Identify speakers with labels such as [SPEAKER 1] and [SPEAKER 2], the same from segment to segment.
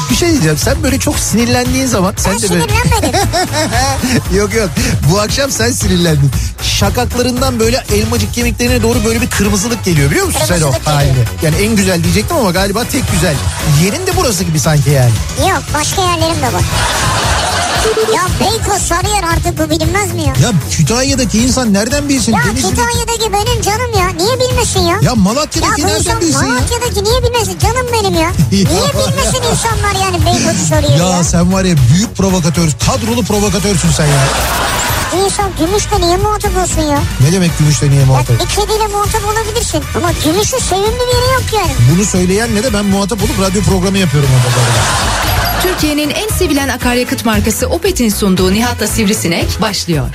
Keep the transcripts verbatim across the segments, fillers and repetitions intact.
[SPEAKER 1] Bir şey diyeceğim, sen böyle çok sinirlendiğin zaman sen
[SPEAKER 2] ben
[SPEAKER 1] de böyle...
[SPEAKER 2] sinirlenmedim.
[SPEAKER 1] Yok yok, bu akşam sen sinirlendin. Şakaklarından böyle elmacık kemiklerine doğru böyle bir kırmızılık geliyor, biliyor musun sen o halini? Yani en güzel diyecektim ama galiba tek güzel. Yerin de burası gibi sanki yani.
[SPEAKER 2] Yok, başka yerlerim de var. Ya Beykoz, Sarıyer, artık bu bilinmez mi ya?
[SPEAKER 1] Ya Kütahya'daki insan nereden bilsin?
[SPEAKER 2] Ya
[SPEAKER 1] Denizli...
[SPEAKER 2] Kütahya'daki benim canım ya. Niye bilmesin ya?
[SPEAKER 1] Ya Malatya'daki
[SPEAKER 2] ya
[SPEAKER 1] nereden
[SPEAKER 2] insan,
[SPEAKER 1] bilsin ya?
[SPEAKER 2] Malatya'daki niye bilmesin? Canım benim ya. Niye bilmesin insanlar yani Beykoz'u Sarıyer'i ya?
[SPEAKER 1] Ya sen var ya, büyük provokatör, kadrolu provokatörsün sen ya.
[SPEAKER 2] İnsan Gümüş'te niye muhatap olsun ya?
[SPEAKER 1] Ne demek Gümüş'te niye muhatap?
[SPEAKER 2] Ya bir kediyle muhatap olabilirsin. Ama Gümüş'ün sevimli bir yeri yok yani.
[SPEAKER 1] Bunu söyleyen ne de ben muhatap olup radyo programı yapıyorum orada.
[SPEAKER 3] Türkiye'nin en sevilen akaryakıt markası Opet'in sunduğu Nihat'la Sivrisinek başlıyor.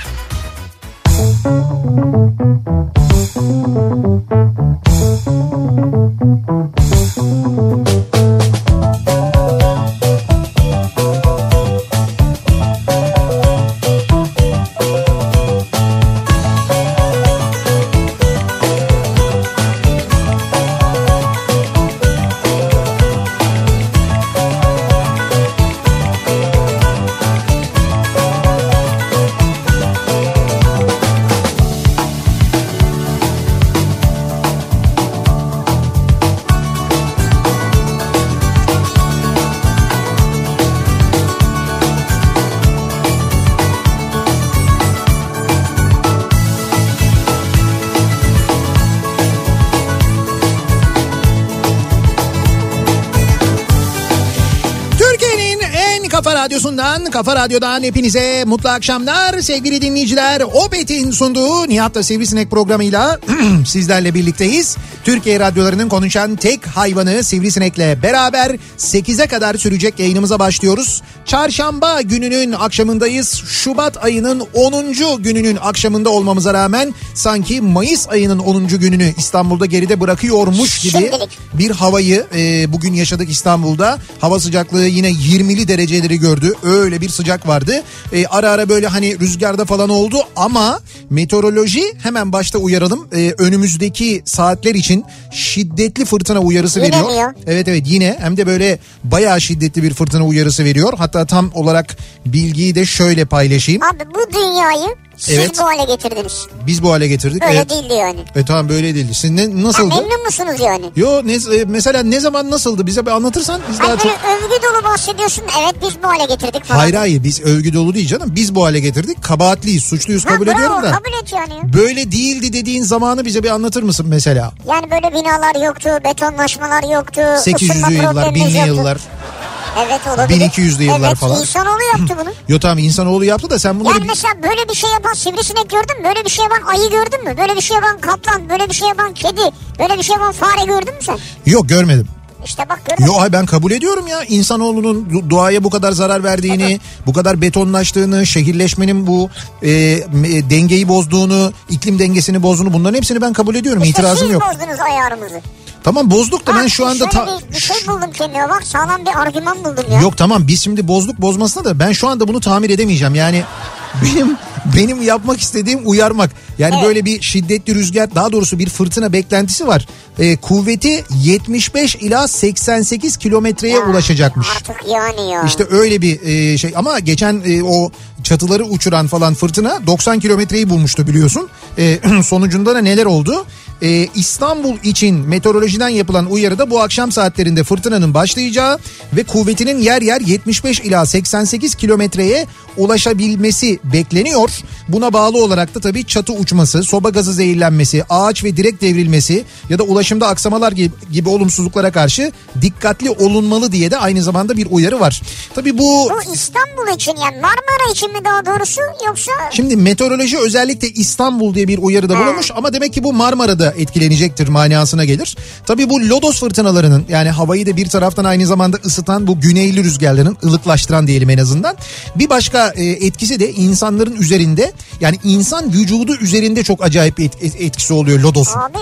[SPEAKER 1] Radyosu'ndan, Kafa Radyo'dan hepinize mutlu akşamlar sevgili dinleyiciler. Opet'in sunduğu Nihat'la Sivrisinek programıyla sizlerle birlikteyiz. Türkiye radyolarının konuşan tek hayvanı Sivrisinek'le beraber sekize kadar sürecek yayınımıza başlıyoruz. Çarşamba gününün akşamındayız. Şubat ayının onuncu gününün akşamında olmamıza rağmen sanki Mayıs ayının onuncu gününü İstanbul'da geride bırakıyormuş gibi
[SPEAKER 2] Şimdilik.
[SPEAKER 1] bir havayı e, bugün yaşadık İstanbul'da. Hava sıcaklığı yine yirmili dereceleri gördü. Öyle bir sıcak vardı. E, ara ara böyle hani rüzgarda falan oldu ama meteoroloji, hemen başta uyaralım. E, önümüzdeki saatler için şiddetli fırtına uyarısı
[SPEAKER 2] yine
[SPEAKER 1] veriyor.
[SPEAKER 2] Diyor.
[SPEAKER 1] Evet evet, yine hem de böyle bayağı şiddetli bir fırtına uyarısı veriyor. Hatta tam olarak bilgiyi de şöyle paylaşayım.
[SPEAKER 2] Abi bu dünyayı siz
[SPEAKER 1] Evet.
[SPEAKER 2] bu hale getirdiniz.
[SPEAKER 1] Biz bu hale getirdik.
[SPEAKER 2] Böyle
[SPEAKER 1] evet.
[SPEAKER 2] değildi yani.
[SPEAKER 1] E tamam, böyle değildi. Siz ne, nasıldı?
[SPEAKER 2] Ya memnun musunuz yani?
[SPEAKER 1] Yo ne, e, mesela ne zaman nasıldı, bize bir anlatırsan biz
[SPEAKER 2] Hani
[SPEAKER 1] daha
[SPEAKER 2] böyle
[SPEAKER 1] çok...
[SPEAKER 2] övgü dolu bahsediyorsun. Evet, biz bu hale getirdik falan.
[SPEAKER 1] Hayır hayır, biz övgü dolu değil canım. Biz bu hale getirdik. Kabahatliyiz, suçluyuz, kabul
[SPEAKER 2] ha, bravo,
[SPEAKER 1] ediyorum da.
[SPEAKER 2] kabul et yani.
[SPEAKER 1] Böyle değildi dediğin zamanı bize bir anlatır mısın mesela?
[SPEAKER 2] Yani böyle binalar yoktu, betonlaşmalar yoktu.
[SPEAKER 1] sekiz yüzlü yıllar, binli
[SPEAKER 2] yoktu.
[SPEAKER 1] yıllar.
[SPEAKER 2] Evet, olabilir.
[SPEAKER 1] bin iki yüzlü yıllar
[SPEAKER 2] evet,
[SPEAKER 1] falan.
[SPEAKER 2] Evet, insanoğlu yaptı bunu.
[SPEAKER 1] Yo tamam, insanoğlu yaptı da sen bunları...
[SPEAKER 2] Yani mesela böyle bir şey yapan sivrisinek gördün mü? Böyle bir şey yapan ayı gördün mü? Böyle bir şey yapan kaplan, böyle bir şey yapan kedi, böyle bir şey yapan fare gördün mü sen?
[SPEAKER 1] Yok, görmedim.
[SPEAKER 2] İşte bak, gördün mü?
[SPEAKER 1] Yo hayır, ben kabul ediyorum ya. İnsanoğlunun du- doğaya bu kadar zarar verdiğini, evet. bu kadar betonlaştığını, şehirleşmenin bu e, e, dengeyi bozduğunu, iklim dengesini bozduğunu, bunların hepsini ben kabul ediyorum.
[SPEAKER 2] İşte
[SPEAKER 1] İtirazım yok.
[SPEAKER 2] siz bozdunuz ayarımızı.
[SPEAKER 1] Tamam, bozduk da
[SPEAKER 2] ha,
[SPEAKER 1] ben şu anda...
[SPEAKER 2] Ta- bir, bir şey buldum kendime, bak sağlam bir argüman buldum ya.
[SPEAKER 1] Yok tamam, biz şimdi bozduk bozmasına da ben şu anda bunu tamir edemeyeceğim. Yani benim benim yapmak istediğim uyarmak. Yani evet. böyle bir şiddetli rüzgar, daha doğrusu bir fırtına beklentisi var. Ee, kuvveti yetmiş beş ila seksen sekiz kilometreye
[SPEAKER 2] ya,
[SPEAKER 1] ulaşacakmış.
[SPEAKER 2] Artık yani ya.
[SPEAKER 1] İşte öyle bir e, şey ama geçen e, o çatıları uçuran falan fırtına doksan kilometreyi bulmuştu biliyorsun. E, sonucunda da neler oldu? Ee, İstanbul için meteorolojiden yapılan uyarıda bu akşam saatlerinde fırtınanın başlayacağı ve kuvvetinin yer yer yetmiş beş ila seksen sekiz kilometreye ulaşabilmesi bekleniyor. Buna bağlı olarak da tabii çatı uçması, soba gazı zehirlenmesi, ağaç ve direk devrilmesi ya da ulaşımda aksamalar gibi, gibi olumsuzluklara karşı dikkatli olunmalı diye de aynı zamanda bir uyarı var. Tabii bu...
[SPEAKER 2] Bu İstanbul için, yani Marmara için mi daha doğrusu, yoksa...
[SPEAKER 1] Şimdi meteoroloji özellikle İstanbul diye bir uyarıda bulunmuş ama demek ki bu Marmara'da etkilenecektir manasına gelir. Tabii bu lodos fırtınalarının, yani havayı da bir taraftan aynı zamanda ısıtan bu güneyli rüzgarların, ılıklaştıran diyelim en azından. Bir başka e, etkisi de insanların üzerinde, yani insan vücudu üzerinde çok acayip bir et, etkisi oluyor lodosun.
[SPEAKER 2] Abi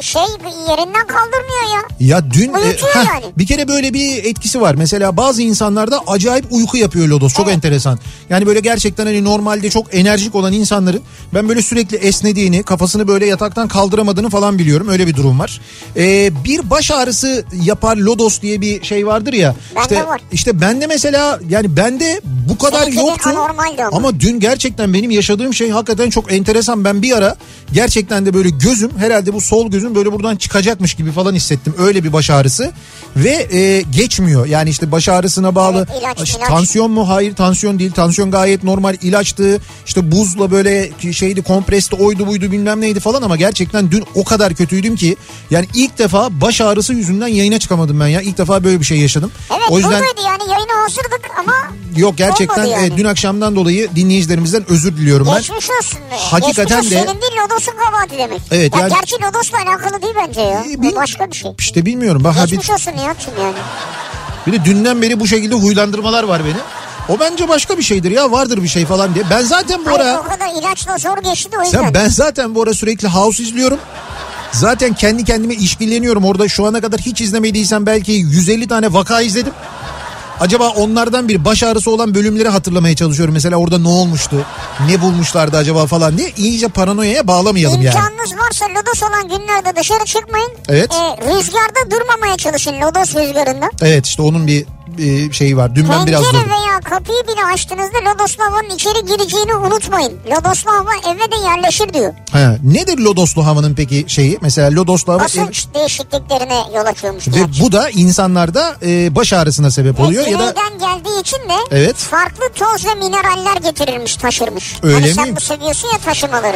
[SPEAKER 2] şey yerinden kaldırmıyor ya.
[SPEAKER 1] Ya dün e, heh,
[SPEAKER 2] yani.
[SPEAKER 1] bir kere böyle bir etkisi var. Mesela bazı insanlarda acayip uyku yapıyor lodos. Çok evet. enteresan. Yani böyle gerçekten hani normalde çok enerjik olan insanların ben böyle sürekli esnediğini, kafasını böyle yataktan kaldıramadığını falan biliyorum. Öyle bir durum var. Ee, bir baş ağrısı yapar lodos diye bir şey vardır ya.
[SPEAKER 2] Bende
[SPEAKER 1] işte,
[SPEAKER 2] var.
[SPEAKER 1] İşte bende mesela yani bende bu kadar
[SPEAKER 2] Seninki
[SPEAKER 1] yoktu.
[SPEAKER 2] Ama.
[SPEAKER 1] ama dün gerçekten benim yaşadığım şey hakikaten çok enteresan. Ben bir ara gerçekten de böyle gözüm herhalde bu sol gözüm böyle buradan çıkacakmış gibi falan hissettim. Öyle bir baş ağrısı ve e, geçmiyor. Yani işte baş ağrısına bağlı.
[SPEAKER 2] Evet, ilaç,
[SPEAKER 1] işte,
[SPEAKER 2] ilaç.
[SPEAKER 1] Tansiyon mu? Hayır, tansiyon değil. Tansiyon gayet normal, ilaçtı. İşte buzla böyle şeydi, kompresti, oydu buydu bilmem neydi falan ama gerçekten dün o kadar kötüydüm ki yani ilk defa baş ağrısı yüzünden yayına çıkamadım ben ya. İlk defa böyle bir şey yaşadım.
[SPEAKER 2] Evet,
[SPEAKER 1] o yüzden
[SPEAKER 2] buradaydı yani yayına hazırdık ama
[SPEAKER 1] yok gerçekten
[SPEAKER 2] yani.
[SPEAKER 1] e, dün akşamdan dolayı dinleyicilerimizden özür diliyorum ben.
[SPEAKER 2] Geçmiş olsun.
[SPEAKER 1] Hakikaten
[SPEAKER 2] Geçmiş
[SPEAKER 1] de.
[SPEAKER 2] Senin değil Lodos'un kabahati demek.
[SPEAKER 1] Evet,
[SPEAKER 2] ya
[SPEAKER 1] yani,
[SPEAKER 2] gerçi Lodos'la alakalı değil bence ya.
[SPEAKER 1] E, bil,
[SPEAKER 2] başka bir şey.
[SPEAKER 1] İşte bilmiyorum. Ben,
[SPEAKER 2] Geçmiş bir, olsun Nihat'cığım yani.
[SPEAKER 1] Bir de dünden beri bu şekilde huylandırmalar var beni. O bence başka bir şeydir ya, vardır bir şey falan diye. Ben zaten bu
[SPEAKER 2] Hayır,
[SPEAKER 1] ara...
[SPEAKER 2] o kadar ilaçla zor geçti de o yüzden.
[SPEAKER 1] Sen, ben zaten bu ara sürekli House izliyorum. Zaten kendi kendime işkilleniyorum. Orada şu ana kadar hiç izlemediysen belki yüz elli tane vaka izledim. Acaba onlardan bir baş ağrısı olan bölümleri hatırlamaya çalışıyorum. Mesela orada ne olmuştu? Ne bulmuşlardı acaba falan diye. İyice paranoyaya bağlamayalım
[SPEAKER 2] İmkanınız
[SPEAKER 1] yani.
[SPEAKER 2] İmkanınız varsa lodos olan günlerde dışarı çıkmayın.
[SPEAKER 1] Evet.
[SPEAKER 2] Ee, rüzgarda durmamaya çalışın, lodos rüzgarında.
[SPEAKER 1] Evet, işte onun bir e, şeyi var. Dün ben biraz
[SPEAKER 2] Pencere
[SPEAKER 1] durdum.
[SPEAKER 2] veya kapıyı bile açtığınızda lodoslu havanın içeri gireceğini unutmayın. Lodoslu hava eve de yerleşir diyor.
[SPEAKER 1] Ha, nedir lodoslu havanın peki şeyi? Mesela lodoslu hava...
[SPEAKER 2] Basınç ev... değişikliklerine yol açıyormuş.
[SPEAKER 1] Ve bu da insanlarda e, baş ağrısına sebep
[SPEAKER 2] ve
[SPEAKER 1] oluyor. Ya da
[SPEAKER 2] geldiği için de
[SPEAKER 1] evet.
[SPEAKER 2] farklı toz ve mineraller getirilmiş, taşırmış.
[SPEAKER 1] Öyle
[SPEAKER 2] hani
[SPEAKER 1] mi?
[SPEAKER 2] sen bu seviyorsun ya taşımaları.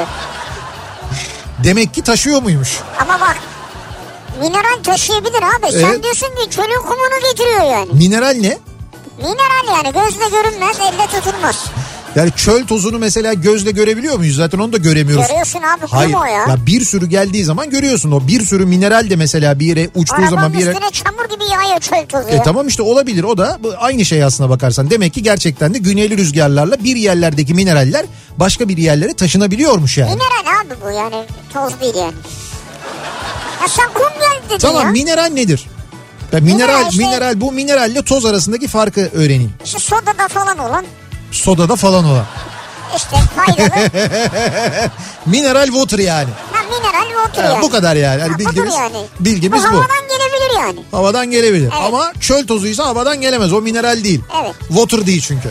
[SPEAKER 1] Demek ki taşıyor muymuş?
[SPEAKER 2] Ama bak, mineral taşıyabilir abi. Evet. Sen diyorsun ki çölün kumunu getiriyor yani.
[SPEAKER 1] Mineral ne?
[SPEAKER 2] Mineral yani, gözle görünmez, elle tutulmaz.
[SPEAKER 1] Yani çöl tozunu mesela gözle görebiliyor muyuz? Zaten onu da göremiyoruz.
[SPEAKER 2] Görüyorsun abi,
[SPEAKER 1] Hayır.
[SPEAKER 2] kum o ya.
[SPEAKER 1] Ya bir sürü geldiği zaman görüyorsun. O bir sürü mineral de mesela bir yere uçtuğu
[SPEAKER 2] Arabanın
[SPEAKER 1] zaman bir yere...
[SPEAKER 2] üstüne çamur gibi yağıyor çöl tozu.
[SPEAKER 1] E tamam işte, olabilir, o da aynı şey aslına bakarsan. Demek ki gerçekten de güneyli rüzgarlarla bir yerlerdeki mineraller başka bir yerlere taşınabiliyormuş yani.
[SPEAKER 2] Mineral abi bu, yani toz değil yani. Ya sen kum geldi dedin
[SPEAKER 1] tamam,
[SPEAKER 2] ya.
[SPEAKER 1] Tamam, mineral nedir? Ya mineral, mineral, işte, mineral bu mineralle toz arasındaki farkı öğreneyim.
[SPEAKER 2] İşte sodada falan olan.
[SPEAKER 1] Sodada falan olan.
[SPEAKER 2] İşte faydalı.
[SPEAKER 1] Mineral water yani.
[SPEAKER 2] Ha, mineral water
[SPEAKER 1] ha,
[SPEAKER 2] yani.
[SPEAKER 1] Bu kadar yani.
[SPEAKER 2] Ha,
[SPEAKER 1] yani bilgimiz
[SPEAKER 2] yani.
[SPEAKER 1] bilgimiz bu.
[SPEAKER 2] Bu havadan gelebilir yani.
[SPEAKER 1] Havadan gelebilir.
[SPEAKER 2] Evet.
[SPEAKER 1] Ama çöl tozuysa havadan gelemez. O mineral değil.
[SPEAKER 2] Evet.
[SPEAKER 1] Water değil çünkü.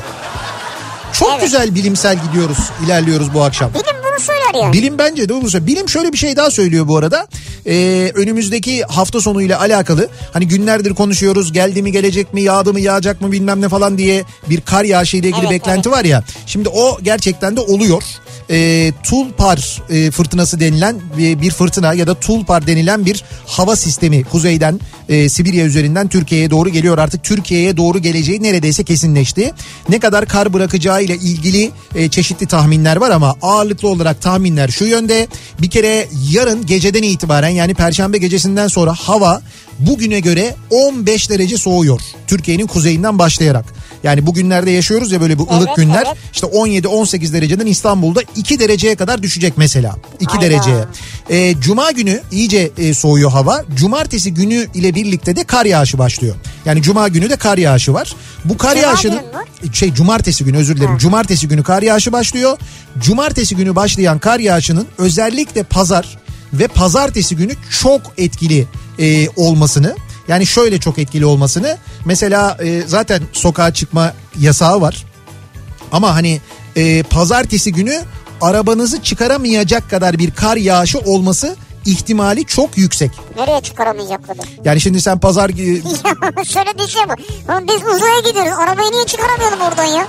[SPEAKER 1] Çok evet. güzel bilimsel gidiyoruz, ilerliyoruz bu akşam.
[SPEAKER 2] Bilim bunu söyler yani.
[SPEAKER 1] Bilim bence de bunu söylüyor. Bilim şöyle bir şey daha söylüyor bu arada. Ee, önümüzdeki hafta sonu ile alakalı. Hani günlerdir konuşuyoruz. Geldi mi, gelecek mi, yağdı mı, yağacak mı bilmem ne falan diye bir kar yağışı ile ilgili evet, beklenti evet. var ya. Şimdi o gerçekten de oluyor. E, Tulpar e, fırtınası denilen e, bir fırtına ya da Tulpar denilen bir hava sistemi kuzeyden e, Sibirya üzerinden Türkiye'ye doğru geliyor. Artık Türkiye'ye doğru geleceği neredeyse kesinleşti. Ne kadar kar bırakacağı ile ilgili e, çeşitli tahminler var ama ağırlıklı olarak tahminler şu yönde. Bir kere yarın geceden itibaren, yani Perşembe gecesinden sonra hava bugüne göre on beş derece soğuyor. Türkiye'nin kuzeyinden başlayarak. Yani bugünlerde yaşıyoruz ya böyle bu ılık evet, günler. Evet. İşte on yedi on sekiz dereceden İstanbul'da iki dereceye kadar düşecek mesela. iki dereceye. E, Cuma günü iyice e, soğuyor hava. Cumartesi günü ile birlikte de kar yağışı başlıyor. Yani Cuma günü de kar yağışı var. Bu kar Cuma yağışının şey Cumartesi günü özür dilerim. Ha. Cumartesi günü kar yağışı başlıyor. Cumartesi günü başlayan kar yağışının özellikle pazar ve pazartesi günü çok etkili e, olmasını, yani şöyle çok etkili olmasını, mesela e, zaten sokağa çıkma yasağı var ama hani e, pazartesi günü arabanızı çıkaramayacak kadar bir kar yağışı olması ihtimali çok yüksek.
[SPEAKER 2] Nereye çıkaramayacak kadar?
[SPEAKER 1] Yani şimdi sen pazar...
[SPEAKER 2] Söylediği şey bu. Biz uzaya gidiyoruz. Arabayı niye çıkaramayalım oradan ya?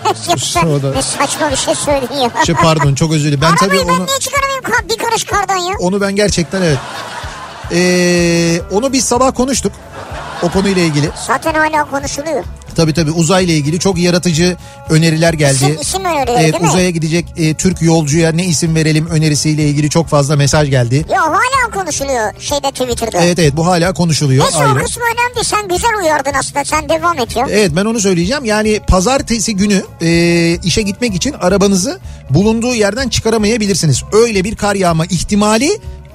[SPEAKER 1] da...
[SPEAKER 2] Ne saçma bir şey söyledin ya.
[SPEAKER 1] Şey, pardon, çok özür dilerim. Ben
[SPEAKER 2] Arabayı
[SPEAKER 1] tabii
[SPEAKER 2] ben
[SPEAKER 1] onu...
[SPEAKER 2] niye çıkaramayayım bir karış kardan ya?
[SPEAKER 1] Onu ben gerçekten evet. Ee, onu biz sabah konuştuk. O konuyla ilgili.
[SPEAKER 2] Zaten hala konuşuluyor.
[SPEAKER 1] Tabii tabii, uzayla ilgili çok yaratıcı öneriler geldi.
[SPEAKER 2] İsim, isim önerileri
[SPEAKER 1] evet,
[SPEAKER 2] değil mi?
[SPEAKER 1] Uzaya gidecek e, Türk yolcuya ne isim verelim önerisiyle ilgili çok fazla mesaj geldi.
[SPEAKER 2] Yo, hala konuşuluyor şeyde, Twitter'da.
[SPEAKER 1] Evet evet, bu hala konuşuluyor.
[SPEAKER 2] Neyse, o kısmı önemli, sen güzel uyardın aslında, sen devam et ya.
[SPEAKER 1] Evet, ben onu söyleyeceğim. Yani pazartesi günü e, işe gitmek için arabanızı bulunduğu yerden çıkaramayabilirsiniz. Öyle bir kar yağma ihtimali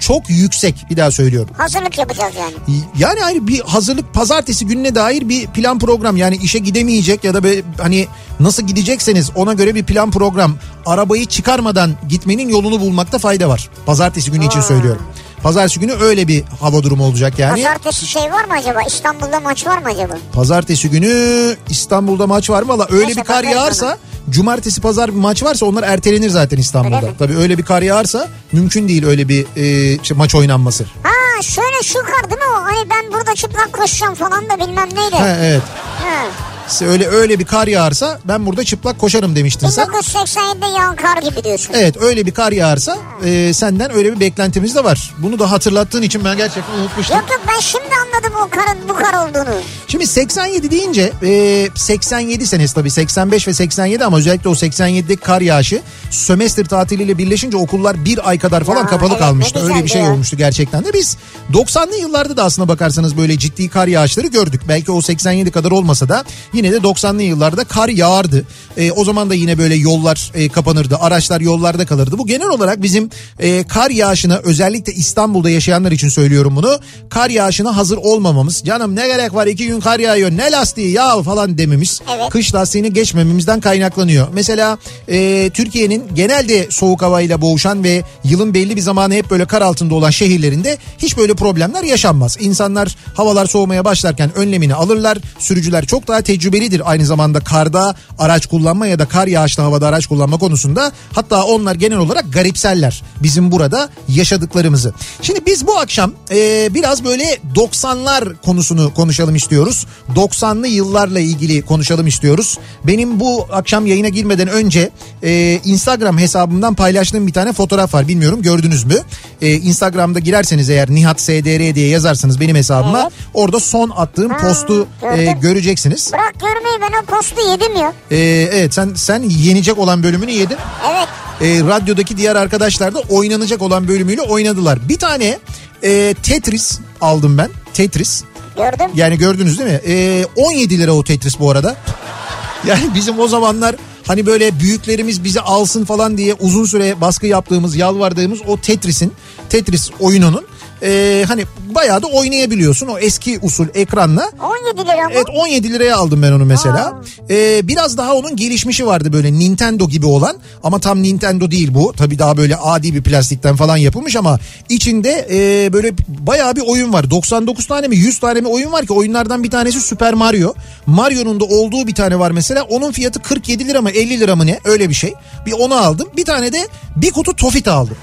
[SPEAKER 1] çok yüksek. Bir daha söylüyorum.
[SPEAKER 2] Hazırlık yapacağız yani.
[SPEAKER 1] Yani hani bir hazırlık, pazartesi gününe dair bir plan program. Yani işe gidemeyecek ya da be, hani nasıl gidecekseniz ona göre bir plan program. Arabayı çıkarmadan gitmenin yolunu bulmakta fayda var. Pazartesi günü için söylüyorum. Pazartesi günü öyle bir hava durumu olacak yani.
[SPEAKER 2] Pazartesi şey var mı acaba? İstanbul'da maç var mı acaba?
[SPEAKER 1] Pazartesi günü İstanbul'da maç var mı? Valla öyle
[SPEAKER 2] Neyse,
[SPEAKER 1] bir kar yağarsa,
[SPEAKER 2] sana.
[SPEAKER 1] Cumartesi pazar bir maç varsa onlar ertelenir zaten İstanbul'da.
[SPEAKER 2] Öyle mi?
[SPEAKER 1] Tabii öyle bir kar yağarsa mümkün değil öyle bir e, işte maç oynanması.
[SPEAKER 2] Ha şöyle şu kar değil mi o? Hani ben burada çıplak koşacağım falan da bilmem neydi.
[SPEAKER 1] Ha, evet.
[SPEAKER 2] Ha.
[SPEAKER 1] Öyle öyle bir kar yağarsa ben burada çıplak koşarım demiştin sen.
[SPEAKER 2] bin dokuz yüz seksen yedide yağan kar gibi diyorsun.
[SPEAKER 1] Evet, öyle bir kar yağarsa e, senden öyle bir beklentimiz de var. Bunu da hatırlattığın için ben gerçekten unutmuştum.
[SPEAKER 2] Yok yok, ben şimdi anladım o karın bu kar olduğunu.
[SPEAKER 1] Şimdi seksen yedi deyince e, seksen yedi senesi tabii, seksen beş ve seksen yedi ama özellikle o seksen yedideki kar yağışı sömestr tatiliyle birleşince okullar bir ay kadar falan
[SPEAKER 2] Ya,
[SPEAKER 1] kapalı
[SPEAKER 2] evet,
[SPEAKER 1] kalmıştı.
[SPEAKER 2] ne
[SPEAKER 1] Öyle bir
[SPEAKER 2] güzeldi
[SPEAKER 1] şey
[SPEAKER 2] ya.
[SPEAKER 1] olmuştu gerçekten de. Biz doksanlı yıllarda da aslına bakarsanız böyle ciddi kar yağışları gördük. Belki o seksen yedi kadar olmasa da yine de doksanlı yıllarda kar yağardı. E, o zaman da yine böyle yollar e, kapanırdı. Araçlar yollarda kalırdı. Bu genel olarak bizim e, kar yağışına, özellikle İstanbul'da yaşayanlar için söylüyorum bunu. Kar yağışına hazır olmamamız. Canım ne gerek var, iki gün kar yağıyor, ne lastiği ya falan dememiz.
[SPEAKER 2] Evet.
[SPEAKER 1] Kış lastiğini geçmememizden kaynaklanıyor. Mesela e, Türkiye'nin genelde soğuk havayla boğuşan ve yılın belli bir zamanı hep böyle kar altında olan şehirlerinde hiç böyle problemler yaşanmaz. İnsanlar havalar soğumaya başlarken önlemini alırlar. Sürücüler çok daha tecrübelidir aynı zamanda karda araç kullanma ya da kar yağışlı havada araç kullanma konusunda. Hatta onlar genel olarak garipserler bizim burada yaşadıklarımızı. Şimdi biz bu akşam e, biraz böyle doksanlar konusunu konuşalım istiyoruz. doksanlı yıllarla ilgili konuşalım istiyoruz. Benim bu akşam yayına girmeden önce e, Instagram hesabımdan paylaştığım bir tane fotoğraf var. Bilmiyorum gördünüz mü? E, Instagram'da girerseniz eğer Nihat S D R diye yazarsanız benim hesabıma,
[SPEAKER 2] Evet.
[SPEAKER 1] orada son attığım
[SPEAKER 2] Ha,
[SPEAKER 1] postu e,
[SPEAKER 2] gördüm.
[SPEAKER 1] göreceksiniz.
[SPEAKER 2] Bırak görmeyi, ben o postu yedim ya.
[SPEAKER 1] E, evet sen sen yenecek olan bölümünü yedin.
[SPEAKER 2] Evet.
[SPEAKER 1] E, radyodaki diğer arkadaşlar da oynanacak olan bölümüyle oynadılar. Bir tane e, Tetris aldım ben. Tetris.
[SPEAKER 2] Gördüm.
[SPEAKER 1] Yani gördünüz değil mi? E, on yedi lira o Tetris bu arada. Yani bizim o zamanlar hani böyle büyüklerimiz bizi alsın falan diye uzun süre baskı yaptığımız, yalvardığımız o Tetris'in, Tetris oyununun e, hani bayağı da oynayabiliyorsun o eski usul ekranla.
[SPEAKER 2] on yedi lira mı?
[SPEAKER 1] Evet, on yedi liraya aldım ben onu mesela. Ee, biraz daha onun gelişmişi vardı böyle Nintendo gibi olan, ama tam Nintendo değil bu. Tabii daha böyle adi bir plastikten falan yapılmış ama içinde e, böyle bayağı bir oyun var. doksan dokuz tane mi yüz tane mi oyun var ki, oyunlardan bir tanesi Super Mario. Mario'nun da olduğu bir tane var mesela. Onun fiyatı kırk yedi lira mı elli lira mı ne, öyle bir şey. Bir onu aldım. Bir tane de bir kutu Tofit aldım.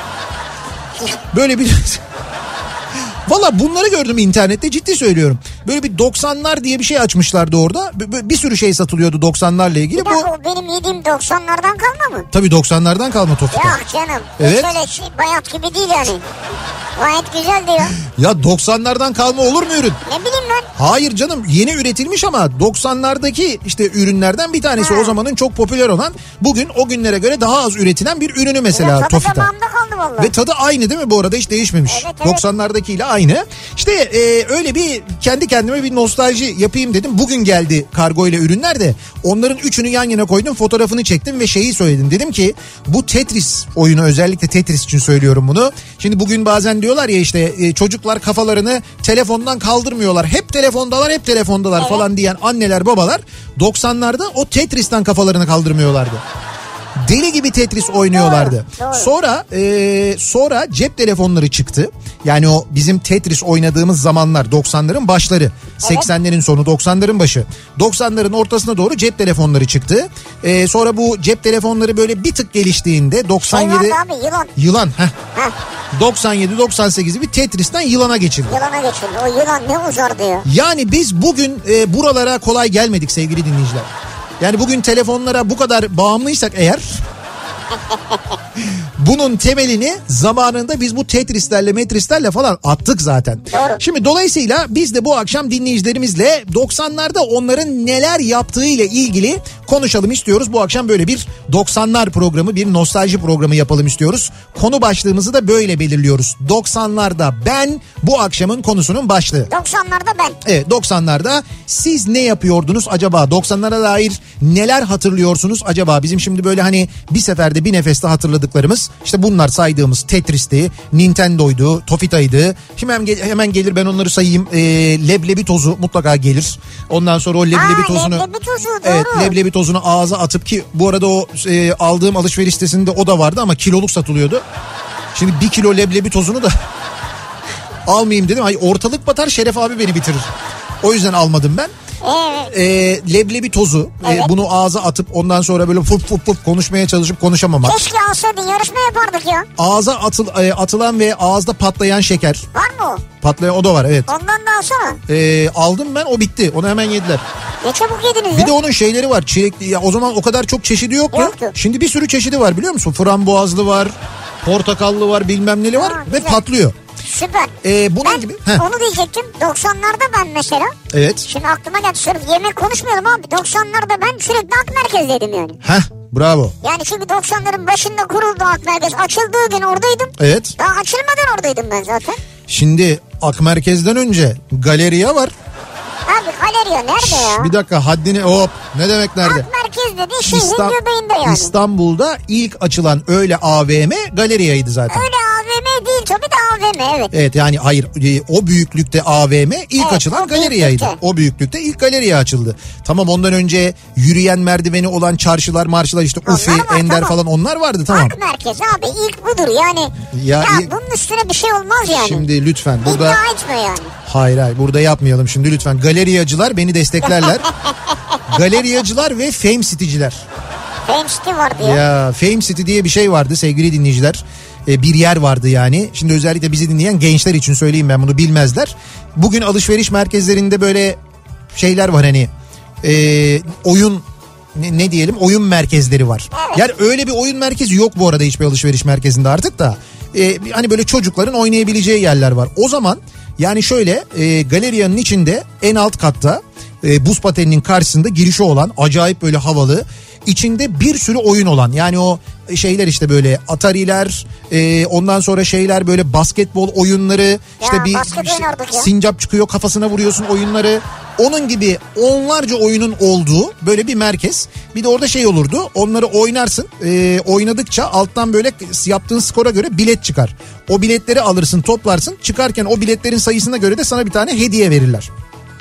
[SPEAKER 1] Böyle bir... Valla bunları gördüm internette, ciddi söylüyorum. Böyle bir doksanlar diye bir şey açmışlardı orada. Bir, bir sürü şey satılıyordu doksanlarla ilgili.
[SPEAKER 2] Bir dakika, o benim yediğim doksanlardan kalma mı?
[SPEAKER 1] Tabii doksanlardan kalma Tofita.
[SPEAKER 2] Yok canım.
[SPEAKER 1] Evet.
[SPEAKER 2] Hiç öyle şey, bayat gibi değil yani. Gayet güzel diyor.
[SPEAKER 1] Ya doksanlardan kalma olur mu ürün?
[SPEAKER 2] Ne bileyim ben.
[SPEAKER 1] Hayır canım, yeni üretilmiş ama doksanlardaki işte ürünlerden bir tanesi.
[SPEAKER 2] Ha.
[SPEAKER 1] O zamanın çok popüler olan, bugün o günlere göre daha az üretilen bir ürünü mesela
[SPEAKER 2] Ya, tadı
[SPEAKER 1] Tofita.
[SPEAKER 2] damağımda kaldı vallahi.
[SPEAKER 1] Ve tadı aynı değil mi bu arada, hiç değişmemiş.
[SPEAKER 2] Evet, evet.
[SPEAKER 1] doksanlardakiyle aynı. İşte e, öyle bir kendi kendime bir nostalji yapayım dedim. Bugün geldi kargo ile ürünler de, onların üçünü yan yana koydum, fotoğrafını çektim ve şeyi söyledim. Dedim ki bu Tetris oyunu, özellikle Tetris için söylüyorum bunu. Şimdi bugün bazen diyorlar ya işte e, çocuklar kafalarını telefondan kaldırmıyorlar. Hep telefondalar, hep telefondalar
[SPEAKER 2] Evet.
[SPEAKER 1] falan diyen anneler babalar doksanlarda o Tetris'ten kafalarını kaldırmıyorlardı. Deli gibi Tetris oynuyorlardı.
[SPEAKER 2] Doğru, doğru.
[SPEAKER 1] Sonra e, sonra cep telefonları çıktı. Yani o bizim Tetris oynadığımız zamanlar doksanların başları. seksenlerin sonu, doksanların başı. doksanların ortasına doğru cep telefonları çıktı. E, sonra bu cep telefonları böyle bir tık geliştiğinde doksan yedi...
[SPEAKER 2] Şey vardı abi, yılan.
[SPEAKER 1] Yılan. Heh.
[SPEAKER 2] Heh,
[SPEAKER 1] doksan yedi doksan sekizi bir Tetris'ten yılana geçildi.
[SPEAKER 2] yılana geçildi. O yılan ne uzardı ya.
[SPEAKER 1] Yani biz bugün e, buralara kolay gelmedik sevgili dinleyiciler. Yani bugün telefonlara bu kadar bağımlıysak eğer... Bunun temelini zamanında biz bu Tetris'lerle metrislerle falan attık zaten.
[SPEAKER 2] Doğru.
[SPEAKER 1] Şimdi dolayısıyla biz de bu akşam dinleyicilerimizle doksanlarda onların neler yaptığı ile ilgili konuşalım istiyoruz. Bu akşam böyle bir doksanlar programı, bir nostalji programı yapalım istiyoruz. Konu başlığımızı da böyle belirliyoruz. doksanlarda ben bu akşamın konusunun başlığı.
[SPEAKER 2] doksanlarda ben.
[SPEAKER 1] Evet, doksanlarda siz ne yapıyordunuz acaba? doksanlara dair neler hatırlıyorsunuz acaba? Bizim şimdi böyle hani bir seferde bir nefeste hatırladıklarımız işte bunlar saydığımız Tetris'ti, Nintendo'ydu, Tofita'ydı. Şimdi hemen, hemen gelir ben onları sayayım. E, leblebi tozu mutlaka gelir. Ondan sonra o leblebi
[SPEAKER 2] Aa,
[SPEAKER 1] tozunu...
[SPEAKER 2] leblebi tozu, doğru.
[SPEAKER 1] Evet, leblebi tozunu ağza atıp ki bu arada o e, aldığım alışveriş sitesinde o da vardı ama kiloluk satılıyordu. Şimdi bir kilo leblebi tozunu da almayayım dedim. Ay, ortalık batar, Şeref abi beni bitirir. O yüzden almadım ben.
[SPEAKER 2] Evet.
[SPEAKER 1] E, leblebi tozu
[SPEAKER 2] Evet.
[SPEAKER 1] e, bunu ağza atıp ondan sonra böyle fıp fıp fıp konuşmaya çalışıp konuşamamak.
[SPEAKER 2] Keşke alsaydın, yarışma yapardık ya.
[SPEAKER 1] Ağza atıl, e, atılan ve ağızda patlayan şeker.
[SPEAKER 2] Var mı o?
[SPEAKER 1] Patlayan o da var, evet.
[SPEAKER 2] Ondan da alsana.
[SPEAKER 1] E, aldım ben, o bitti. Onu hemen yediler.
[SPEAKER 2] Ne çabuk yediniz
[SPEAKER 1] Bir
[SPEAKER 2] ya.
[SPEAKER 1] de onun şeyleri var. Çilekli, ya o zaman o kadar çok çeşidi yoktu.
[SPEAKER 2] Yoktu.
[SPEAKER 1] Şimdi bir sürü çeşidi var biliyor musun? Frambuazlı var, portakallı var, bilmem neli var
[SPEAKER 2] Ha,
[SPEAKER 1] ve
[SPEAKER 2] güzel.
[SPEAKER 1] patlıyor.
[SPEAKER 2] Süper.
[SPEAKER 1] Ee, bunun
[SPEAKER 2] ben
[SPEAKER 1] gibi. Heh.
[SPEAKER 2] onu diyecektim. doksanlarda ben mesela.
[SPEAKER 1] Evet.
[SPEAKER 2] Şimdi aklıma geldi. Sırf yemek konuşmayalım abi. doksanlarda ben sürekli ak merkezdeydim yani.
[SPEAKER 1] Heh, bravo.
[SPEAKER 2] Yani çünkü doksanların başında kuruldu ak merkez. Açıldığı gün oradaydım.
[SPEAKER 1] Evet.
[SPEAKER 2] Daha açılmadan oradaydım ben zaten.
[SPEAKER 1] Şimdi Ak Merkez'den önce Galeriya var.
[SPEAKER 2] Abi galeriya nerede ya?
[SPEAKER 1] Bir dakika, haddini hop. Ne demek nerede?
[SPEAKER 2] Ak merkez dedi şehrin
[SPEAKER 1] İstan-
[SPEAKER 2] göbeğinde yani.
[SPEAKER 1] İstanbul'da ilk açılan öyle A V M Galeriya'ydı zaten.
[SPEAKER 2] Öyle A V M değil tabii de A V M, evet.
[SPEAKER 1] Evet, yani hayır, e, o büyüklükte A V M ilk
[SPEAKER 2] Evet,
[SPEAKER 1] açılan
[SPEAKER 2] o
[SPEAKER 1] galeriyaydı.
[SPEAKER 2] büyüklükte.
[SPEAKER 1] O büyüklükte ilk galeriya açıldı. Tamam, ondan önce yürüyen merdiveni olan çarşılar marşılar işte
[SPEAKER 2] Onlar
[SPEAKER 1] Ufi,
[SPEAKER 2] var,
[SPEAKER 1] Ender
[SPEAKER 2] tamam.
[SPEAKER 1] falan, onlar vardı, tamam.
[SPEAKER 2] Ak merkez abi ilk budur yani.
[SPEAKER 1] Ya-
[SPEAKER 2] Ya, bunun üstüne bir şey olmaz yani.
[SPEAKER 1] Şimdi lütfen burada...
[SPEAKER 2] İddia etme yani.
[SPEAKER 1] Hayır hayır, burada yapmayalım şimdi lütfen. Galeriyacılar beni desteklerler. Galeriyacılar ve Fame City'ciler.
[SPEAKER 2] Fame City vardı ya.
[SPEAKER 1] Ya Fame City diye bir şey vardı sevgili dinleyiciler. Ee, bir yer vardı yani. Şimdi özellikle bizi dinleyen gençler için söyleyeyim, ben bunu bilmezler. Bugün alışveriş merkezlerinde böyle şeyler var hani. E, oyun ne, ne diyelim oyun merkezleri var.
[SPEAKER 2] Evet.
[SPEAKER 1] Yani öyle bir oyun merkezi yok bu arada hiçbir alışveriş merkezinde artık da. E, hani böyle çocukların oynayabileceği yerler var. O zaman yani şöyle e, galeriyanın içinde en alt katta e, buz pateninin karşısında girişi olan acayip böyle havalı, içinde bir sürü oyun olan, yani o şeyler işte böyle Atari'ler, e, ondan sonra şeyler böyle basketbol oyunları, işte bir
[SPEAKER 2] basket
[SPEAKER 1] işte
[SPEAKER 2] oynardık ya.
[SPEAKER 1] sincap çıkıyor kafasına vuruyorsun oyunları. Onun gibi onlarca oyunun olduğu böyle bir merkez. Bir de orada şey olurdu, onları oynarsın, e, oynadıkça alttan böyle yaptığın skora göre bilet çıkar. O biletleri alırsın, toplarsın, çıkarken o biletlerin sayısına göre de sana bir tane hediye verirler.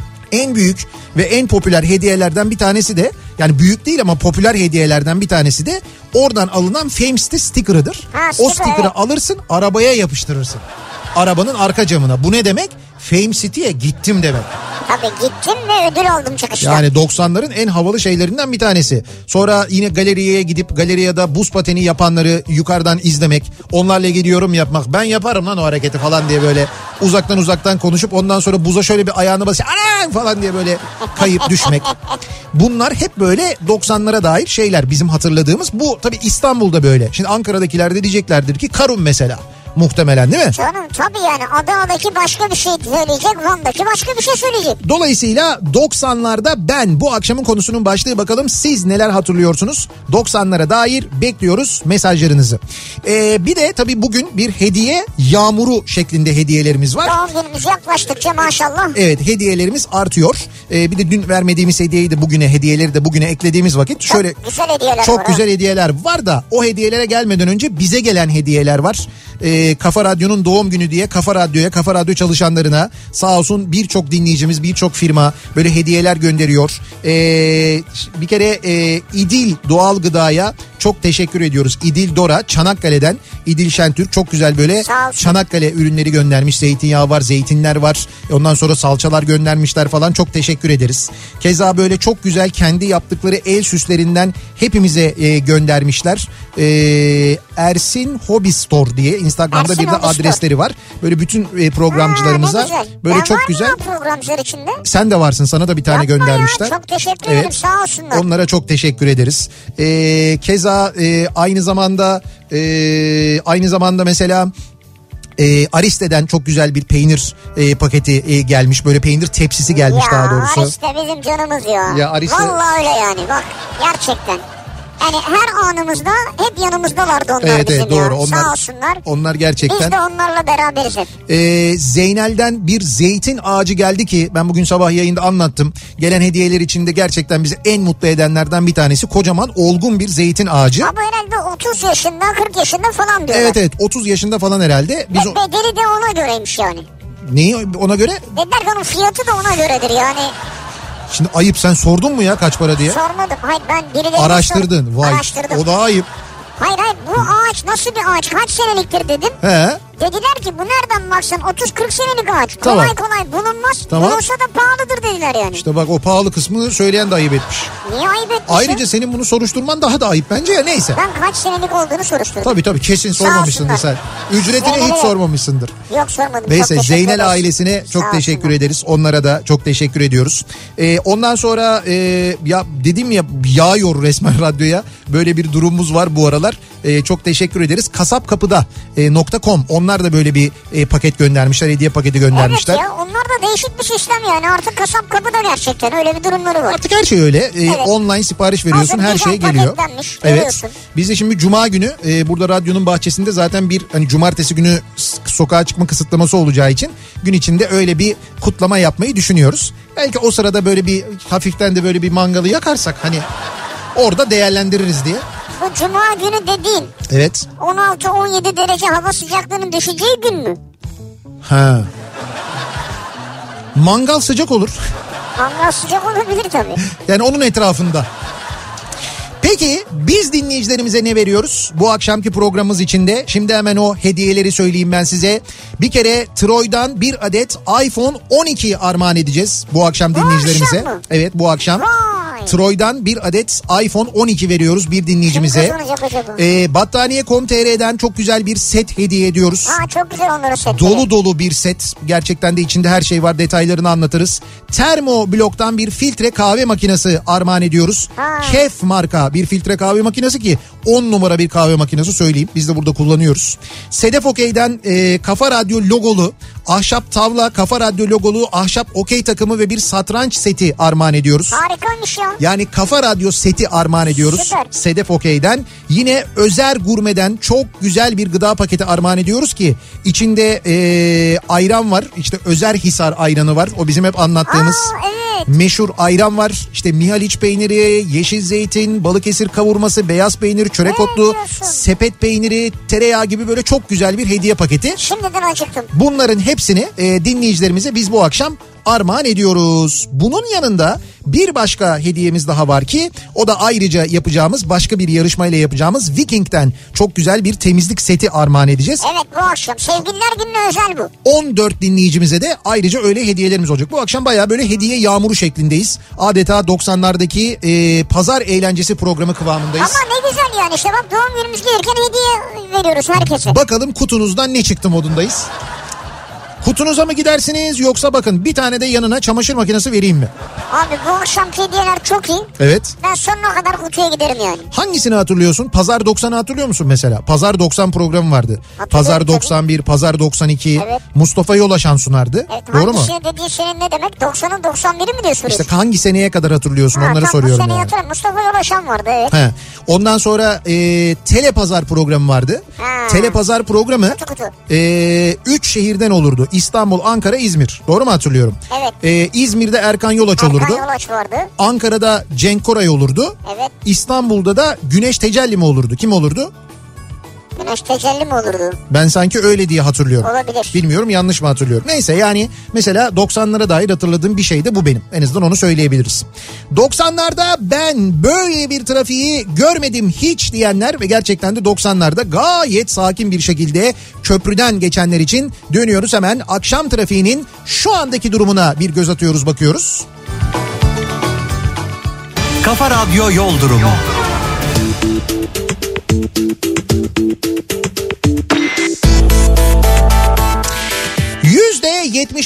[SPEAKER 1] En büyük ve en popüler hediyelerden bir tanesi de, yani büyük değil ama popüler hediyelerden bir tanesi de oradan alınan Fame City sticker'ıdır.
[SPEAKER 2] Ha,
[SPEAKER 1] O
[SPEAKER 2] sticker,
[SPEAKER 1] sticker'ı
[SPEAKER 2] evet.
[SPEAKER 1] alırsın, arabaya yapıştırırsın. Arabanın arka camına. Bu ne demek? Fame City'ye gittim demek.
[SPEAKER 2] Tabii gittim ve ödül aldım çıkışta.
[SPEAKER 1] Yani doksanların en havalı şeylerinden bir tanesi. Sonra yine galeriye gidip galeriyada buz pateni yapanları yukarıdan izlemek, onlarla ilgili yorum yapmak. Ben yaparım lan o hareketi falan diye böyle uzaktan uzaktan konuşup ondan sonra buza şöyle bir ayağını basıp anam falan diye böyle kayıp düşmek. Bunlar hep böyle doksanlara dair şeyler bizim hatırladığımız. Bu tabii İstanbul'da böyle. Şimdi Ankara'dakiler de diyeceklerdir ki Karun mesela. Muhtemelen, değil mi?
[SPEAKER 2] Canım tabii yani Adana'daki başka bir şey söyleyecek, Van'daki başka bir şey söyleyecek.
[SPEAKER 1] Dolayısıyla doksanlarda ben, bu akşamın konusunun başlığı, bakalım siz neler hatırlıyorsunuz? doksanlara dair bekliyoruz mesajlarınızı. Ee, bir de tabii bugün bir hediye yağmuru şeklinde hediyelerimiz var.
[SPEAKER 2] Doğum günümüz yaklaştıkça maşallah.
[SPEAKER 1] Evet, hediyelerimiz artıyor. Ee, bir de dün vermediğimiz hediyeyi de bugüne, hediyeleri de bugüne eklediğimiz vakit şöyle
[SPEAKER 2] Çok güzel hediyeler
[SPEAKER 1] çok
[SPEAKER 2] var.
[SPEAKER 1] güzel hediyeler var da o hediyelere gelmeden önce bize gelen hediyeler var. Ee, Kafa Radyo'nun doğum günü diye Kafa Radyo'ya, Kafa Radyo çalışanlarına sağ olsun birçok dinleyicimiz, birçok firma böyle hediyeler gönderiyor. Ee, bir kere e, İdil Doğal Gıda'ya çok teşekkür ediyoruz. İdil Dora Çanakkale'den, İdil Şentürk çok güzel böyle
[SPEAKER 2] Sağ olsun.
[SPEAKER 1] Çanakkale ürünleri göndermiş. Zeytinyağı var, zeytinler var. Ondan sonra salçalar göndermişler falan. Çok teşekkür ederiz. Keza böyle çok güzel kendi yaptıkları el süslerinden hepimize e, göndermişler. E, Ersin Hobby Store diye Instagram'da
[SPEAKER 2] Ersin
[SPEAKER 1] bir de
[SPEAKER 2] Hobby Store.
[SPEAKER 1] adresleri var. Böyle bütün e, programcılarımıza
[SPEAKER 2] Ha, ne güzel.
[SPEAKER 1] böyle
[SPEAKER 2] Ben
[SPEAKER 1] çok
[SPEAKER 2] var
[SPEAKER 1] güzel.
[SPEAKER 2] mı o programcılar içinde?
[SPEAKER 1] Sen de varsın, sana da bir tane
[SPEAKER 2] Yapma
[SPEAKER 1] göndermişler.
[SPEAKER 2] ya, çok teşekkür ederim, sağ olsunlar.
[SPEAKER 1] Onlara çok teşekkür ederiz. Ee, keza e, aynı zamanda e, aynı zamanda mesela E, Ariste'den çok güzel bir peynir e, paketi e, gelmiş. Böyle peynir tepsisi gelmiş
[SPEAKER 2] ya,
[SPEAKER 1] daha doğrusu.
[SPEAKER 2] Ariste bizim canımız ya.
[SPEAKER 1] Ya Ariste...
[SPEAKER 2] Vallahi öyle yani bak gerçekten. Yani her anımızda hep yanımızdalardı onlar
[SPEAKER 1] evet,
[SPEAKER 2] bizim
[SPEAKER 1] evet, doğru.
[SPEAKER 2] ya.
[SPEAKER 1] Onlar,
[SPEAKER 2] sağ olsunlar.
[SPEAKER 1] Onlar gerçekten.
[SPEAKER 2] Biz de onlarla beraberiz hep.
[SPEAKER 1] Ee, Zeynel'den bir zeytin ağacı geldi ki ben bugün sabah yayında anlattım. Gelen hediyeler içinde gerçekten bizi en mutlu edenlerden bir tanesi kocaman olgun bir zeytin ağacı.
[SPEAKER 2] Ama herhalde otuz yaşında kırk yaşında falan diyorlar.
[SPEAKER 1] Evet evet otuz yaşında falan herhalde. Biz
[SPEAKER 2] Ve
[SPEAKER 1] o...
[SPEAKER 2] bedeli de ona göreymiş yani.
[SPEAKER 1] Neyi ona göre?
[SPEAKER 2] Dediler ki onun fiyatı da ona göredir yani.
[SPEAKER 1] Şimdi ayıp, sen sordun mu ya kaç para diye?
[SPEAKER 2] Sormadım. Hayır ben birilerine
[SPEAKER 1] araştırdın.
[SPEAKER 2] sor-
[SPEAKER 1] Vay.
[SPEAKER 2] Araştırdım.
[SPEAKER 1] O da ayıp.
[SPEAKER 2] Hayır hayır bu ağaç nasıl bir ağaç, kaç seneliktir dedim.
[SPEAKER 1] He.
[SPEAKER 2] Dediler ki bu nereden baksan otuz kırk senelik ağaç.
[SPEAKER 1] Tamam.
[SPEAKER 2] Kolay kolay bulunmaz.
[SPEAKER 1] Tamam.
[SPEAKER 2] Bulunsa da pahalıdır dediler yani.
[SPEAKER 1] İşte bak o pahalı kısmını söyleyen de ayıp etmiş.
[SPEAKER 2] Niye ayıp etmişsin?
[SPEAKER 1] Ayrıca senin bunu soruşturman daha da ayıp bence ya, neyse.
[SPEAKER 2] Ben kaç senelik olduğunu soruşturdum.
[SPEAKER 1] Tabii tabii kesin sormamışsındır sen. Ücretini
[SPEAKER 2] Zeynel'e...
[SPEAKER 1] hiç sormamışsındır.
[SPEAKER 2] Yok sormadım.
[SPEAKER 1] Neyse
[SPEAKER 2] çok
[SPEAKER 1] Zeynel
[SPEAKER 2] ederiz.
[SPEAKER 1] ailesine çok
[SPEAKER 2] Sağ
[SPEAKER 1] teşekkür
[SPEAKER 2] olsunlar.
[SPEAKER 1] ederiz. Onlara da çok teşekkür ediyoruz. Ee, ondan sonra e, ya dedim ya yağıyor resmen radyoya. Böyle bir durumumuz var bu aralar. Ee, çok teşekkür ederiz. kasapkapıda nokta com onlar da böyle bir e, paket göndermişler. Hediye paketi göndermişler.
[SPEAKER 2] Evet ya onlar da değişik bir sistem yani. Artık kasap kapıda gerçekten öyle bir durumları var.
[SPEAKER 1] Artık her şey öyle. Ee,
[SPEAKER 2] Evet.
[SPEAKER 1] Online sipariş veriyorsun.
[SPEAKER 2] Hazır
[SPEAKER 1] her
[SPEAKER 2] güzel
[SPEAKER 1] şey geliyor.
[SPEAKER 2] paketlenmiş,
[SPEAKER 1] Evet.
[SPEAKER 2] görüyorsun.
[SPEAKER 1] Biz de şimdi cuma günü e, burada radyonun bahçesinde zaten bir hani cumartesi günü s- sokağa çıkma kısıtlaması olacağı için gün içinde öyle bir kutlama yapmayı düşünüyoruz. Belki o sırada böyle bir hafiften de böyle bir mangalı yakarsak hani orada değerlendiririz diye.
[SPEAKER 2] Bu cuma günü dediğin
[SPEAKER 1] Evet.
[SPEAKER 2] on altı on yedi derece hava sıcaklığının düşeceği gün mü?
[SPEAKER 1] Ha. Mangal sıcak olur.
[SPEAKER 2] Mangal sıcak olabilir tabii.
[SPEAKER 1] Yani onun etrafında. Peki biz dinleyicilerimize ne veriyoruz bu akşamki programımız içinde? Şimdi hemen o hediyeleri söyleyeyim ben size. Bir kere Troy'dan bir adet iPhone on iki armağan edeceğiz bu akşam
[SPEAKER 2] Bu
[SPEAKER 1] dinleyicilerimize.
[SPEAKER 2] akşam mı?
[SPEAKER 1] Evet bu akşam.
[SPEAKER 2] Vay.
[SPEAKER 1] Troy'dan bir adet iPhone on iki veriyoruz bir dinleyicimize.
[SPEAKER 2] Kim kazanacak acaba?
[SPEAKER 1] Ee, battaniye nokta com nokta tr'den çok güzel bir set hediye ediyoruz.
[SPEAKER 2] Aa çok güzel onların setleri.
[SPEAKER 1] Dolu dolu bir set. Gerçekten de içinde her şey var. Detaylarını anlatırız. Termoblok'tan bir filtre kahve makinesi armağan ediyoruz.
[SPEAKER 2] Ha.
[SPEAKER 1] Kef marka bir filtre kahve makinesi ki on numara bir kahve makinesi söyleyeyim. Biz de burada kullanıyoruz. Sedef Okey'den e, Kafa Radyo logolu ahşap tavla, Kafa Radyo logolu ahşap okey takımı ve bir satranç seti armağan ediyoruz.
[SPEAKER 2] Harikaymış ya.
[SPEAKER 1] Yani Kafa Radyo seti armağan ediyoruz.
[SPEAKER 2] Süper.
[SPEAKER 1] Sedef Okey'den. Yine Özer Gurme'den çok güzel bir gıda paketi armağan ediyoruz ki içinde e, ayran var. İşte Özer Hisar ayranı var. O bizim hep anlattığımız
[SPEAKER 2] Aa evet.
[SPEAKER 1] meşhur ayran var. İşte Mihaliç peyniri, yeşil zeytin, Balıkesir kavurması, beyaz peynir, çörek
[SPEAKER 2] Ne
[SPEAKER 1] otlu,
[SPEAKER 2] diyorsun?
[SPEAKER 1] sepet peyniri, tereyağı gibi böyle çok güzel bir hediye paketi.
[SPEAKER 2] Şimdiden acıktım.
[SPEAKER 1] Bunların hepsini e, dinleyicilerimize biz bu akşam armağan ediyoruz. Bunun yanında bir başka hediyemiz daha var ki o da ayrıca yapacağımız başka bir yarışmayla yapacağımız Viking'den çok güzel bir temizlik seti armağan edeceğiz.
[SPEAKER 2] Evet bu akşam Sevgililer Günü'ne özel bu.
[SPEAKER 1] on dört dinleyicimize de ayrıca öyle hediyelerimiz olacak. Bu akşam bayağı böyle hediye yağmuru şeklindeyiz. Adeta doksanlardaki e, pazar eğlencesi programı kıvamındayız.
[SPEAKER 2] Ama ne güzel yani işte bak doğum günümüz gelirken hediye veriyoruz herkese.
[SPEAKER 1] Bakalım kutunuzdan ne çıktı modundayız. Kutunuza mı gidersiniz yoksa bakın bir tane de yanına çamaşır makinesi vereyim mi?
[SPEAKER 2] Abi bu akşamki hediyeler çok iyi.
[SPEAKER 1] Evet.
[SPEAKER 2] Ben sonuna kadar kutuya giderim yani.
[SPEAKER 1] Hangisini hatırlıyorsun? Pazar doksanı hatırlıyor musun mesela? Pazar doksan programı vardı.
[SPEAKER 2] Hatırlıyorum
[SPEAKER 1] Pazar
[SPEAKER 2] tabii.
[SPEAKER 1] doksan bir, Pazar doksan iki.
[SPEAKER 2] Evet.
[SPEAKER 1] Mustafa Yolaşan sunardı.
[SPEAKER 2] Evet,
[SPEAKER 1] Doğru mu?
[SPEAKER 2] hangisini dediği senin ne demek? doksanın doksan biri mi diye soruyorsun?
[SPEAKER 1] İşte hangi seneye kadar hatırlıyorsun?
[SPEAKER 2] Ha,
[SPEAKER 1] Onları
[SPEAKER 2] tam
[SPEAKER 1] soruyorum
[SPEAKER 2] bu sene
[SPEAKER 1] yani.
[SPEAKER 2] hatırlarım. Mustafa Yolaşan vardı evet.
[SPEAKER 1] He. Ondan sonra e, Telepazar programı vardı.
[SPEAKER 2] Ha.
[SPEAKER 1] Telepazar programı
[SPEAKER 2] Kutu kutu.
[SPEAKER 1] e, üç şehirden olurdu. İstanbul, Ankara, İzmir. Doğru mu hatırlıyorum?
[SPEAKER 2] Evet.
[SPEAKER 1] E, İzmir'de Erkan Yolaç olurdu.
[SPEAKER 2] Erkan Yolaç vardı.
[SPEAKER 1] Ankara'da Cenk Koray olurdu.
[SPEAKER 2] Evet.
[SPEAKER 1] İstanbul'da da Güneş Tecelli mi olurdu? Kim olurdu?
[SPEAKER 2] Güneş tecelli mi olurdu?
[SPEAKER 1] Ben sanki öyle diye hatırlıyorum.
[SPEAKER 2] Olabilir.
[SPEAKER 1] Bilmiyorum yanlış mı hatırlıyorum. Neyse yani mesela doksanlara dair hatırladığım bir şey de bu benim. En azından onu söyleyebiliriz. doksanlarda ben böyle bir trafiği görmedim hiç diyenler ve gerçekten de doksanlarda gayet sakin bir şekilde köprüden geçenler için dönüyoruz hemen. Akşam trafiğinin şu andaki durumuna bir göz atıyoruz, bakıyoruz.
[SPEAKER 4] Kafa Radyo Yol Durumu.
[SPEAKER 1] yüzde yetmiş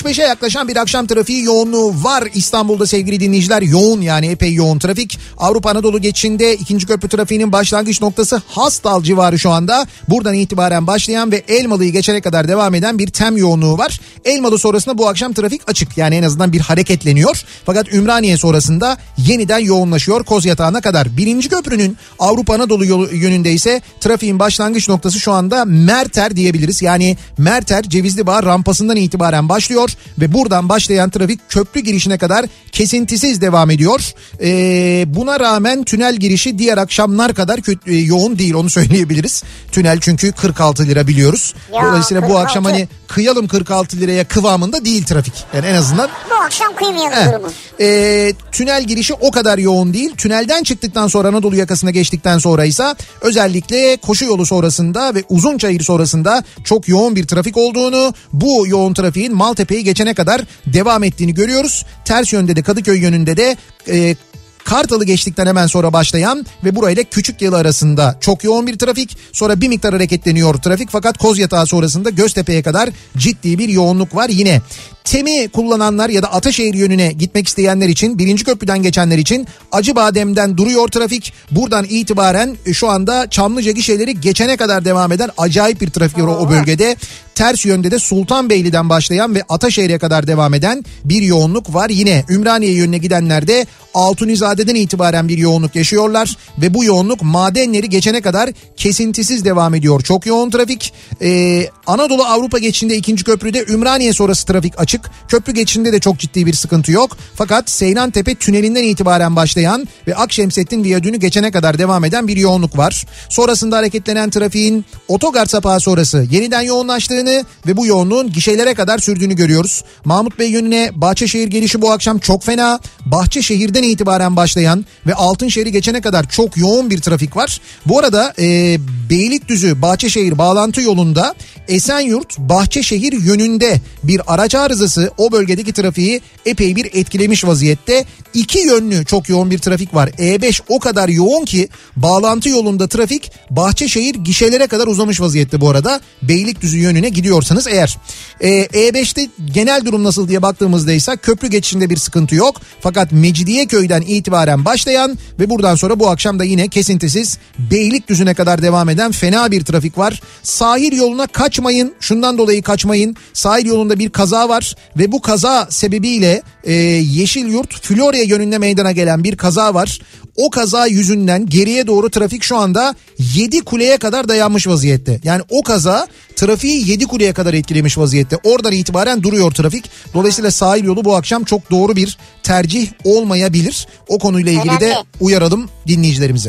[SPEAKER 1] yetmiş beşe yaklaşan bir akşam trafiği yoğunluğu var İstanbul'da sevgili dinleyiciler. Yoğun, yani epey yoğun trafik. Avrupa Anadolu geçişinde ikinci köprü trafiğinin başlangıç noktası Hastal civarı şu anda. Buradan itibaren başlayan ve Elmalı'yı geçene kadar devam eden bir tem yoğunluğu var. Elmalı sonrasında bu akşam trafik açık. Yani en azından bir hareketleniyor. Fakat Ümraniye sonrasında yeniden yoğunlaşıyor Kozyatağı'na kadar. Birinci köprünün Avrupa Anadolu yolu yönünde ise trafiğin başlangıç noktası şu anda Merter diyebiliriz. Yani Merter Cevizlibağ rampasından itibaren başlıyor ve buradan başlayan trafik köprü girişine kadar kesintisiz devam ediyor. Ee, buna rağmen tünel girişi diğer akşamlar kadar kötü, yoğun değil, onu söyleyebiliriz. Tünel çünkü kırk altı lira biliyoruz.
[SPEAKER 2] Ya,
[SPEAKER 1] Dolayısıyla
[SPEAKER 2] kırk altı.
[SPEAKER 1] bu akşam hani kıyalım kırk altı liraya kıvamında değil trafik. Yani en azından.
[SPEAKER 2] Bu akşam kıymayalım
[SPEAKER 1] He.
[SPEAKER 2] durumu.
[SPEAKER 1] Ee, tünel girişi o kadar yoğun değil. Tünelden çıktıktan sonra Anadolu yakasına geçtikten sonra ise özellikle koşu yolu sonrasında ve Uzunçayır sonrasında çok yoğun bir trafik olduğunu, bu yoğun trafiğin Maltepe'yi geçene kadar devam ettiğini görüyoruz. Ters yönde de Kadıköy yönünde de e, Kartal'ı geçtikten hemen sonra başlayan ve burayla Küçükyalı arasında çok yoğun bir trafik. Sonra bir miktar hareketleniyor trafik, fakat Kozyatağı sonrasında Göztepe'ye kadar ciddi bir yoğunluk var yine. Tem'i kullananlar ya da Ataşehir yönüne gitmek isteyenler için, birinci köprüden geçenler için Acıbadem'den duruyor trafik. Buradan itibaren şu anda Çamlıca gişeleri geçene kadar devam eden acayip bir trafik var o bölgede. Ters yönde de Sultanbeyli'den başlayan ve Ataşehir'e kadar devam eden bir yoğunluk var yine. Ümraniye yönüne gidenler de Altunizade'den itibaren bir yoğunluk yaşıyorlar ve bu yoğunluk Madenleri geçene kadar kesintisiz devam ediyor. Çok yoğun trafik. Ee, Anadolu Avrupa geçişinde ikinci köprüde Ümraniye sonrası trafik açık. Köprü geçişinde de çok ciddi bir sıkıntı yok. Fakat Seyrantepe tünelinden itibaren başlayan ve Akşemsettin Viyadüğü'nü geçene kadar devam eden bir yoğunluk var. Sonrasında hareketlenen trafiğin otogar sapağı sonrası yeniden yoğunlaştığını ve bu yoğunluğun gişelere kadar sürdüğünü görüyoruz. Mahmut Bey yönüne Bahçeşehir gelişi bu akşam çok fena. Bahçeşehir'den itibaren başlayan ve Altınşehir'i geçene kadar çok yoğun bir trafik var. Bu arada e, Beylikdüzü Bahçeşehir bağlantı yolunda Esenyurt Bahçeşehir yönünde bir araç arızası o bölgedeki trafiği epey bir etkilemiş vaziyette. İki yönlü çok yoğun bir trafik var. E beş o kadar yoğun ki bağlantı yolunda trafik Bahçeşehir gişelere kadar uzamış vaziyette bu arada. Beylikdüzü yönüne gidiyorsanız eğer. E, E beşte genel durum nasıl diye baktığımızda ise köprü geçişinde bir sıkıntı yok. Fakat Mecidiyeköy'den itibaren başlayan ve buradan sonra bu akşam da yine kesintisiz Beylikdüzü'ne kadar devam eden fena bir trafik var. Sahil yoluna kaçmayın. Şundan dolayı kaçmayın. Sahil yolunda bir kaza var ve bu kaza sebebiyle e, Yeşilyurt Florya yönünde meydana gelen bir kaza var. O kaza yüzünden geriye doğru trafik şu anda Yedikuleye kadar dayanmış vaziyette. Yani o kaza trafiği Yedikuleye kadar etkilemiş vaziyette. Oradan itibaren duruyor trafik. Dolayısıyla sahil yolu bu akşam çok doğru bir tercih olmayabilir. O konuyla ilgili de uyaralım dinleyicilerimizi.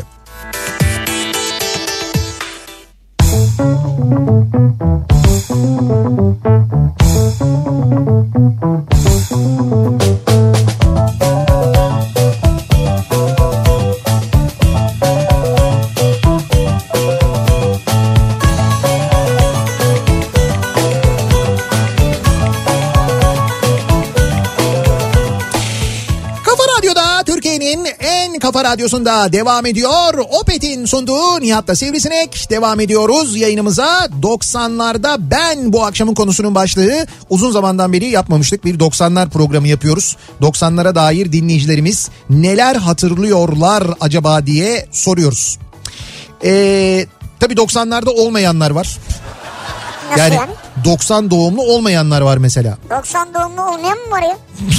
[SPEAKER 1] Kafa Radyosu'nda devam ediyor. Opet'in sunduğu Nihat'la Sivrisinek. Devam ediyoruz yayınımıza. doksanlarda ben bu akşamın konusunun başlığı. Uzun zamandan beri yapmamıştık. Bir doksanlar programı yapıyoruz. doksanlara dair dinleyicilerimiz neler hatırlıyorlar acaba diye soruyoruz. Ee, tabii doksanlarda olmayanlar var.
[SPEAKER 2] Nasıl
[SPEAKER 1] yani,
[SPEAKER 2] yani?
[SPEAKER 1] doksan doğumlu olmayanlar var mesela.
[SPEAKER 2] doksan doğumlu olmayan mı var ya?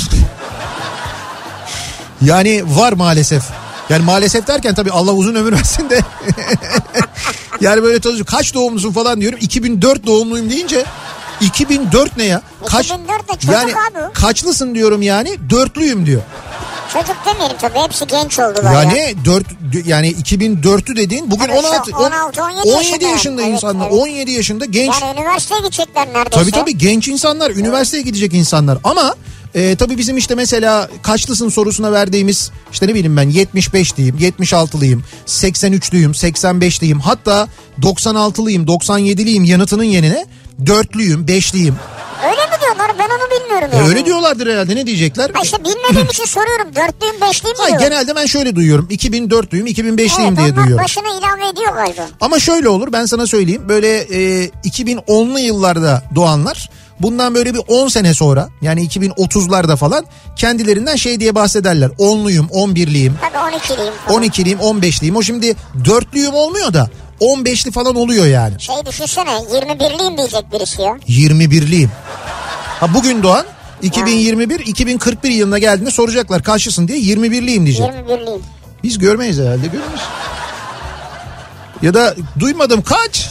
[SPEAKER 1] Yani var maalesef. Yani maalesef derken tabii Allah uzun ömür versin de. Yani böyle tozcu kaç doğumlusun falan diyorum. iki bin dört doğumluyum deyince iki bin dört ne ya? Kaç,
[SPEAKER 2] iki bin dört ne çocuk
[SPEAKER 1] yani,
[SPEAKER 2] abi.
[SPEAKER 1] Kaçlısın diyorum yani, dörtlüyüm diyor.
[SPEAKER 2] Çocuk demeyelim tabii, hepsi genç oldular
[SPEAKER 1] ya.
[SPEAKER 2] Ya
[SPEAKER 1] Yani dört yani iki bin dörtü dediğin bugün
[SPEAKER 2] tabii
[SPEAKER 1] on altı
[SPEAKER 2] on altı on yedi
[SPEAKER 1] on yedi
[SPEAKER 2] yaşında,
[SPEAKER 1] yaşında
[SPEAKER 2] yani.
[SPEAKER 1] insanlar.
[SPEAKER 2] Evet,
[SPEAKER 1] on yedi yaşında genç.
[SPEAKER 2] Yani üniversiteye gidecekler neredeyse.
[SPEAKER 1] Tabii tabii genç insanlar, üniversiteye gidecek insanlar ama e, tabii bizim işte mesela kaçlısın sorusuna verdiğimiz işte ne bileyim ben yetmiş beş diyeyim, yetmiş altılıyım, seksen üçlüyüm, seksen beşliyim, hatta doksan altılıyım, doksan yediliyim yanıtının yerine dörtlüyüm, beşliyim.
[SPEAKER 2] Öyle mi diyorlar? Ben onu bilmiyorum
[SPEAKER 1] E
[SPEAKER 2] yani.
[SPEAKER 1] öyle diyorlardır herhalde, ne diyecekler?
[SPEAKER 2] Ha işte bilmediğim için soruyorum. Dörtlüyüm, beşliyim
[SPEAKER 1] Hayır,
[SPEAKER 2] diyor.
[SPEAKER 1] genelde ben şöyle duyuyorum. iki bin dörtlüyüm, iki bin beşliyim
[SPEAKER 2] evet,
[SPEAKER 1] diye duyuyorum.
[SPEAKER 2] başına ilave ediyor galiba.
[SPEAKER 1] Ama şöyle olur, ben sana söyleyeyim. Böyle e, iki bin onlu yıllarda doğanlar bundan böyle bir on sene sonra yani iki bin otuzlarda falan kendilerinden şey diye bahsederler. onluyum, on birliyim.
[SPEAKER 2] Tabii on ikiliyim falan.
[SPEAKER 1] on ikiliyim, on beşliyim. O şimdi dörtlüyüm olmuyor da on beşli falan oluyor yani.
[SPEAKER 2] Şey düşünsene yirmi birliyim diyecek birisi ya.
[SPEAKER 1] yirmi birliyim. Ha bugün doğan iki bin yirmi bir iki bin kırk bir yılına geldiğinde soracaklar kaçlısın diye yirmi birliyim diyecek.
[SPEAKER 2] yirmi birliyim.
[SPEAKER 1] Biz görmeyiz herhalde, görürüz. Ya da duymadım kaç?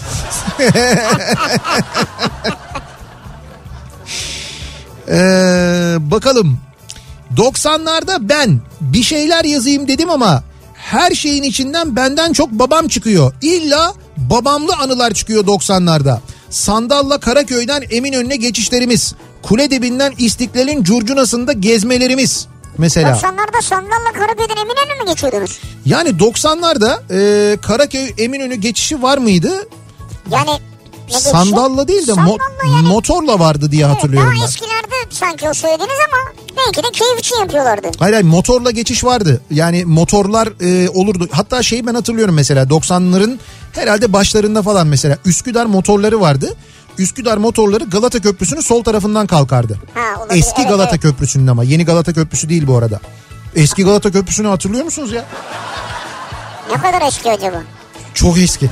[SPEAKER 1] ee, bakalım. doksanlarda ben bir şeyler yazayım dedim ama her şeyin içinden benden çok babam çıkıyor. İlla babamlı anılar çıkıyor doksanlarda. Sandalla Karaköy'den Eminönü'ne geçişlerimiz. Kule dibinden İstiklal'in curcunasında gezmelerimiz. Mesela.
[SPEAKER 2] doksanlarda sandalla Karaköy'den Eminönü'ne mi geçiyordunuz?
[SPEAKER 1] Yani doksanlarda e, Karaköy Eminönü geçişi var mıydı?
[SPEAKER 2] Yani ne
[SPEAKER 1] sandalla değil de mo-
[SPEAKER 2] yani.
[SPEAKER 1] motorla vardı diye
[SPEAKER 2] Evet,
[SPEAKER 1] hatırlıyorum
[SPEAKER 2] daha
[SPEAKER 1] ben.
[SPEAKER 2] eskilerde sanki o söylediğiniz ama belki de keyif için yapıyorlardı.
[SPEAKER 1] Hayır hayır, motorla geçiş vardı. Yani motorlar e, olurdu. Hatta şeyi ben hatırlıyorum mesela doksanların herhalde başlarında falan mesela Üsküdar motorları vardı. Üsküdar motorları Galata Köprüsü'nün sol tarafından kalkardı.
[SPEAKER 2] Ha, olabilir.
[SPEAKER 1] Eski
[SPEAKER 2] Evet,
[SPEAKER 1] Galata
[SPEAKER 2] evet.
[SPEAKER 1] Köprüsü'nün ama yeni Galata Köprüsü değil bu arada. Eski Galata Köprüsü'nü hatırlıyor musunuz ya?
[SPEAKER 2] Ne kadar eski acaba?
[SPEAKER 1] Çok eski.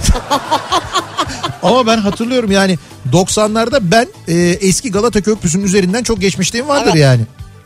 [SPEAKER 1] Ama ben hatırlıyorum yani doksanlarda ben e, eski Galata Köprüsü'nün üzerinden çok geçmişliğim vardır
[SPEAKER 2] Evet.
[SPEAKER 1] yani.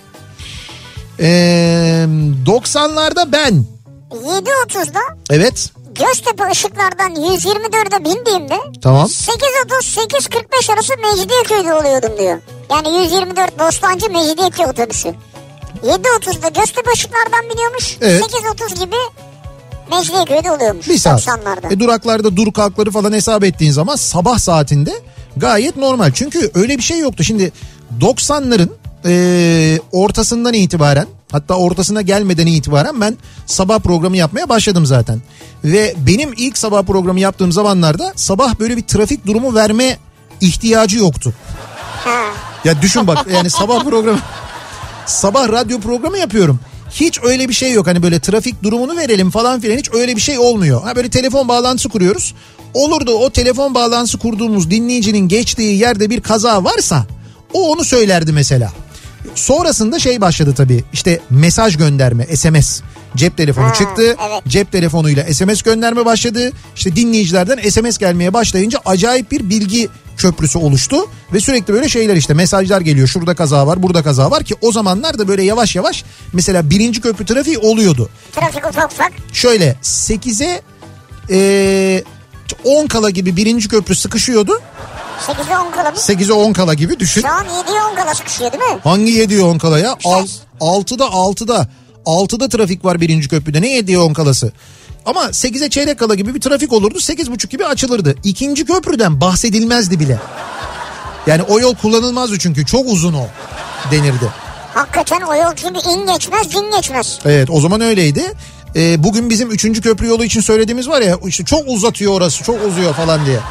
[SPEAKER 1] E, doksanlarda ben.
[SPEAKER 2] yedi otuzda
[SPEAKER 1] Evet.
[SPEAKER 2] Göztepe ışıklardan yüz yirmi dörde bindiğimde
[SPEAKER 1] Tamam.
[SPEAKER 2] sekiz otuz sekiz kırk beş arası Mecidiyeköy'de oluyordum diyor. Yani yüz yirmi dört Bostancı Mecidiyeköy otobüsü. yedi otuzda Göztepe ışıklardan biniyormuş.
[SPEAKER 1] Evet.
[SPEAKER 2] sekiz otuz gibi Mecidiyeköy'de oluyormuş.
[SPEAKER 1] Bir saat.
[SPEAKER 2] doksanlarda.
[SPEAKER 1] E, duraklarda dur kalkları falan hesap ettiğin zaman sabah saatinde gayet normal. Çünkü öyle bir şey yoktu. Şimdi doksanların e, ortasından itibaren, hatta ortasına gelmeden itibaren ben sabah programı yapmaya başladım zaten. Ve benim ilk sabah programı yaptığım zamanlarda sabah böyle bir trafik durumu verme ihtiyacı yoktu.
[SPEAKER 2] Ha.
[SPEAKER 1] Ya düşün bak, yani sabah programı, sabah radyo programı yapıyorum. Hiç öyle bir şey yok. Hani böyle trafik durumunu verelim falan filan, hiç öyle bir şey olmuyor. Ha böyle telefon bağlantısı kuruyoruz. Olur da o telefon bağlantısı kurduğumuz dinleyicinin geçtiği yerde bir kaza varsa o onu söylerdi mesela. Sonrasında şey başladı tabii, işte mesaj gönderme, S M S. Cep telefonu
[SPEAKER 2] Ha,
[SPEAKER 1] çıktı.
[SPEAKER 2] evet.
[SPEAKER 1] Cep telefonuyla S M S gönderme başladı. İşte dinleyicilerden S M S gelmeye başlayınca acayip bir bilgi köprüsü oluştu. Ve sürekli böyle şeyler, işte mesajlar geliyor. Şurada kaza var, burada kaza var ki o zamanlar da böyle yavaş yavaş mesela birinci köprü trafiği oluyordu.
[SPEAKER 2] Trafik ufak ufak.
[SPEAKER 1] Şöyle sekize e, on kala gibi birinci köprü sıkışıyordu.
[SPEAKER 2] sekize on kala mı?
[SPEAKER 1] sekize on kala gibi düşün.
[SPEAKER 2] Şu an yediye on kala sıkışıyor değil mi?
[SPEAKER 1] Hangi yediye on kala ya?
[SPEAKER 2] İşte.
[SPEAKER 1] Al, altıda altıda. altıda trafik var birinci köprüde. Ne yediye on kalası? Ama sekize çeyrek kala gibi bir trafik olurdu. sekiz buçuk gibi açılırdı. İkinci köprüden bahsedilmezdi bile. Yani o yol kullanılmazdı çünkü çok uzun o denirdi.
[SPEAKER 2] Hakikaten o yol çünkü in geçmez cin geçmez.
[SPEAKER 1] Evet, o zaman öyleydi. Ee, bugün bizim üçüncü köprü yolu için söylediğimiz var ya, işte çok uzatıyor orası, çok uzuyor falan diye.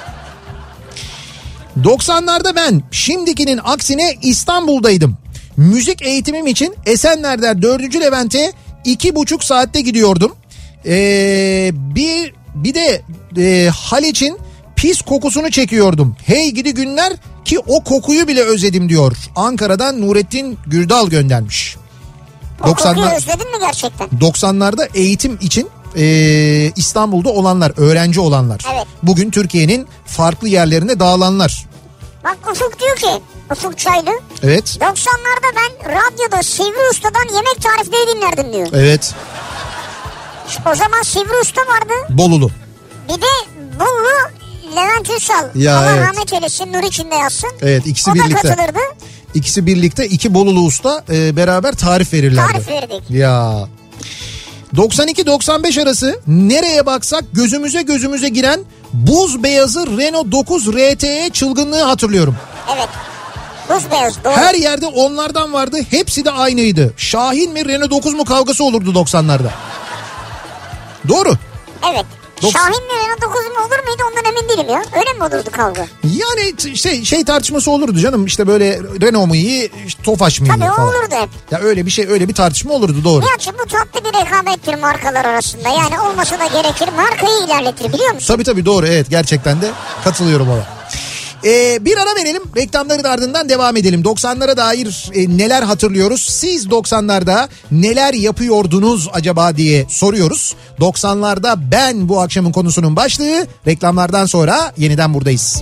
[SPEAKER 1] doksanlarda ben şimdikinin aksine İstanbul'daydım. Müzik eğitimim için Esenler'den dördüncü Levent'e iki buçuk saatte gidiyordum. Ee, bir bir de e, Haliç'in pis kokusunu çekiyordum. Hey gidi günler ki o kokuyu bile özledim diyor. Ankara'dan Nurettin Gürdal göndermiş.
[SPEAKER 2] O kokuyu özledin mi gerçekten?
[SPEAKER 1] doksanlarda eğitim için e, İstanbul'da olanlar, öğrenci olanlar.
[SPEAKER 2] Evet.
[SPEAKER 1] Bugün Türkiye'nin farklı yerlerine dağılanlar.
[SPEAKER 2] Bak Ufuk diyor ki, Ufuk Çaylı.
[SPEAKER 1] Evet.
[SPEAKER 2] doksanlarda ben radyoda Sivri Usta'dan yemek tarifleri dinlerdim diyor.
[SPEAKER 1] Evet.
[SPEAKER 2] O zaman Sivri Usta vardı.
[SPEAKER 1] Bolulu.
[SPEAKER 2] Bir de Bolu Levent Ünsal.
[SPEAKER 1] Ya
[SPEAKER 2] Allah
[SPEAKER 1] evet.
[SPEAKER 2] rahmet eylesin, nur içinde yatsın.
[SPEAKER 1] Evet, ikisi
[SPEAKER 2] o
[SPEAKER 1] birlikte.
[SPEAKER 2] O da katılırdı.
[SPEAKER 1] İkisi birlikte, iki Bolulu usta e, beraber tarif verirlerdi.
[SPEAKER 2] Tarif verdik.
[SPEAKER 1] Ya. doksan iki doksan beş arası nereye baksak gözümüze gözümüze giren buz beyazı Renault dokuz R T E çılgınlığı hatırlıyorum.
[SPEAKER 2] Evet. Buz beyaz, doğru.
[SPEAKER 1] Her yerde onlardan vardı. Hepsi de aynıydı. Şahin mi Renault dokuz mu kavgası olurdu doksanlarda. Doğru.
[SPEAKER 2] Evet.
[SPEAKER 1] Dok-
[SPEAKER 2] Şahin mi Renault dokuz mu olur muydu ondan emin değilim ya. Öyle mi olurdu kavga?
[SPEAKER 1] Yani t- şey şey tartışması olurdu canım. İşte böyle Renault mu iyi, işte Tofaş mı iyi
[SPEAKER 2] Tabii o
[SPEAKER 1] falan.
[SPEAKER 2] olurdu hep.
[SPEAKER 1] Ya öyle bir şey, öyle bir tartışma olurdu, doğru.
[SPEAKER 2] Nihat'cığım bu tatlı bir rekabettir markalar arasında. Yani olmasa da gerekir. Markayı ilerletir biliyor musun?
[SPEAKER 1] Tabii tabii doğru, evet, gerçekten de katılıyorum ona. Ee, bir ara verelim, reklamların ardından devam edelim. doksanlara dair e, neler hatırlıyoruz? Siz doksanlarda neler yapıyordunuz acaba diye soruyoruz. doksanlarda ben bu akşamın konusunun başlığı. Reklamlardan sonra yeniden buradayız.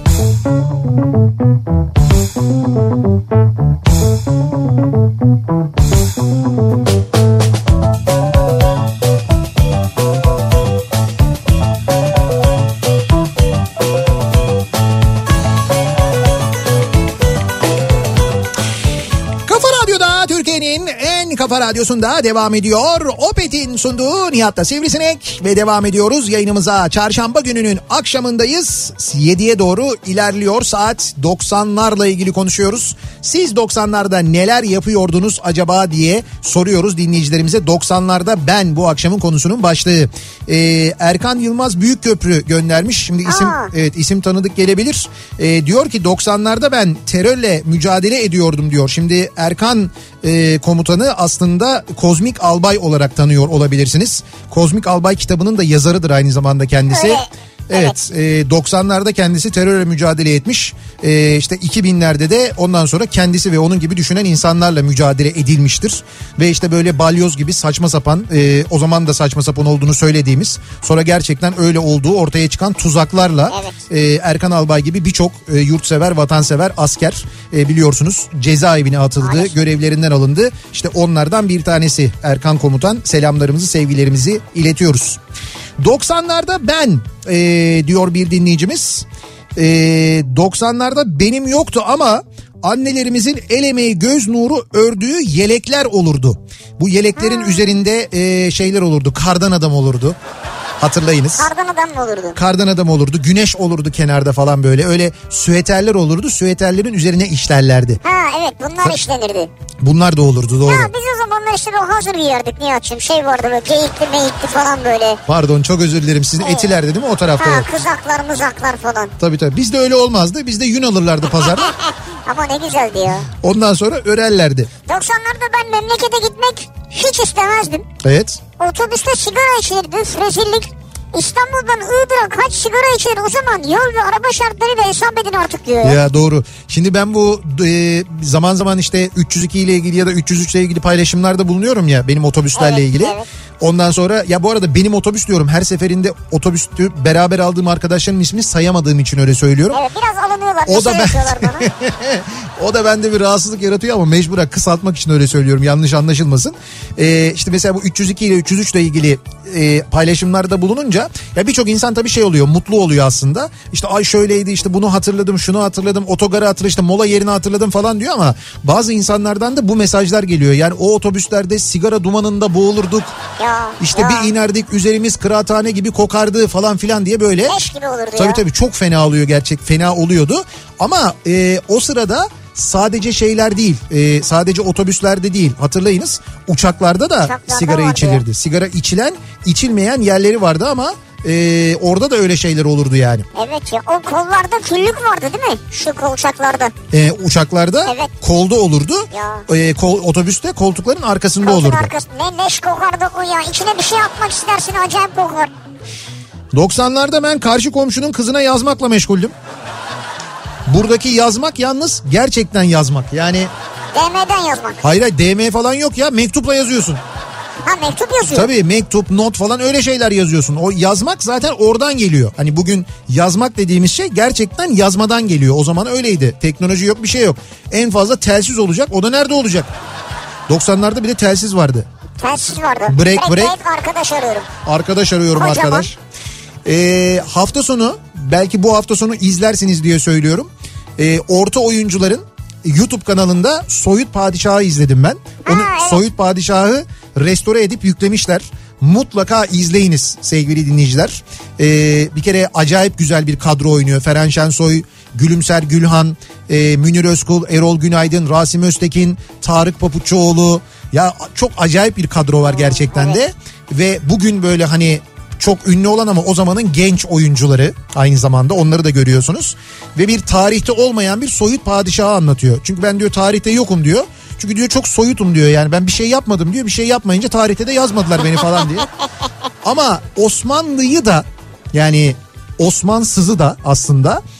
[SPEAKER 1] Kafa Radyosu'nda devam ediyor. Opet'in sunduğu Nihat'la Sivrisinek ve devam ediyoruz yayınımıza. Çarşamba gününün akşamındayız. yediye doğru ilerliyor saat. doksanlarla ilgili konuşuyoruz. Siz doksanlarda neler yapıyordunuz acaba diye soruyoruz dinleyicilerimize. doksanlarda ben bu akşamın konusunun başlığı. Ee, Erkan Yılmaz Büyükköprü göndermiş. Şimdi isim
[SPEAKER 2] Aa.
[SPEAKER 1] evet isim tanıdık gelebilir. Ee, diyor ki doksanlarda ben terörle mücadele ediyordum diyor. Şimdi Erkan e, komutanı aslında Kozmik Albay olarak tanıyor olabilirsiniz. Kozmik Albay kitabının da yazarıdır aynı zamanda kendisi.
[SPEAKER 2] Öyle.
[SPEAKER 1] Evet, evet. E, doksanlarda kendisi terörle mücadele etmiş. E, işte iki binlerde de ondan sonra kendisi ve onun gibi düşünen insanlarla mücadele edilmiştir. Ve işte böyle balyoz gibi saçma sapan, e, o zaman da saçma sapan olduğunu söylediğimiz, sonra gerçekten öyle olduğu ortaya çıkan tuzaklarla
[SPEAKER 2] evet.
[SPEAKER 1] e, Erkan Albay gibi birçok e, yurtsever, vatansever asker e, biliyorsunuz cezaevine atıldı, Maalesef. görevlerinden alındı. İşte onlardan bir tanesi Erkan Komutan. Selamlarımızı, sevgilerimizi iletiyoruz. doksanlarda ben e, diyor bir dinleyicimiz. E, doksanlarda benim yoktu ama annelerimizin el emeği göz nuru ördüğü yelekler olurdu. Bu yeleklerin hmm. üzerinde e, şeyler olurdu, kardan adam olurdu. Hatırlayınız.
[SPEAKER 2] Kardan adam mı olurdu?
[SPEAKER 1] Kardan adam olurdu. Güneş olurdu kenarda falan böyle. Öyle süeterler olurdu. Süeterlerin üzerine işlerlerdi.
[SPEAKER 2] Ha evet, bunlar işlenirdi.
[SPEAKER 1] Bunlar da olurdu, doğru.
[SPEAKER 2] Ya biz o zamanlar işte o hazır giyerdik Nihat'cığım. Şey vardı böyle geyikli meyikli falan böyle.
[SPEAKER 1] Pardon, çok özür dilerim. Sizin evet. Etiler'de değil mi o tarafta?
[SPEAKER 2] Ha, kızaklar mızaklar falan.
[SPEAKER 1] Tabii tabii. Bizde öyle olmazdı. Bizde yün alırlardı pazarda.
[SPEAKER 2] Ama ne güzeldi ya.
[SPEAKER 1] Ondan sonra örerlerdi.
[SPEAKER 2] doksanlarda ben memlekete gitmek hiç istemezdim.
[SPEAKER 1] Evet.
[SPEAKER 2] Otobüste sigara içilirdi. Rezillik. İstanbul'dan Iğdır'a kaç sigara içilir o zaman, yol ve araba şartlarıyla hesap edin artık diyor. Ya,
[SPEAKER 1] ya doğru. Şimdi ben bu e, zaman zaman işte üç yüz iki ile ilgili ya da üç yüz üç ile ilgili paylaşımlarda bulunuyorum ya, benim otobüslerle evet, ilgili. Evet. Ondan sonra ya bu arada benim otobüs diyorum, her seferinde otobüste beraber aldığım arkadaşlarımın ismini sayamadığım için öyle söylüyorum.
[SPEAKER 2] Evet, biraz alınıyorlar.
[SPEAKER 1] O da ben...
[SPEAKER 2] bana.
[SPEAKER 1] O da bende bir rahatsızlık yaratıyor ama mecburen kısaltmak için öyle söylüyorum, yanlış anlaşılmasın. Ee, işte mesela bu üç yüz iki ile üç yüz üç ile ilgili e, paylaşımlarda bulununca ya birçok insan tabii şey oluyor, mutlu oluyor aslında. İşte ay şöyleydi, işte bunu hatırladım, şunu hatırladım, otogarı hatırladım, işte mola yerini hatırladım falan diyor ama bazı insanlardan da bu mesajlar geliyor. Yani o otobüslerde sigara dumanında boğulurduk.
[SPEAKER 2] Ya,
[SPEAKER 1] işte
[SPEAKER 2] ya.
[SPEAKER 1] bir inerdik, üzerimiz kıraathane gibi kokardı falan filan diye böyle.
[SPEAKER 2] Leş gibi olurdu
[SPEAKER 1] tabii
[SPEAKER 2] ya.
[SPEAKER 1] Tabii çok fena oluyor, gerçek fena oluyordu. Ama e, o sırada sadece şeyler değil, e, sadece otobüslerde değil, hatırlayınız uçaklarda da Uçaklarda sigara içilirdi. Ya. Sigara içilen, içilmeyen yerleri vardı ama e, orada da öyle şeyler olurdu yani.
[SPEAKER 2] Evet ya, o kollarda küllük vardı değil mi? Şu uçaklarda.
[SPEAKER 1] E, uçaklarda evet. Kolda olurdu. E, kol, otobüste koltukların arkasında
[SPEAKER 2] Koltuğun
[SPEAKER 1] olurdu.
[SPEAKER 2] Arkasında. Ne leş kokardı o ya. İçine bir şey atmak istersin, acayip kokar.
[SPEAKER 1] doksanlarda ben karşı komşunun kızına yazmakla meşguldüm. Buradaki yazmak yalnız gerçekten yazmak. Yani
[SPEAKER 2] D M'den yazmak.
[SPEAKER 1] Hayır hayır, D M falan yok ya, mektupla yazıyorsun.
[SPEAKER 2] Ha, mektup yazıyor.
[SPEAKER 1] Tabii mektup, not falan öyle şeyler yazıyorsun. O yazmak zaten oradan geliyor. Hani bugün yazmak dediğimiz şey gerçekten yazmadan geliyor. O zaman öyleydi. Teknoloji yok, bir şey yok. En fazla telsiz olacak. O da nerede olacak? doksanlarda bir de telsiz vardı.
[SPEAKER 2] Telsiz vardı.
[SPEAKER 1] Break break.
[SPEAKER 2] break arkadaş arıyorum.
[SPEAKER 1] Arkadaş arıyorum Kocaman. arkadaş. Ee, hafta sonu, belki bu hafta sonu izlersiniz diye söylüyorum. Ee, orta oyuncuların YouTube kanalında Soyut Padişah'ı izledim ben. Onu ha, evet. Soyut Padişah'ı restore edip yüklemişler. Mutlaka izleyiniz sevgili dinleyiciler. Ee, bir kere acayip güzel bir kadro oynuyor. Ferhan Şensoy, Gülümser Gülhan, e, Münir Özkul, Erol Günaydın, Rasim Öztekin, Tarık Papuççuoğlu. Ya çok acayip bir kadro var gerçekten evet. de. Ve bugün böyle hani çok ünlü olan ama o zamanın genç oyuncuları aynı zamanda, onları da görüyorsunuz. Ve bir tarihte olmayan bir soyut padişahı anlatıyor. Çünkü ben diyor tarihte yokum diyor. Çünkü diyor çok soyutum diyor, yani ben bir şey yapmadım diyor. Bir şey yapmayınca tarihte de yazmadılar beni falan diye. Ama Osmanlı'yı da, yani Osmansız'ı da aslında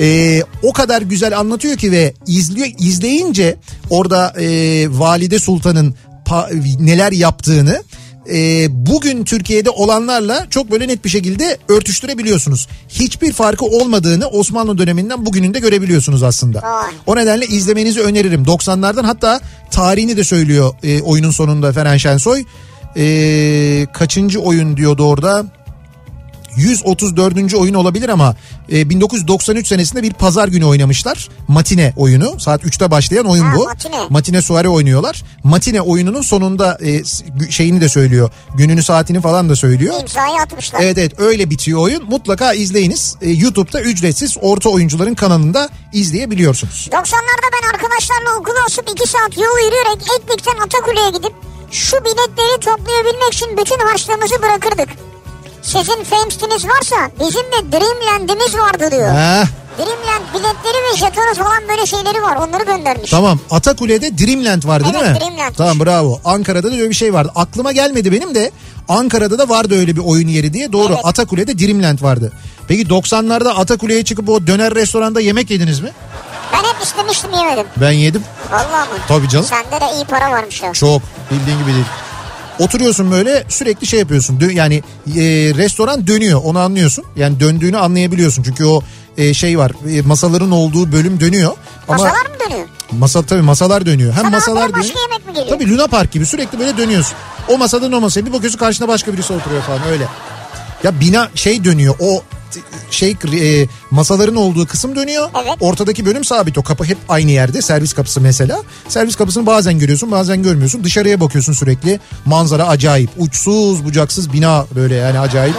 [SPEAKER 1] Ee, o kadar güzel anlatıyor ki ve izliyor izleyince orada e, Valide Sultan'ın pa- neler yaptığını e, bugün Türkiye'de olanlarla çok böyle net bir şekilde örtüştürebiliyorsunuz. Hiçbir farkı olmadığını Osmanlı döneminden bugünün de görebiliyorsunuz aslında.
[SPEAKER 2] Vay.
[SPEAKER 1] O nedenle izlemenizi öneririm. doksanlardan hatta tarihini de söylüyor e, oyunun sonunda Ferhan Şensoy. E, kaçıncı oyun diyordu orada? yüz otuz dördüncü oyun olabilir ama e, bin dokuz yüz doksan üç senesinde bir pazar günü oynamışlar. Matine oyunu. Saat üçte başlayan oyun
[SPEAKER 2] ha,
[SPEAKER 1] bu.
[SPEAKER 2] Matine.
[SPEAKER 1] Matine suare oynuyor. Matine oyununun sonunda e, şeyini de söylüyor. Gününü saatini falan da söylüyor.
[SPEAKER 2] İmzayı atmışlar.
[SPEAKER 1] Evet evet öyle bitiyor oyun. Mutlaka izleyiniz. E, YouTube'da ücretsiz Orta Oyuncuların kanalında izleyebiliyorsunuz.
[SPEAKER 2] doksanlarda ben arkadaşlarla okula asıp iki saat yol yürüyerek Etlik'ten Atakule'ye gidip şu biletleri toplayabilmek için bütün harçlığımızı bırakırdık. Sizin Fames'iniz varsa bizim de Dreamland'imiz vardı diyor.
[SPEAKER 1] Ha.
[SPEAKER 2] Dreamland biletleri ve jetonu falan böyle şeyleri var. Onları göndermiş.
[SPEAKER 1] Tamam, Atakule'de Dreamland vardı
[SPEAKER 2] evet,
[SPEAKER 1] değil mi?
[SPEAKER 2] Dreamland.
[SPEAKER 1] Tamam, bravo. Ankara'da da öyle bir şey vardı. Aklıma gelmedi benim de. Ankara'da da vardı öyle bir oyun yeri diye. Doğru, evet. Atakule'de Dreamland vardı. Peki doksanlarda Atakule'ye çıkıp o döner restoranda yemek yediniz mi?
[SPEAKER 2] Ben hep istemiştim, yemedim.
[SPEAKER 1] Ben yedim.
[SPEAKER 2] Vallahi mı?
[SPEAKER 1] Tabii canım.
[SPEAKER 2] Sende de iyi para varmış ya.
[SPEAKER 1] Çok, bildiğin gibi değil. Oturuyorsun böyle sürekli şey yapıyorsun. Yani e, restoran dönüyor, onu anlıyorsun. Yani döndüğünü anlayabiliyorsun. Çünkü o e, şey var, e, masaların olduğu bölüm dönüyor. Ama
[SPEAKER 2] masalar mı dönüyor?
[SPEAKER 1] Masa, tabii masalar dönüyor. Hem
[SPEAKER 2] sana
[SPEAKER 1] masalar dönüyor.
[SPEAKER 2] başka yemek mi geliyor?
[SPEAKER 1] Tabii Luna Park gibi sürekli böyle dönüyorsun. O masadan o masaya bir bakıyorsun, karşına başka birisi oturuyor falan öyle. Ya bina şey dönüyor, o şey e, masaların olduğu kısım dönüyor.
[SPEAKER 2] Evet.
[SPEAKER 1] Ortadaki bölüm sabit, o kapı hep aynı yerde, servis kapısı mesela. Servis kapısını bazen görüyorsun, bazen görmüyorsun. Dışarıya bakıyorsun sürekli. Manzara acayip. Uçsuz bucaksız bina böyle, yani acayip.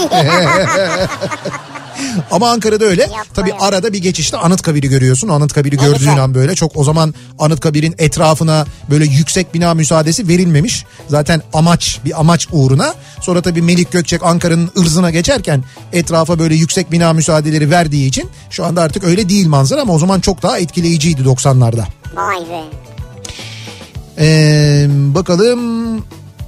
[SPEAKER 1] Ama Ankara'da öyle.
[SPEAKER 2] Yapma
[SPEAKER 1] Tabii
[SPEAKER 2] ya.
[SPEAKER 1] arada bir geçişte Anıtkabir'i görüyorsun. Anıtkabir'i
[SPEAKER 2] Ne
[SPEAKER 1] gördüğün
[SPEAKER 2] güzel.
[SPEAKER 1] an böyle çok, o zaman Anıtkabir'in etrafına böyle yüksek bina müsaadesi verilmemiş. Zaten amaç, bir amaç uğruna. Sonra tabii Melik Gökçek Ankara'nın ırzına geçerken etrafa böyle yüksek bina müsaadeleri verdiği için şu anda artık öyle değil manzara, ama o zaman çok daha etkileyiciydi doksanlarda.
[SPEAKER 2] Vay be.
[SPEAKER 1] Ee, bakalım.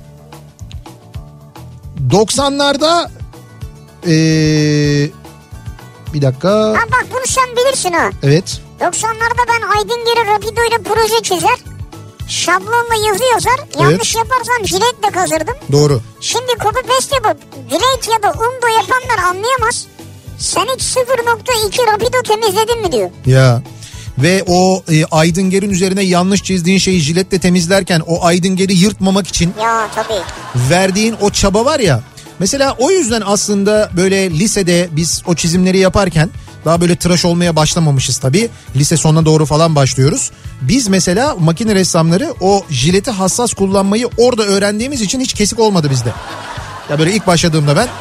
[SPEAKER 1] doksanlarda ee, bir dakika.
[SPEAKER 2] Ha bak, bunu sen bilirsin ha.
[SPEAKER 1] Evet.
[SPEAKER 2] doksanlarda ben Aydingeri Rapido ile proje çizer. Şablonla yazı yazar. Yanlış yaparsam jiletle kazırdım.
[SPEAKER 1] Doğru.
[SPEAKER 2] Şimdi copy paste yapıp delete ya da undo yapanlar anlayamaz. Sen hiç sıfır nokta iki Rapido temizledin mi diyor.
[SPEAKER 1] Ya. Ve o e, Aydınger'in üzerine yanlış çizdiğin şeyi jiletle temizlerken o Aydınger'i yırtmamak için
[SPEAKER 2] Ya tabii.
[SPEAKER 1] verdiğin o çaba var ya. Mesela o yüzden aslında böyle lisede biz o çizimleri yaparken daha böyle tıraş olmaya başlamamışız tabii. Lise sonuna doğru falan başlıyoruz. Biz mesela makine ressamları o jileti hassas kullanmayı orada öğrendiğimiz için hiç kesik olmadı bizde. Ya böyle ilk başladığımda ben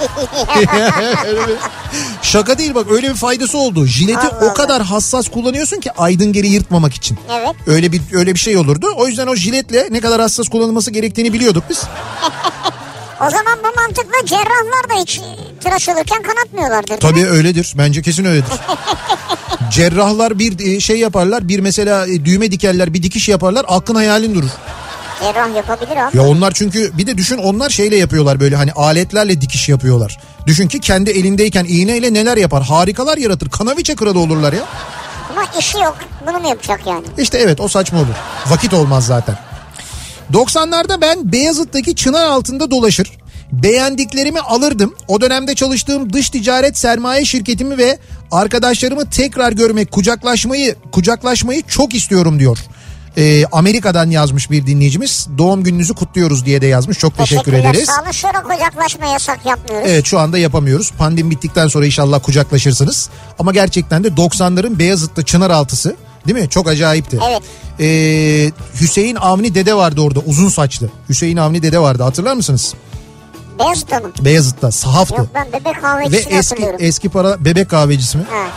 [SPEAKER 1] şaka değil bak, öyle bir faydası oldu. Jileti
[SPEAKER 2] Allah
[SPEAKER 1] o kadar hassas kullanıyorsun ki Aydınger'i yırtmamak için.
[SPEAKER 2] Evet.
[SPEAKER 1] Öyle bir öyle bir şey olurdu. O yüzden o jiletle ne kadar hassas kullanılması gerektiğini biliyorduk biz.
[SPEAKER 2] O zaman bu mantıkla cerrahlar da hiç tıraş olurken kanatmıyorlardır.
[SPEAKER 1] Tabii öyledir. Bence kesin öyledir. Cerrahlar bir şey yaparlar. Bir mesela düğme dikerler, bir dikiş yaparlar. Aklın hayalin durur.
[SPEAKER 2] Cerrah yapabilir abi.
[SPEAKER 1] Ya onlar çünkü bir de düşün, onlar şeyle yapıyorlar, böyle hani aletlerle dikiş yapıyorlar. Düşün ki kendi elindeyken iğneyle neler yapar. Harikalar yaratır. Kanaviçe kralı olurlar ya.
[SPEAKER 2] Ama işi yok. Bunu mu yapacak yani?
[SPEAKER 1] İşte evet, o saçma olur. Vakit olmaz zaten. doksanlarda ben Beyazıt'taki çınar altında dolaşır. Beğendiklerimi alırdım. O dönemde çalıştığım dış ticaret sermaye şirketimi ve arkadaşlarımı tekrar görmek, kucaklaşmayı kucaklaşmayı çok istiyorum diyor. Ee, Amerika'dan yazmış bir dinleyicimiz. Doğum gününüzü kutluyoruz diye de yazmış. Çok teşekkür ederiz.
[SPEAKER 2] Sağ olun. Şöyle kucaklaşma yasak yapmıyoruz.
[SPEAKER 1] Evet, şu anda yapamıyoruz. Pandemi bittikten sonra inşallah kucaklaşırsınız. Ama gerçekten de doksanların Beyazıt'ta Çınaraltısı, değil mi? Çok acayipti.
[SPEAKER 2] Evet.
[SPEAKER 1] Ee, Hüseyin Avni dede vardı orada, uzun saçlı. Hüseyin Avni dede vardı, hatırlar mısınız?
[SPEAKER 2] Beyazıt'ta mı?
[SPEAKER 1] Beyazıt'ta sahaftı.
[SPEAKER 2] Yok, ben bebek
[SPEAKER 1] Ve
[SPEAKER 2] kahvecisini
[SPEAKER 1] eski
[SPEAKER 2] hatırlıyorum.
[SPEAKER 1] eski para bebek kahvecisi mi?
[SPEAKER 2] Ha.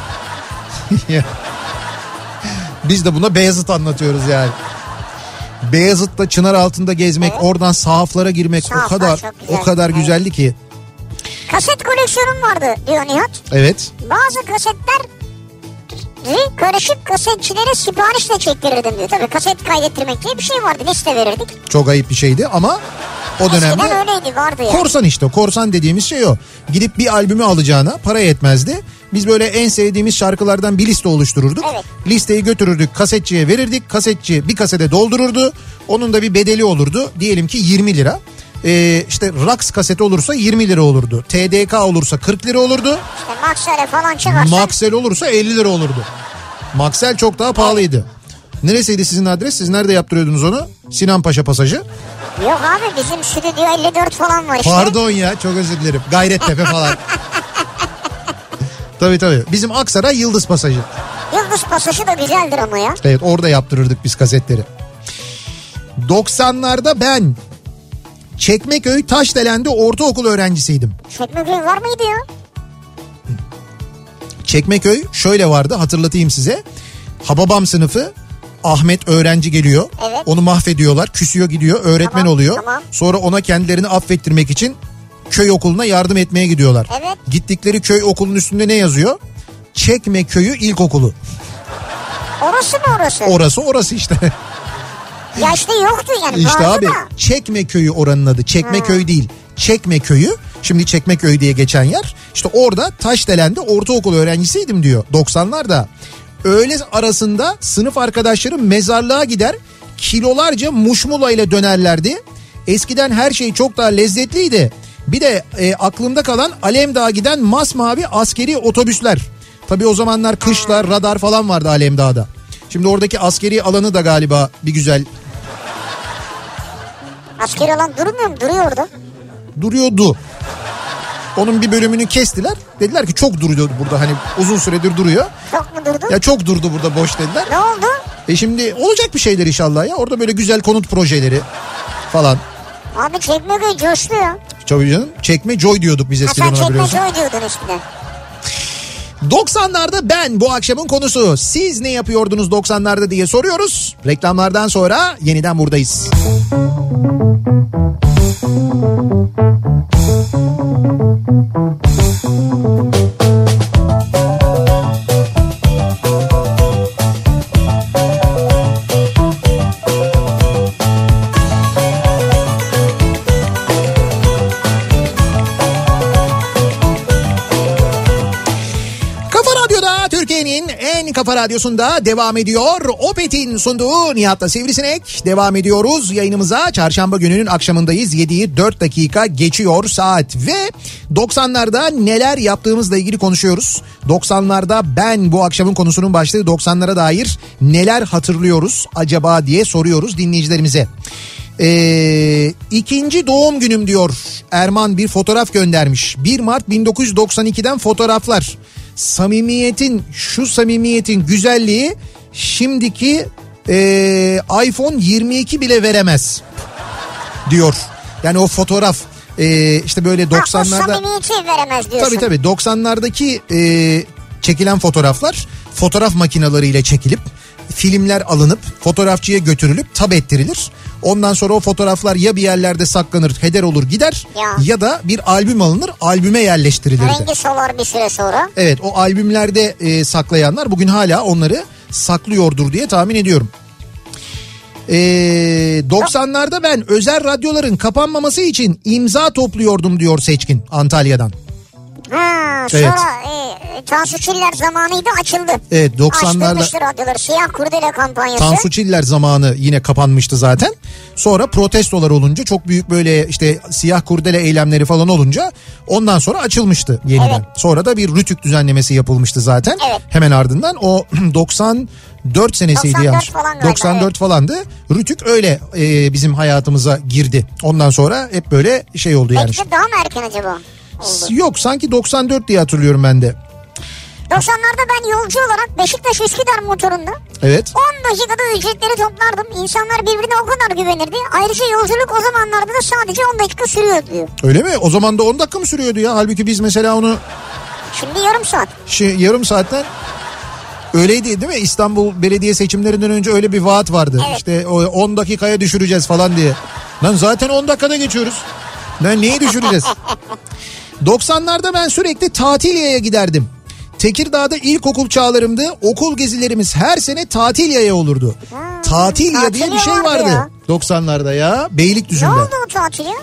[SPEAKER 1] Biz de buna Beyazıt anlatıyoruz yani. Beyazıt'ta çınar altında gezmek, evet. Oradan sahaflara girmek
[SPEAKER 2] Sahaflar
[SPEAKER 1] o kadar
[SPEAKER 2] güzel.
[SPEAKER 1] o kadar
[SPEAKER 2] evet.
[SPEAKER 1] güzeldi ki.
[SPEAKER 2] Kaset koleksiyonum vardı diyor Nihat.
[SPEAKER 1] Evet.
[SPEAKER 2] Bazı kasetler karışık kasetçilere siparişle çektirirdim diyor. Tabii kaset kaydettirmek diye bir şey vardı. Liste verirdik.
[SPEAKER 1] Çok ayıp bir şeydi ama o dönemde.
[SPEAKER 2] Eskiden öyleydi, vardı yani.
[SPEAKER 1] Korsan işte. Korsan dediğimiz şey o. Gidip bir albümü alacağına para yetmezdi. Biz böyle en sevdiğimiz şarkılardan bir liste oluştururduk.
[SPEAKER 2] Evet.
[SPEAKER 1] Listeyi götürürdük, kasetçiye verirdik. Kasetçi bir kasete doldururdu. Onun da bir bedeli olurdu. Diyelim ki yirmi lira. Ee, işte Rax kaseti olursa yirmi lira olurdu. T D K olursa kırk lira olurdu.
[SPEAKER 2] İşte Maxell'e falan çıkarsa.
[SPEAKER 1] Maxell olursa elli lira olurdu. Maxell çok daha pahalıydı. Neresiydi sizin adres? Siz nerede yaptırıyordunuz onu? Sinan Paşa Pasajı.
[SPEAKER 2] Yok abi bizim stüdyo elli dört falan var işte.
[SPEAKER 1] Pardon ya, çok özür dilerim. Gayrettepe falan. Tabii tabii. Bizim Aksaray Yıldız Pasajı.
[SPEAKER 2] Yıldız Pasajı da güzeldir ama ya.
[SPEAKER 1] Evet, orada yaptırırdık biz kasetleri. doksanlarda ben Çekmeköy Taşdelen'de ortaokul öğrencisiydim.
[SPEAKER 2] Çekmeköy var mıydı ya?
[SPEAKER 1] Çekmeköy şöyle vardı, hatırlatayım size. Hababam sınıfı, Ahmet öğrenci geliyor.
[SPEAKER 2] Evet.
[SPEAKER 1] Onu mahvediyorlar, küsüyor gidiyor, öğretmen
[SPEAKER 2] Tamam,
[SPEAKER 1] oluyor.
[SPEAKER 2] tamam.
[SPEAKER 1] Sonra ona kendilerini affettirmek için köy okuluna yardım etmeye gidiyorlar.
[SPEAKER 2] Evet.
[SPEAKER 1] Gittikleri köy okulunun üstünde ne yazıyor? Çekmeköy'ü İlkokulu.
[SPEAKER 2] Orası mı orası?
[SPEAKER 1] Orası orası işte.
[SPEAKER 2] Ya işte yoktu yani.
[SPEAKER 1] İşte
[SPEAKER 2] vardı
[SPEAKER 1] abi
[SPEAKER 2] da.
[SPEAKER 1] Çekmeköy'ü oranın adı. Çekmeköy hmm. değil. Çekmeköy'ü. Şimdi Çekmeköy diye geçen yer. İşte orada Taşdelen'de ortaokul öğrencisiydim diyor doksanlarda. Öğle arasında sınıf arkadaşlarım mezarlığa gider, kilolarca muşmula ile dönerlerdi. Eskiden her şey çok daha lezzetliydi. Bir de e, aklımda kalan Alemdağ'a giden masmavi askeri otobüsler. Tabii o zamanlar kışlar, radar falan vardı Alemdağ'da. Şimdi oradaki askeri alanı da galiba bir güzel...
[SPEAKER 2] Askeri alan durmuyor mu? Duruyor orada.
[SPEAKER 1] Duruyordu. Onun bir bölümünü kestiler. Dediler ki çok duruyordu burada, hani uzun süredir duruyor.
[SPEAKER 2] Çok mu durdu?
[SPEAKER 1] Ya çok durdu burada, boş dediler.
[SPEAKER 2] Ne oldu?
[SPEAKER 1] E şimdi olacak bir şeyler inşallah ya. Orada böyle güzel konut projeleri falan.
[SPEAKER 2] Abi Çekmeköy coştu ya.
[SPEAKER 1] Tabii canım. Çekme Joy diyorduk biz eskiden ona, biliyorsun.
[SPEAKER 2] Ha sen Çekme Joy diyordun eskiden.
[SPEAKER 1] doksanlarda ben bu akşamın konusu. Siz ne yapıyordunuz doksanlarda diye soruyoruz. Reklamlardan sonra yeniden buradayız. Kafa Radyosu'nda devam ediyor. Opet'in sunduğu Nihat'la Sivrisinek. Devam ediyoruz yayınımıza. Çarşamba gününün akşamındayız. yediyi dört dakika geçiyor saat. Ve doksanlarda neler yaptığımızla ilgili konuşuyoruz. doksanlarda ben bu akşamın konusunun başlığı doksanlara dair neler hatırlıyoruz acaba diye soruyoruz dinleyicilerimize. Ee, ikinci doğum günüm diyor Erman, bir fotoğraf göndermiş. bir Mart bin dokuz yüz doksan ikiden fotoğraflar. Samimiyetin, şu samimiyetin güzelliği şimdiki e, iPhone yirmi iki bile veremez diyor. Yani o fotoğraf e, işte böyle doksanlarda.
[SPEAKER 2] Ha, o samimiyeti veremez diyorsun.
[SPEAKER 1] Tabii tabii doksanlardaki e, çekilen fotoğraflar fotoğraf makineleriyle çekilip filmler alınıp fotoğrafçıya götürülüp tab ettirilir. Ondan sonra o fotoğraflar ya bir yerlerde saklanır, heder olur gider
[SPEAKER 2] ya,
[SPEAKER 1] ya da bir albüm alınır, albüme yerleştirilirdi.
[SPEAKER 2] Rengi solar bir süre sonra.
[SPEAKER 1] Evet, o albümlerde e, saklayanlar bugün hala onları saklıyordur diye tahmin ediyorum. Ee, doksanlarda ben özel radyoların kapanmaması için imza topluyordum diyor Seçkin Antalya'dan.
[SPEAKER 2] Ha, sonra
[SPEAKER 1] evet.
[SPEAKER 2] e, Tansu Çiller zamanıydı, açıldı.
[SPEAKER 1] Evet, doksanlarda
[SPEAKER 2] açtırmıştı radyoları, siyah kurdele kampanyası.
[SPEAKER 1] Tansu Çiller zamanı yine kapanmıştı zaten. Sonra protestolar olunca, çok büyük böyle işte siyah kurdele eylemleri falan olunca ondan sonra açılmıştı yeniden. Evet. Sonra da bir Rütük düzenlemesi yapılmıştı zaten.
[SPEAKER 2] Evet.
[SPEAKER 1] Hemen ardından o doksan dört senesiydi
[SPEAKER 2] doksan dört
[SPEAKER 1] yanlış.
[SPEAKER 2] Falan galiba,
[SPEAKER 1] doksan dört evet. falandı. Rütük öyle e, bizim hayatımıza girdi. Ondan sonra hep böyle şey oldu yani.
[SPEAKER 2] Belki de daha mı erken acaba? Oldu.
[SPEAKER 1] Yok, sanki doksan dört diye hatırlıyorum ben de.
[SPEAKER 2] doksanlarda ben yolcu olarak Beşiktaş Üsküdar motorunda
[SPEAKER 1] evet.
[SPEAKER 2] on dakikada ücretleri toplardım. İnsanlar birbirine o kadar güvenirdi. Ayrıca yolculuk o zamanlarda da sadece on dakika sürüyordu diyor.
[SPEAKER 1] Öyle mi? O zaman da on dakika mı sürüyordu ya? Halbuki biz mesela onu...
[SPEAKER 2] Şimdi yarım saat.
[SPEAKER 1] Şey, yarım saatten... Öyleydi değil mi? İstanbul belediye seçimlerinden önce öyle bir vaat vardı. Evet. İşte on dakikaya düşüreceğiz falan diye. Lan zaten on dakikada geçiyoruz. Lan neyi düşüreceğiz? doksanlarda ben sürekli Tatilya'ya giderdim. Tekirdağ'da ilkokul çağlarımdı. Okul gezilerimiz her sene Tatilya'ya olurdu. Hmm, Tatilya diye bir şey vardı ya doksanlarda ya. Beylikdüzü'nde.
[SPEAKER 2] Ne oldu o Tatilya?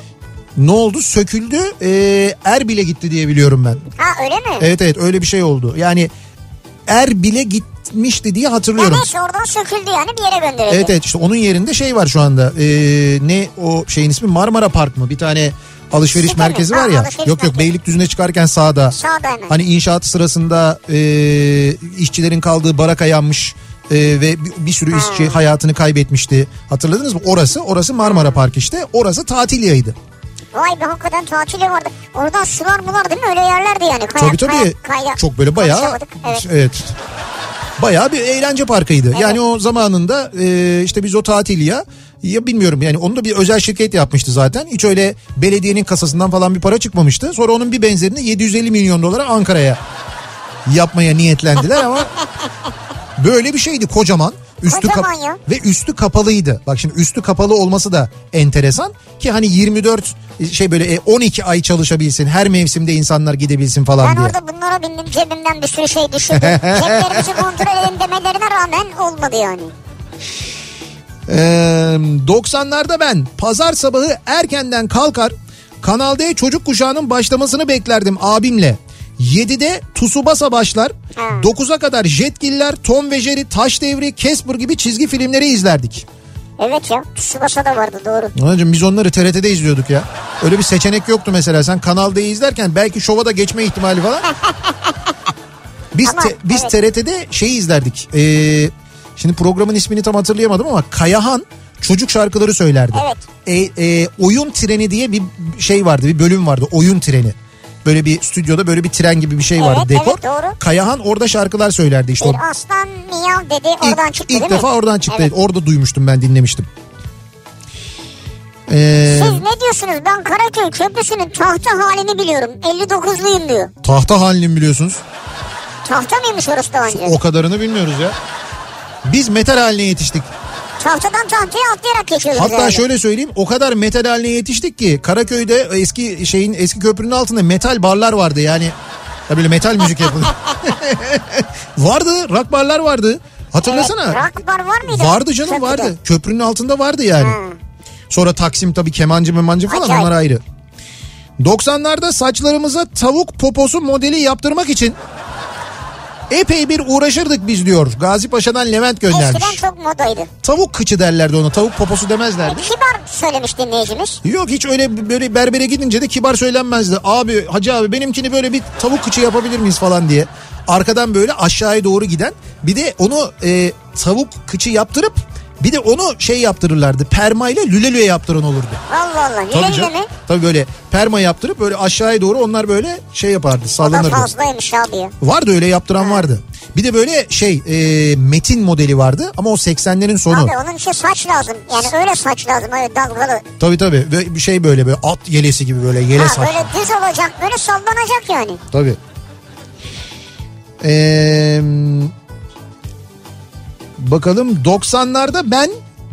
[SPEAKER 1] Ne oldu? Söküldü. E, Erbil'e gitti diye biliyorum ben.
[SPEAKER 2] Ha öyle mi?
[SPEAKER 1] Evet evet öyle bir şey oldu. Yani Erbil'e gitmişti diye hatırlıyorum.
[SPEAKER 2] Ya neyse oradan söküldü yani bir yere gönderildi.
[SPEAKER 1] Evet evet işte onun yerinde şey var şu anda. E, ne o şeyin ismi, Marmara Park mı? Bir tane alışveriş
[SPEAKER 2] Site
[SPEAKER 1] merkezi
[SPEAKER 2] mi?
[SPEAKER 1] var
[SPEAKER 2] Ha,
[SPEAKER 1] ya.
[SPEAKER 2] alışveriş
[SPEAKER 1] Yok yok
[SPEAKER 2] merkezi.
[SPEAKER 1] Beylikdüzü'ne çıkarken sağda.
[SPEAKER 2] Sağda hemen.
[SPEAKER 1] Hani inşaat sırasında e, işçilerin kaldığı baraka yanmış. Ee, ve bir sürü işçi
[SPEAKER 2] ha.
[SPEAKER 1] hayatını kaybetmişti. Hatırladınız mı? Orası orası Marmara Park işte. Orası tatil yayıydı.
[SPEAKER 2] Vay be hakikaten tatili vardı. Oradan sular mular değil mi? Öyle yerlerdi yani. Kayak,
[SPEAKER 1] Tabii tabii.
[SPEAKER 2] Kayak, kayak.
[SPEAKER 1] Çok böyle bayağı
[SPEAKER 2] Konuşamadık, evet.
[SPEAKER 1] evet. Bayağı bir eğlence parkıydı.
[SPEAKER 2] Evet.
[SPEAKER 1] Yani o zamanında e, işte biz o tatil ya ya bilmiyorum yani onu da bir özel şirket yapmıştı zaten. Hiç öyle belediyenin kasasından falan bir para çıkmamıştı. Sonra onun bir benzerini yedi yüz elli milyon dolara Ankara'ya yapmaya niyetlendiler ama böyle bir şeydi kocaman. Üstü
[SPEAKER 2] Kocaman
[SPEAKER 1] kap-
[SPEAKER 2] ya.
[SPEAKER 1] ve üstü kapalıydı. Bak şimdi üstü kapalı olması da enteresan ki hani yirmi dört şey böyle on iki ay çalışabilsin. Her mevsimde insanlar gidebilsin falan
[SPEAKER 2] Ben
[SPEAKER 1] diye.
[SPEAKER 2] orada bunlara bindim, cebimden bir sürü şey düşürdüm. Ceplerimizi kontrol edin demelerine rağmen olmadı yani.
[SPEAKER 1] Ee, doksanlarda ben pazar sabahı erkenden kalkar Kanal D çocuk kuşağının başlamasını beklerdim abimle. yedide Tsubasa başlar.
[SPEAKER 2] Ha.
[SPEAKER 1] dokuza kadar Jetgiller, Tom ve Jerry, Taş Devri, Casper gibi çizgi filmleri izlerdik.
[SPEAKER 2] Evet ya, Tsubasa da vardı doğru.
[SPEAKER 1] Anacığım biz onları T R T'de izliyorduk ya. Öyle bir seçenek yoktu mesela. Sen Kanal D'yi izlerken belki şova da geçme ihtimali falan. Biz
[SPEAKER 2] Ama,
[SPEAKER 1] te, biz
[SPEAKER 2] evet.
[SPEAKER 1] T R T'de şeyi izlerdik. Ee, şimdi programın ismini tam hatırlayamadım ama Kayahan çocuk şarkıları söylerdi.
[SPEAKER 2] Evet.
[SPEAKER 1] E, e, oyun treni diye bir şey vardı, bir bölüm vardı. Oyun treni. Böyle bir stüdyoda böyle bir tren gibi bir şey vardı,
[SPEAKER 2] Evet,
[SPEAKER 1] dekor.
[SPEAKER 2] evet, doğru.
[SPEAKER 1] Kayahan orada şarkılar söylerdi işte.
[SPEAKER 2] Bir aslan miyav dedi oradan
[SPEAKER 1] İlk,
[SPEAKER 2] çıktı
[SPEAKER 1] ilk
[SPEAKER 2] değil
[SPEAKER 1] defa
[SPEAKER 2] mi?
[SPEAKER 1] oradan çıktı.
[SPEAKER 2] Evet.
[SPEAKER 1] Orada duymuştum ben, dinlemiştim. Ee,
[SPEAKER 2] Siz ne diyorsunuz? Ben Karaköy Köprüsü'nün tahta halini biliyorum. elli dokuzluyum diyor.
[SPEAKER 1] tahta halini mi biliyorsunuz?
[SPEAKER 2] Tahta mıymış orası daha önce?
[SPEAKER 1] O kadarını bilmiyoruz ya. Biz metal haline yetiştik.
[SPEAKER 2] Tahtadan tahtaya atlayarak geçiyoruz.
[SPEAKER 1] Hatta
[SPEAKER 2] herhalde.
[SPEAKER 1] şöyle söyleyeyim, o kadar metal haline yetiştik ki Karaköy'de eski şeyin eski köprünün altında metal barlar vardı yani. Ya böyle metal müzik yapılıyor. Vardı, rock barlar vardı. Hatırlasana.
[SPEAKER 2] Evet, rock bar var mıydı?
[SPEAKER 1] Vardı canım,
[SPEAKER 2] Köprüde.
[SPEAKER 1] vardı. Köprünün altında vardı yani.
[SPEAKER 2] Ha.
[SPEAKER 1] Sonra Taksim tabii kemancı memancı falan,
[SPEAKER 2] Acayip.
[SPEAKER 1] onlar ayrı. doksanlarda saçlarımıza tavuk poposu modeli yaptırmak için epey bir uğraşırdık biz diyor. Gazi Paşa'dan Levent göndermiş.
[SPEAKER 2] Eskiden çok modaydı.
[SPEAKER 1] Tavuk kıçı derlerdi ona, tavuk poposu demezlerdi.
[SPEAKER 2] Kibar söylemiş dinleyicimiz.
[SPEAKER 1] Yok hiç öyle böyle berbere gidince de kibar söylenmezdi. Abi hacı abi benimkini böyle bir tavuk kıçı yapabilir miyiz falan diye. Arkadan böyle aşağıya doğru giden, bir de onu e, tavuk kıçı yaptırıp bir de onu şey yaptırırlardı. Permayla lüle lüle yaptıran olurdu.
[SPEAKER 2] Allah Allah.
[SPEAKER 1] Tabii
[SPEAKER 2] Yine
[SPEAKER 1] canım.
[SPEAKER 2] mi?
[SPEAKER 1] Tabii böyle perma yaptırıp böyle aşağıya doğru onlar böyle şey yapardı,
[SPEAKER 2] O da
[SPEAKER 1] sallanırdı.
[SPEAKER 2] fazlaymış abi ya.
[SPEAKER 1] Vardı öyle yaptıran, vardı. Bir de böyle şey e, metin modeli vardı ama o seksenlerin sonu.
[SPEAKER 2] Abi onun için saç lazım. Yani öyle saç lazım, öyle dalgalı.
[SPEAKER 1] Tabii tabii. Ve bir şey böyle böyle at yelesi gibi böyle yele
[SPEAKER 2] Ha,
[SPEAKER 1] saç.
[SPEAKER 2] böyle düz olacak, böyle sallanacak yani.
[SPEAKER 1] Tabii. Ee, bakalım doksanlarda ben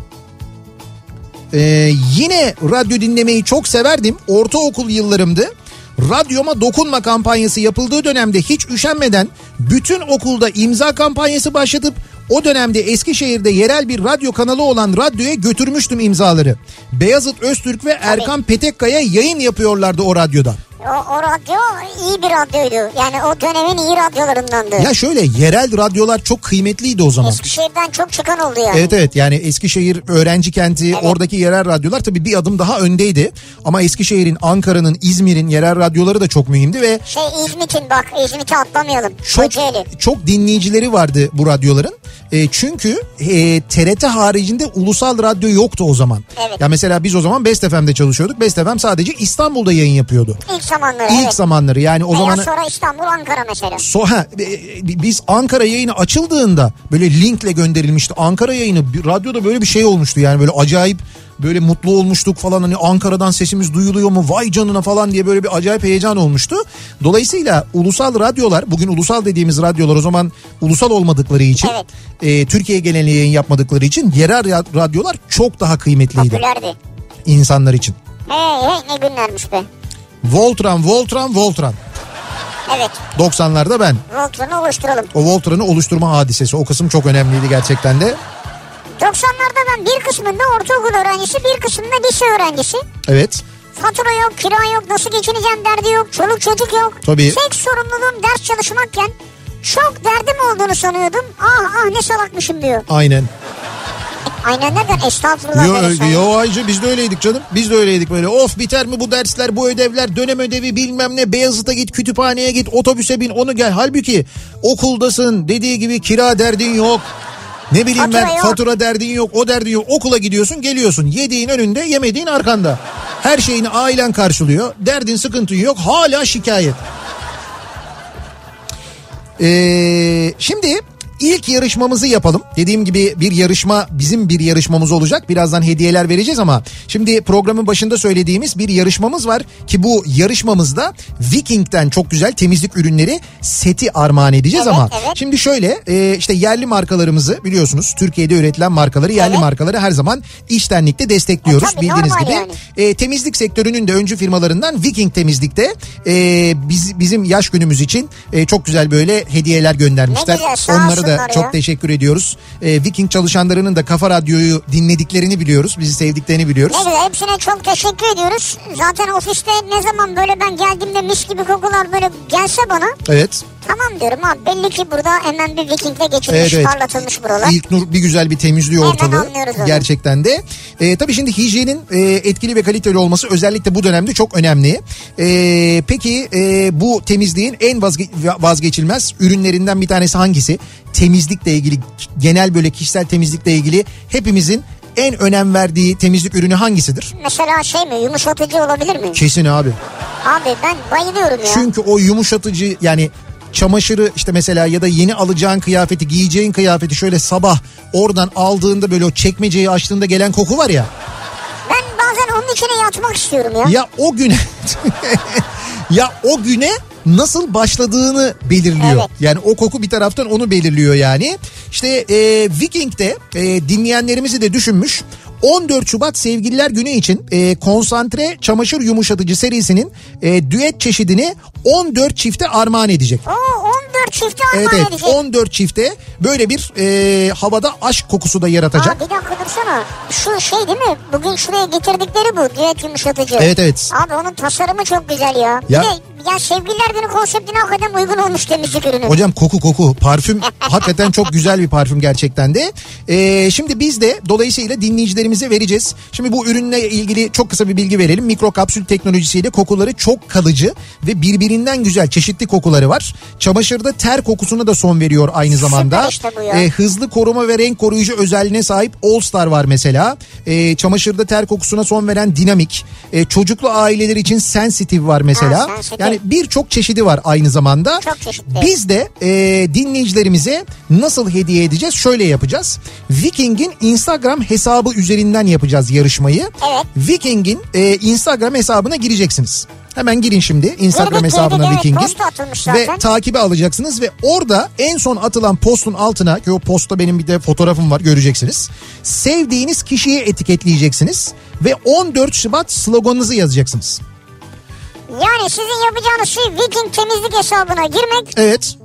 [SPEAKER 1] e, yine radyo dinlemeyi çok severdim. Ortaokul yıllarımdı. Radyoma dokunma kampanyası yapıldığı dönemde hiç üşenmeden bütün okulda imza kampanyası başlatıp o dönemde Eskişehir'de yerel bir radyo kanalı olan radyoya götürmüştüm imzaları. Beyazıt Öztürk ve Erkan Petekkaya yayın yapıyorlardı o radyoda.
[SPEAKER 2] O, o radyo iyi bir radyoydu. Yani o dönemin iyi radyolarındandı.
[SPEAKER 1] Ya şöyle, yerel radyolar çok kıymetliydi o zaman.
[SPEAKER 2] Eskişehir'den çok çıkan oldu yani.
[SPEAKER 1] Evet evet, yani Eskişehir öğrenci kenti,
[SPEAKER 2] Evet.
[SPEAKER 1] oradaki yerel radyolar tabii bir adım daha öndeydi. Ama Eskişehir'in, Ankara'nın, İzmir'in yerel radyoları da çok mühimdi ve
[SPEAKER 2] Şey İzmit'in bak, İzmit'i atlamayalım.
[SPEAKER 1] çok
[SPEAKER 2] Kocaeli.
[SPEAKER 1] çok dinleyicileri vardı bu radyoların. E, çünkü e, T R T haricinde ulusal radyo yoktu o zaman.
[SPEAKER 2] Evet.
[SPEAKER 1] Ya mesela biz o zaman Best F M'de çalışıyorduk. Best F M sadece İstanbul'da yayın yapıyordu.
[SPEAKER 2] İlk zamanları
[SPEAKER 1] İlk
[SPEAKER 2] evet.
[SPEAKER 1] zamanları yani o
[SPEAKER 2] Veya
[SPEAKER 1] zaman.
[SPEAKER 2] sonra İstanbul, Ankara mesela.
[SPEAKER 1] So, ha, e, e, biz Ankara yayını açıldığında böyle linkle gönderilmişti. Ankara yayını bir, radyoda böyle bir şey olmuştu yani, böyle acayip böyle mutlu olmuştuk falan, hani Ankara'dan sesimiz duyuluyor mu vay canına falan diye böyle bir acayip heyecan olmuştu. Dolayısıyla ulusal radyolar, bugün ulusal dediğimiz radyolar o zaman ulusal olmadıkları için,
[SPEAKER 2] Evet.
[SPEAKER 1] e, Türkiye genelinde yayın yapmadıkları için yerel radyolar çok daha kıymetliydi
[SPEAKER 2] Popülerdi.
[SPEAKER 1] insanlar için.
[SPEAKER 2] Hey hey ne günlermiş be.
[SPEAKER 1] Voltran, Voltran, Voltran.
[SPEAKER 2] Evet.
[SPEAKER 1] doksanlarda ben.
[SPEAKER 2] Voltran'ı oluşturalım.
[SPEAKER 1] O Voltran'ı oluşturma hadisesi, o kısım çok önemliydi gerçekten de.
[SPEAKER 2] doksanlarda ben bir kısmında ortaokul öğrencisi, bir kısmında lise öğrencisi.
[SPEAKER 1] Evet.
[SPEAKER 2] fatura yok, kira yok, nasıl geçineceğim derdi yok, çoluk çocuk yok.
[SPEAKER 1] Tabii.
[SPEAKER 2] Tek sorumluluğum ders çalışmakken çok derdim olduğunu sanıyordum. Ah ah ne salakmışım diyor.
[SPEAKER 1] Aynen.
[SPEAKER 2] Aynen neden? Estağfurullah.
[SPEAKER 1] Yo, yo Ayşe biz de öyleydik canım. Biz de öyleydik böyle. Of biter mi bu dersler, bu ödevler, dönem ödevi bilmem ne. Beyazıt'a git, kütüphaneye git, otobüse bin, onu gel. Halbuki okuldasın, dediği gibi kira derdin yok. Ne bileyim
[SPEAKER 2] fatura
[SPEAKER 1] ben
[SPEAKER 2] yok.
[SPEAKER 1] fatura derdin yok, o derdin yok. Okula gidiyorsun, geliyorsun. Yediğin önünde, yemediğin arkanda. Her şeyini ailen karşılıyor. Derdin, sıkıntın yok. Hala şikayet. Ee, şimdi ilk yarışmamızı yapalım. Dediğim gibi bir yarışma, bizim bir yarışmamız olacak. Birazdan hediyeler vereceğiz ama şimdi programın başında söylediğimiz bir yarışmamız var ki bu yarışmamızda Viking'den çok güzel temizlik ürünleri seti armağan edeceğiz.
[SPEAKER 2] Evet,
[SPEAKER 1] ama
[SPEAKER 2] evet.
[SPEAKER 1] şimdi şöyle e, işte yerli markalarımızı biliyorsunuz, Türkiye'de üretilen markaları, yerli
[SPEAKER 2] Evet.
[SPEAKER 1] markaları her zaman içtenlikle destekliyoruz.
[SPEAKER 2] E, tabii,
[SPEAKER 1] bildiğiniz
[SPEAKER 2] normal
[SPEAKER 1] gibi.
[SPEAKER 2] yani.
[SPEAKER 1] E, temizlik sektörünün de öncü firmalarından Viking Temizlik'te e, biz, bizim yaş günümüz için e, çok güzel böyle hediyeler göndermişler.
[SPEAKER 2] Ne güzel, sağ
[SPEAKER 1] Onları da
[SPEAKER 2] olsunlar
[SPEAKER 1] çok
[SPEAKER 2] ya.
[SPEAKER 1] teşekkür ediyoruz. E, Viking çalışanlarının da Kafa Radyo'yu dinlediklerini biliyoruz. Bizi sevdiklerini biliyoruz.
[SPEAKER 2] Ne güzel, hepsine çok teşekkür ediyoruz. Zaten ofiste ne zaman böyle ben geldiğimde mis gibi kokular böyle gelse bana,
[SPEAKER 1] Evet.
[SPEAKER 2] tamam diyorum abi, belli ki burada hemen bir Viking'le geçilmiş,
[SPEAKER 1] Evet, evet.
[SPEAKER 2] parlatılmış buralar.
[SPEAKER 1] İlk nur bir güzel bir temizliyor
[SPEAKER 2] Hemen
[SPEAKER 1] ortalığı.
[SPEAKER 2] anlıyoruz onu.
[SPEAKER 1] Gerçekten de. E, tabii şimdi hijyenin e, etkili ve kaliteli olması özellikle bu dönemde çok önemli. E, peki e, bu temizliğin en vazge- vazgeçilmez ürünlerinden bir tanesi hangisi? Temizlikle ilgili, genel böyle kişisel temizlikle ilgili hepimizin en önem verdiği temizlik ürünü hangisidir?
[SPEAKER 2] Mesela şey mi, yumuşatıcı olabilir mi?
[SPEAKER 1] Kesin abi.
[SPEAKER 2] Abi ben bayılıyorum ya.
[SPEAKER 1] Çünkü o yumuşatıcı, yani çamaşırı işte mesela ya da yeni alacağın kıyafeti, giyeceğin kıyafeti şöyle sabah oradan aldığında böyle o çekmeceyi açtığında gelen koku var ya.
[SPEAKER 2] Ben bazen onun içine yatmak istiyorum ya.
[SPEAKER 1] Ya o güne ya o güne nasıl başladığını belirliyor.
[SPEAKER 2] Evet.
[SPEAKER 1] Yani o koku bir taraftan onu belirliyor yani. İşte e, Viking'de e, dinleyenlerimizi de düşünmüş. on dört Şubat Sevgililer Günü için e, konsantre çamaşır yumuşatıcı serisinin e, düet çeşidini on dört çifte armağan edecek.
[SPEAKER 2] Oo, on dört çifte
[SPEAKER 1] Evet,
[SPEAKER 2] armağan
[SPEAKER 1] evet
[SPEAKER 2] edecek.
[SPEAKER 1] on dört çifte böyle bir e, havada aşk kokusu da yaratacak.
[SPEAKER 2] Aa, bir dakika dursana. Şu şey değil mi? Bugün şuraya getirdikleri bu düet yumuşatıcı.
[SPEAKER 1] Evet, evet.
[SPEAKER 2] Abi onun tasarımı çok güzel ya.
[SPEAKER 1] Ya-
[SPEAKER 2] Bir de ya Sevgililer Günü konseptine hakikaten uygun olmuş temizlik ürünü.
[SPEAKER 1] Hocam koku koku parfüm hakikaten çok güzel bir parfüm gerçekten de. Ee, şimdi biz de dolayısıyla dinleyicilerimize vereceğiz. Şimdi bu ürünle ilgili çok kısa bir bilgi verelim. Mikrokapsül teknolojisiyle kokuları çok kalıcı ve birbirinden güzel çeşitli kokuları var. Çamaşırda ter kokusuna da son veriyor aynı zamanda.
[SPEAKER 2] Süper işte bu ya.
[SPEAKER 1] Ee, hızlı koruma ve renk koruyucu özelliğine sahip All Star var mesela. Ee, çamaşırda ter kokusuna son veren Dinamik. Ee, çocuklu aileler için Sensitive var mesela.
[SPEAKER 2] Ha, Sensitive.
[SPEAKER 1] Yani birçok çeşidi var aynı zamanda.
[SPEAKER 2] Çok çeşitli.
[SPEAKER 1] Biz de e, dinleyicilerimize nasıl hediye edeceğiz? Şöyle yapacağız. Viking'in Instagram hesabı üzerinden yapacağız yarışmayı.
[SPEAKER 2] Evet.
[SPEAKER 1] Viking'in e, Instagram hesabına gireceksiniz. Hemen girin şimdi Instagram
[SPEAKER 2] Girdik,
[SPEAKER 1] hesabına
[SPEAKER 2] girdik, evet.
[SPEAKER 1] Viking'in.
[SPEAKER 2] Posta atılmış
[SPEAKER 1] Ve
[SPEAKER 2] zaten.
[SPEAKER 1] takibi alacaksınız ve orada en son atılan postun altına, ki o postta benim bir de fotoğrafım var, göreceksiniz. Sevdiğiniz kişiyi etiketleyeceksiniz ve on dört Şubat sloganınızı yazacaksınız.
[SPEAKER 2] Yani sizin yapacağınız şey Viking temizlik hesabına girmek.
[SPEAKER 1] Evet.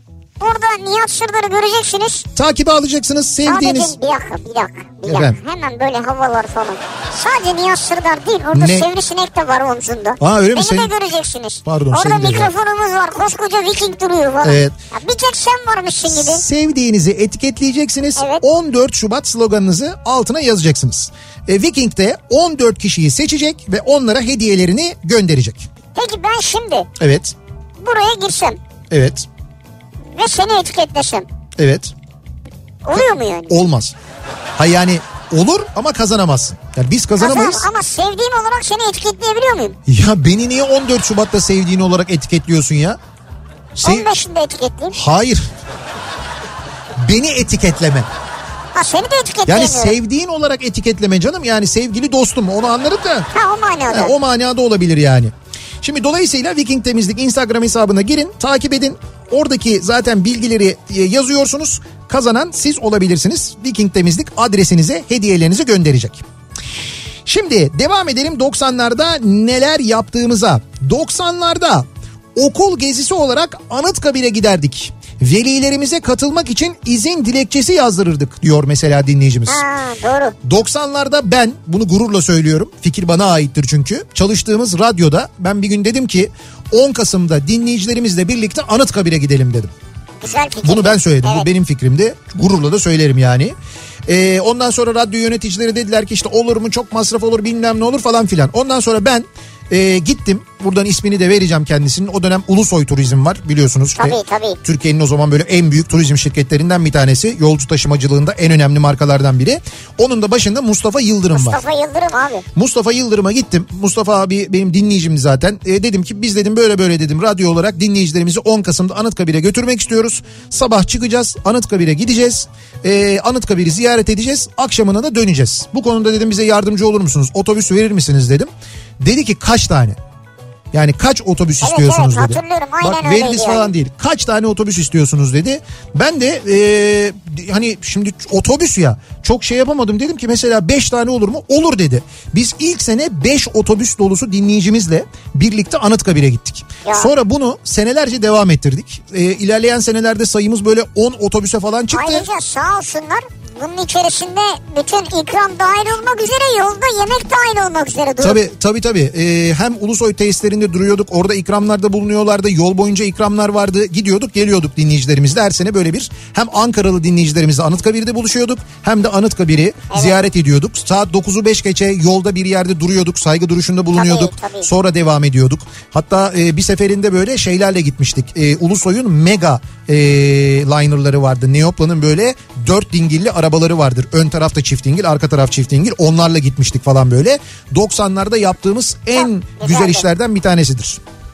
[SPEAKER 2] Orada Nihat Sırdar'ı göreceksiniz.
[SPEAKER 1] Takibi alacaksınız sevdiğiniz.
[SPEAKER 2] Sadece bir dakika bir dakika bir dakika.
[SPEAKER 1] Efendim?
[SPEAKER 2] Hemen böyle havalar falan. Sadece Nihat Sırdar değil, orada
[SPEAKER 1] Ne?
[SPEAKER 2] sivrisinek de var omzunda.
[SPEAKER 1] Aa, öyle mi?
[SPEAKER 2] Beni
[SPEAKER 1] Senin-
[SPEAKER 2] de göreceksiniz.
[SPEAKER 1] Pardon,
[SPEAKER 2] orada
[SPEAKER 1] seni de
[SPEAKER 2] mikrofonumuz var, koskoca Viking duruyor falan.
[SPEAKER 1] Evet.
[SPEAKER 2] Ya bir tek sen varmışsın gibi.
[SPEAKER 1] Sevdiğinizi etiketleyeceksiniz.
[SPEAKER 2] Evet.
[SPEAKER 1] on dört Şubat sloganınızı altına yazacaksınız. E, Viking de on dört kişiyi seçecek ve onlara hediyelerini gönderecek.
[SPEAKER 2] Peki ben şimdi
[SPEAKER 1] Evet.
[SPEAKER 2] buraya girsem
[SPEAKER 1] Evet.
[SPEAKER 2] ve seni etiketlesem
[SPEAKER 1] Evet.
[SPEAKER 2] oluyor mu yani?
[SPEAKER 1] Olmaz. Ha yani olur ama kazanamazsın. Yani biz kazanamayız.
[SPEAKER 2] Kazanım, ama sevdiğim olarak seni etiketleyebiliyor muyum?
[SPEAKER 1] Ya beni niye on dört Şubat'ta sevdiğin olarak etiketliyorsun ya? Sev-
[SPEAKER 2] on beşinde etiketleyeyim.
[SPEAKER 1] Hayır. Beni etiketleme.
[SPEAKER 2] Ha seni de
[SPEAKER 1] Yani
[SPEAKER 2] etiketleyemiyorum.
[SPEAKER 1] sevdiğin olarak etiketleme canım. Yani sevgili dostum, onu anlarım da.
[SPEAKER 2] Ha o manada.
[SPEAKER 1] Ha, o manada olabilir yani. Şimdi dolayısıyla Viking Temizlik Instagram hesabına girin, takip edin. Oradaki zaten bilgileri e, yazıyorsunuz. Kazanan siz olabilirsiniz. Viking Temizlik adresinize hediyelerinizi gönderecek. Şimdi devam edelim doksanlarda neler yaptığımıza. doksanlarda okul gezisi olarak Anıtkabir'e giderdik. Velilerimize katılmak için izin dilekçesi yazdırırdık diyor mesela dinleyicimiz.
[SPEAKER 2] Ha, doğru.
[SPEAKER 1] doksanlarda ben bunu gururla söylüyorum. Fikir bana aittir çünkü. Çalıştığımız radyoda ben bir gün dedim ki on Kasım'da dinleyicilerimizle birlikte Anıtkabir'e gidelim dedim.
[SPEAKER 2] Güzel fikir.
[SPEAKER 1] Bunu ben söyledim.
[SPEAKER 2] Evet.
[SPEAKER 1] Bu benim fikrimdi. Gururla da söylerim yani. Ee, ondan sonra radyo yöneticileri dediler ki işte olur mu, çok masraf olur, bilmem ne olur falan filan. Ondan sonra ben e, gittim. Buradan ismini de vereceğim kendisinin. O dönem Ulusoy Turizm var biliyorsunuz. İşte
[SPEAKER 2] Tabii tabii.
[SPEAKER 1] Türkiye'nin o zaman böyle en büyük turizm şirketlerinden bir tanesi. Yolcu taşımacılığında en önemli markalardan biri. Onun da başında Mustafa Yıldırım var.
[SPEAKER 2] Mustafa Yıldırım abi. Mustafa
[SPEAKER 1] Yıldırım'a gittim. Mustafa abi benim dinleyicimdi zaten. E, dedim ki biz dedim böyle böyle dedim radyo olarak dinleyicilerimizi on Kasım'da Anıtkabir'e götürmek istiyoruz. Sabah çıkacağız, Anıtkabir'e gideceğiz. E, Anıtkabir'i ziyaret edeceğiz. Akşamına da döneceğiz. Bu konuda dedim bize yardımcı olur musunuz? Otobüs verir misiniz dedim. Dedi ki kaç tane? Yani kaç otobüs
[SPEAKER 2] evet,
[SPEAKER 1] istiyorsunuz
[SPEAKER 2] evet,
[SPEAKER 1] dedi.
[SPEAKER 2] Hatırlıyorum aynen
[SPEAKER 1] Bak
[SPEAKER 2] öyleydi
[SPEAKER 1] veririz
[SPEAKER 2] yani.
[SPEAKER 1] falan değil. Kaç tane otobüs istiyorsunuz dedi. Ben de e, hani şimdi otobüs ya çok şey yapamadım, dedim ki mesela beş tane olur mu? Olur dedi. Biz ilk sene beş otobüs dolusu dinleyicimizle birlikte Anıtkabir'e gittik. Ya. Sonra bunu senelerce devam ettirdik. E, ilerleyen senelerde sayımız böyle on otobüse falan çıktı.
[SPEAKER 2] Ayrıca sağ olsunlar bunun içerisinde bütün ikram dahil olmak üzere, yolda yemek dahil olmak üzere durup.
[SPEAKER 1] Tabii tabii tabii. Ee, hem Ulusoy tesislerinde duruyorduk, orada ikramlarda bulunuyorlardı, yol boyunca ikramlar vardı, gidiyorduk geliyorduk dinleyicilerimizle her sene böyle bir, hem Ankaralı dinleyicilerimizle Anıtkabir'de buluşuyorduk hem de Anıtkabir'i evet. ziyaret ediyorduk. Saat dokuzu beş geçe yolda bir yerde duruyorduk, saygı duruşunda bulunuyorduk, tabii, tabii. sonra devam ediyorduk. Hatta e, bir seferinde böyle şeylerle gitmiştik. E, Ulusoy'un mega e, linerları vardı, Neopla'nın böyle dört dingilli arabaları vardır. Ön tarafta çift dingil, arka taraf çift dingil. Onlarla gitmiştik falan böyle. doksanlarda yaptığımız en Çok güzel güzeldi. işlerden bir tanesidir.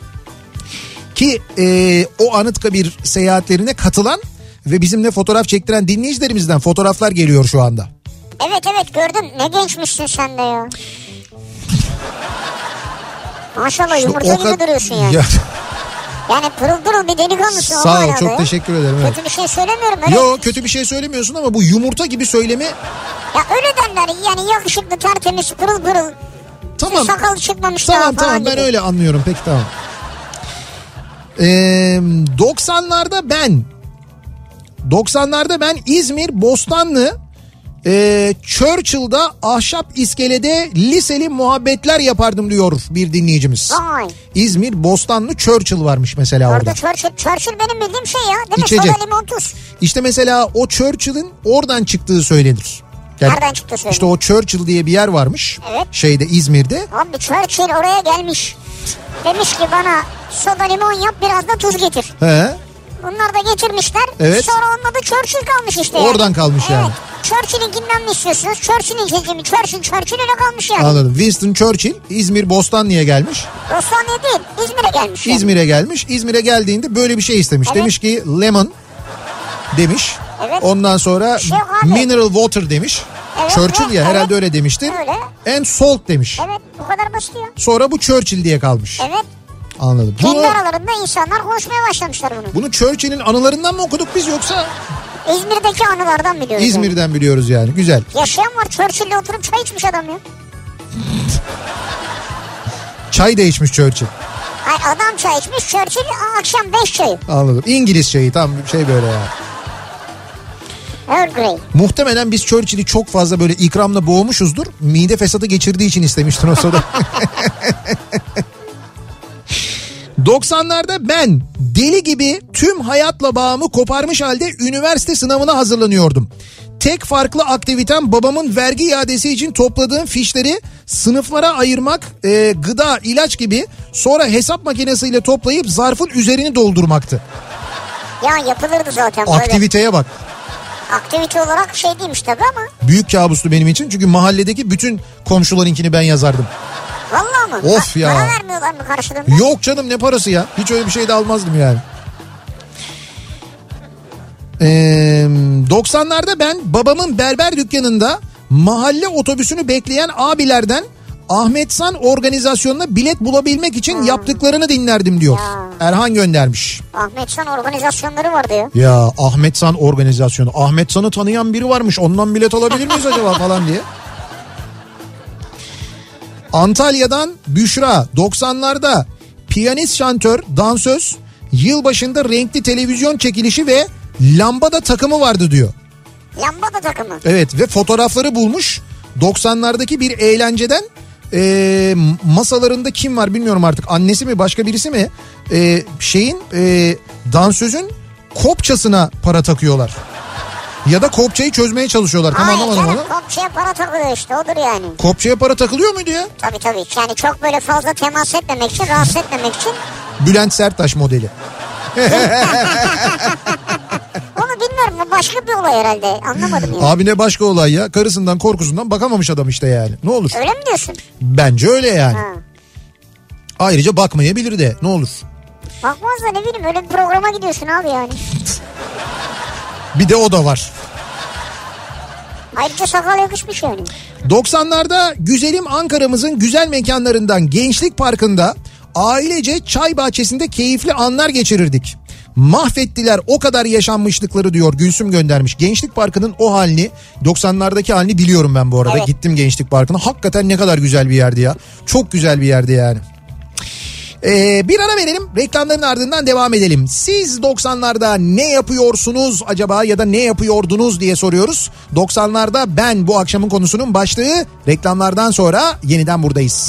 [SPEAKER 1] Ki e, o Anıtkabir seyahatlerine katılan ve bizimle fotoğraf çektiren dinleyicilerimizden fotoğraflar geliyor şu anda.
[SPEAKER 2] Evet evet gördüm. Ne gençmişsin sen de ya. Maşallah işte yumurta gibi duruyorsun yani. Ya. Yani pırıl pırıl bir delikanlısın.
[SPEAKER 1] Sağ ol, çok ya. Teşekkür ederim.
[SPEAKER 2] Kötü evet. bir şey söylemiyorum. Öyle.
[SPEAKER 1] Yok kötü bir şey söylemiyorsun ama bu yumurta gibi söylemi.
[SPEAKER 2] Ya öyle derler yani, yakışıklı, tertemiz, pırıl pırıl.
[SPEAKER 1] Tamam.
[SPEAKER 2] İşte sakalı çıkmamış
[SPEAKER 1] tamam,
[SPEAKER 2] daha
[SPEAKER 1] tamam,
[SPEAKER 2] falan
[SPEAKER 1] ben
[SPEAKER 2] gibi.
[SPEAKER 1] öyle anlıyorum, peki tamam. Ee, doksanlarda ben doksanlarda ben İzmir Bostanlı e, Churchill'da ahşap iskelede liseli muhabbetler yapardım diyor bir dinleyicimiz.
[SPEAKER 2] Vay.
[SPEAKER 1] İzmir Bostanlı Churchill varmış mesela orada.
[SPEAKER 2] Orada Churchill, Churchill benim bildiğim şey ya, değil mi?
[SPEAKER 1] İçecek.
[SPEAKER 2] Soda, limon, tuz.
[SPEAKER 1] İşte mesela o Churchill'in oradan çıktığı söylenir.
[SPEAKER 2] Yani nereden çıktı söylenir?
[SPEAKER 1] İşte o Churchill diye bir yer varmış.
[SPEAKER 2] Evet.
[SPEAKER 1] Şeyde, İzmir'de.
[SPEAKER 2] Abi Churchill oraya gelmiş. Demiş ki bana soda limon yap, biraz da tuz getir.
[SPEAKER 1] He.
[SPEAKER 2] Bunlar da getirmişler.
[SPEAKER 1] Evet.
[SPEAKER 2] Sonra onun adı Churchill kalmış işte.
[SPEAKER 1] Oradan
[SPEAKER 2] yani.
[SPEAKER 1] kalmış
[SPEAKER 2] evet.
[SPEAKER 1] yani.
[SPEAKER 2] Churchill'inkinden mi istiyorsunuz? Churchill'in çekimi. Churchill, Churchill öyle kalmış yani.
[SPEAKER 1] Anladım. Winston Churchill İzmir Bostanlı'ya gelmiş.
[SPEAKER 2] Bostanlı'ya değil, İzmir'e gelmiş. Yani.
[SPEAKER 1] İzmir'e gelmiş. İzmir'e geldiğinde böyle bir şey istemiş.
[SPEAKER 2] Evet.
[SPEAKER 1] Demiş ki lemon demiş.
[SPEAKER 2] Evet.
[SPEAKER 1] Ondan sonra
[SPEAKER 2] şey
[SPEAKER 1] mineral water demiş.
[SPEAKER 2] Evet,
[SPEAKER 1] Churchill
[SPEAKER 2] evet,
[SPEAKER 1] ya
[SPEAKER 2] evet.
[SPEAKER 1] herhalde öyle demiştir.
[SPEAKER 2] Öyle.
[SPEAKER 1] And salt demiş.
[SPEAKER 2] Evet, bu kadar basit ya.
[SPEAKER 1] Sonra bu Churchill diye kalmış.
[SPEAKER 2] Evet.
[SPEAKER 1] Anladım.
[SPEAKER 2] Kendi
[SPEAKER 1] Bunu,
[SPEAKER 2] aralarında insanlar konuşmaya başlamışlar bunu.
[SPEAKER 1] bunu Churchill'in anılarından mı okuduk biz yoksa?
[SPEAKER 2] İzmir'deki anılardan biliyoruz.
[SPEAKER 1] İzmir'den
[SPEAKER 2] yani.
[SPEAKER 1] biliyoruz yani. Güzel.
[SPEAKER 2] Yaşayan var, Churchill'le oturup çay içmiş adam ya.
[SPEAKER 1] Çay da içmiş Churchill.
[SPEAKER 2] Hayır, adam çay içmiş, Churchill akşam beş çayı.
[SPEAKER 1] Anladım. İngiliz çayı, tam şey böyle ya.
[SPEAKER 2] Earl Grey.
[SPEAKER 1] Muhtemelen biz Churchill'i çok fazla böyle ikramla boğmuşuzdur. Mide fesadı geçirdiği için istemiştir o soda. doksanlarda ben deli gibi tüm hayatla bağımı koparmış halde üniversite sınavına hazırlanıyordum. Tek farklı aktivitem babamın vergi iadesi için topladığım fişleri sınıflara ayırmak, e, gıda, ilaç gibi, sonra hesap makinesiyle toplayıp zarfın üzerini doldurmaktı.
[SPEAKER 2] Ya yapılırdı zaten böyle.
[SPEAKER 1] Aktiviteye bak.
[SPEAKER 2] Aktivite olarak şey değilmiş tabii ama.
[SPEAKER 1] Büyük kabustu benim için, çünkü mahalledeki bütün komşularınkini ben yazardım.
[SPEAKER 2] Vallahi mı?
[SPEAKER 1] Of ya.
[SPEAKER 2] Para vermiyorlar mı karşılığında?
[SPEAKER 1] Yok canım, ne parası ya. Hiç öyle bir şey de almazdım yani. Ee, doksanlarda ben babamın berber dükkanında mahalle otobüsünü bekleyen abilerden Ahmetsan organizasyonuna bilet bulabilmek için hmm. yaptıklarını dinlerdim diyor. Ya. Erhan göndermiş.
[SPEAKER 2] Ahmetsan organizasyonları vardı ya.
[SPEAKER 1] Ya Ahmetsan organizasyonu. Ahmetsan'ı tanıyan biri varmış, ondan bilet alabilir miyiz acaba falan diye. Antalya'dan Büşra doksanlarda piyanist, şantör, dansöz Yılbaşında renkli televizyon çekilişi ve lambada takımı vardı diyor.
[SPEAKER 2] Lambada takımı.
[SPEAKER 1] Evet ve fotoğrafları bulmuş. doksanlardaki bir eğlenceden e, masalarında kim var bilmiyorum artık. Annesi mi başka birisi mi? E, şeyin e, dansözün kopçasına para takıyorlar. Ya da kopçayı çözmeye çalışıyorlar. Tam
[SPEAKER 2] Hayır
[SPEAKER 1] anlamadım
[SPEAKER 2] canım,
[SPEAKER 1] onu.
[SPEAKER 2] kopçaya para takılıyor işte, odur yani.
[SPEAKER 1] Kopçaya para takılıyor muydu ya?
[SPEAKER 2] Tabii tabii, yani çok böyle fazla temas etmemek için, rahatsız etmemek için.
[SPEAKER 1] Bülent Serttaş modeli.
[SPEAKER 2] Onu bilmiyorum, bu başka bir olay herhalde, anlamadım yani.
[SPEAKER 1] Abi ne başka olay ya, karısından korkusundan bakamamış adam işte yani, ne olur.
[SPEAKER 2] Öyle mi diyorsun?
[SPEAKER 1] Bence öyle yani.
[SPEAKER 2] Ha.
[SPEAKER 1] Ayrıca bakmayabilir de, ne olur.
[SPEAKER 2] Bakmaz da ne bileyim, öyle bir programa gidiyorsun abi yani.
[SPEAKER 1] Bir de o da var.
[SPEAKER 2] Ayrıca sakal yakışmış yani.
[SPEAKER 1] doksanlarda güzelim Ankara'mızın güzel mekanlarından Gençlik Parkı'nda ailece çay bahçesinde keyifli anlar geçirirdik. Mahvettiler o kadar yaşanmışlıkları diyor, Gülsüm göndermiş. Gençlik Parkı'nın o halini, doksanlardaki halini biliyorum ben bu arada. Evet. Gittim Gençlik Parkı'na. Hakikaten ne kadar güzel bir yerdi ya. Çok güzel bir yerdi yani. Ee, bir ara verelim, reklamların ardından devam edelim. Siz doksanlarda ne yapıyorsunuz acaba ya da ne yapıyordunuz diye soruyoruz. doksanlarda ben bu akşamın konusunun başlığı. Reklamlardan sonra yeniden buradayız.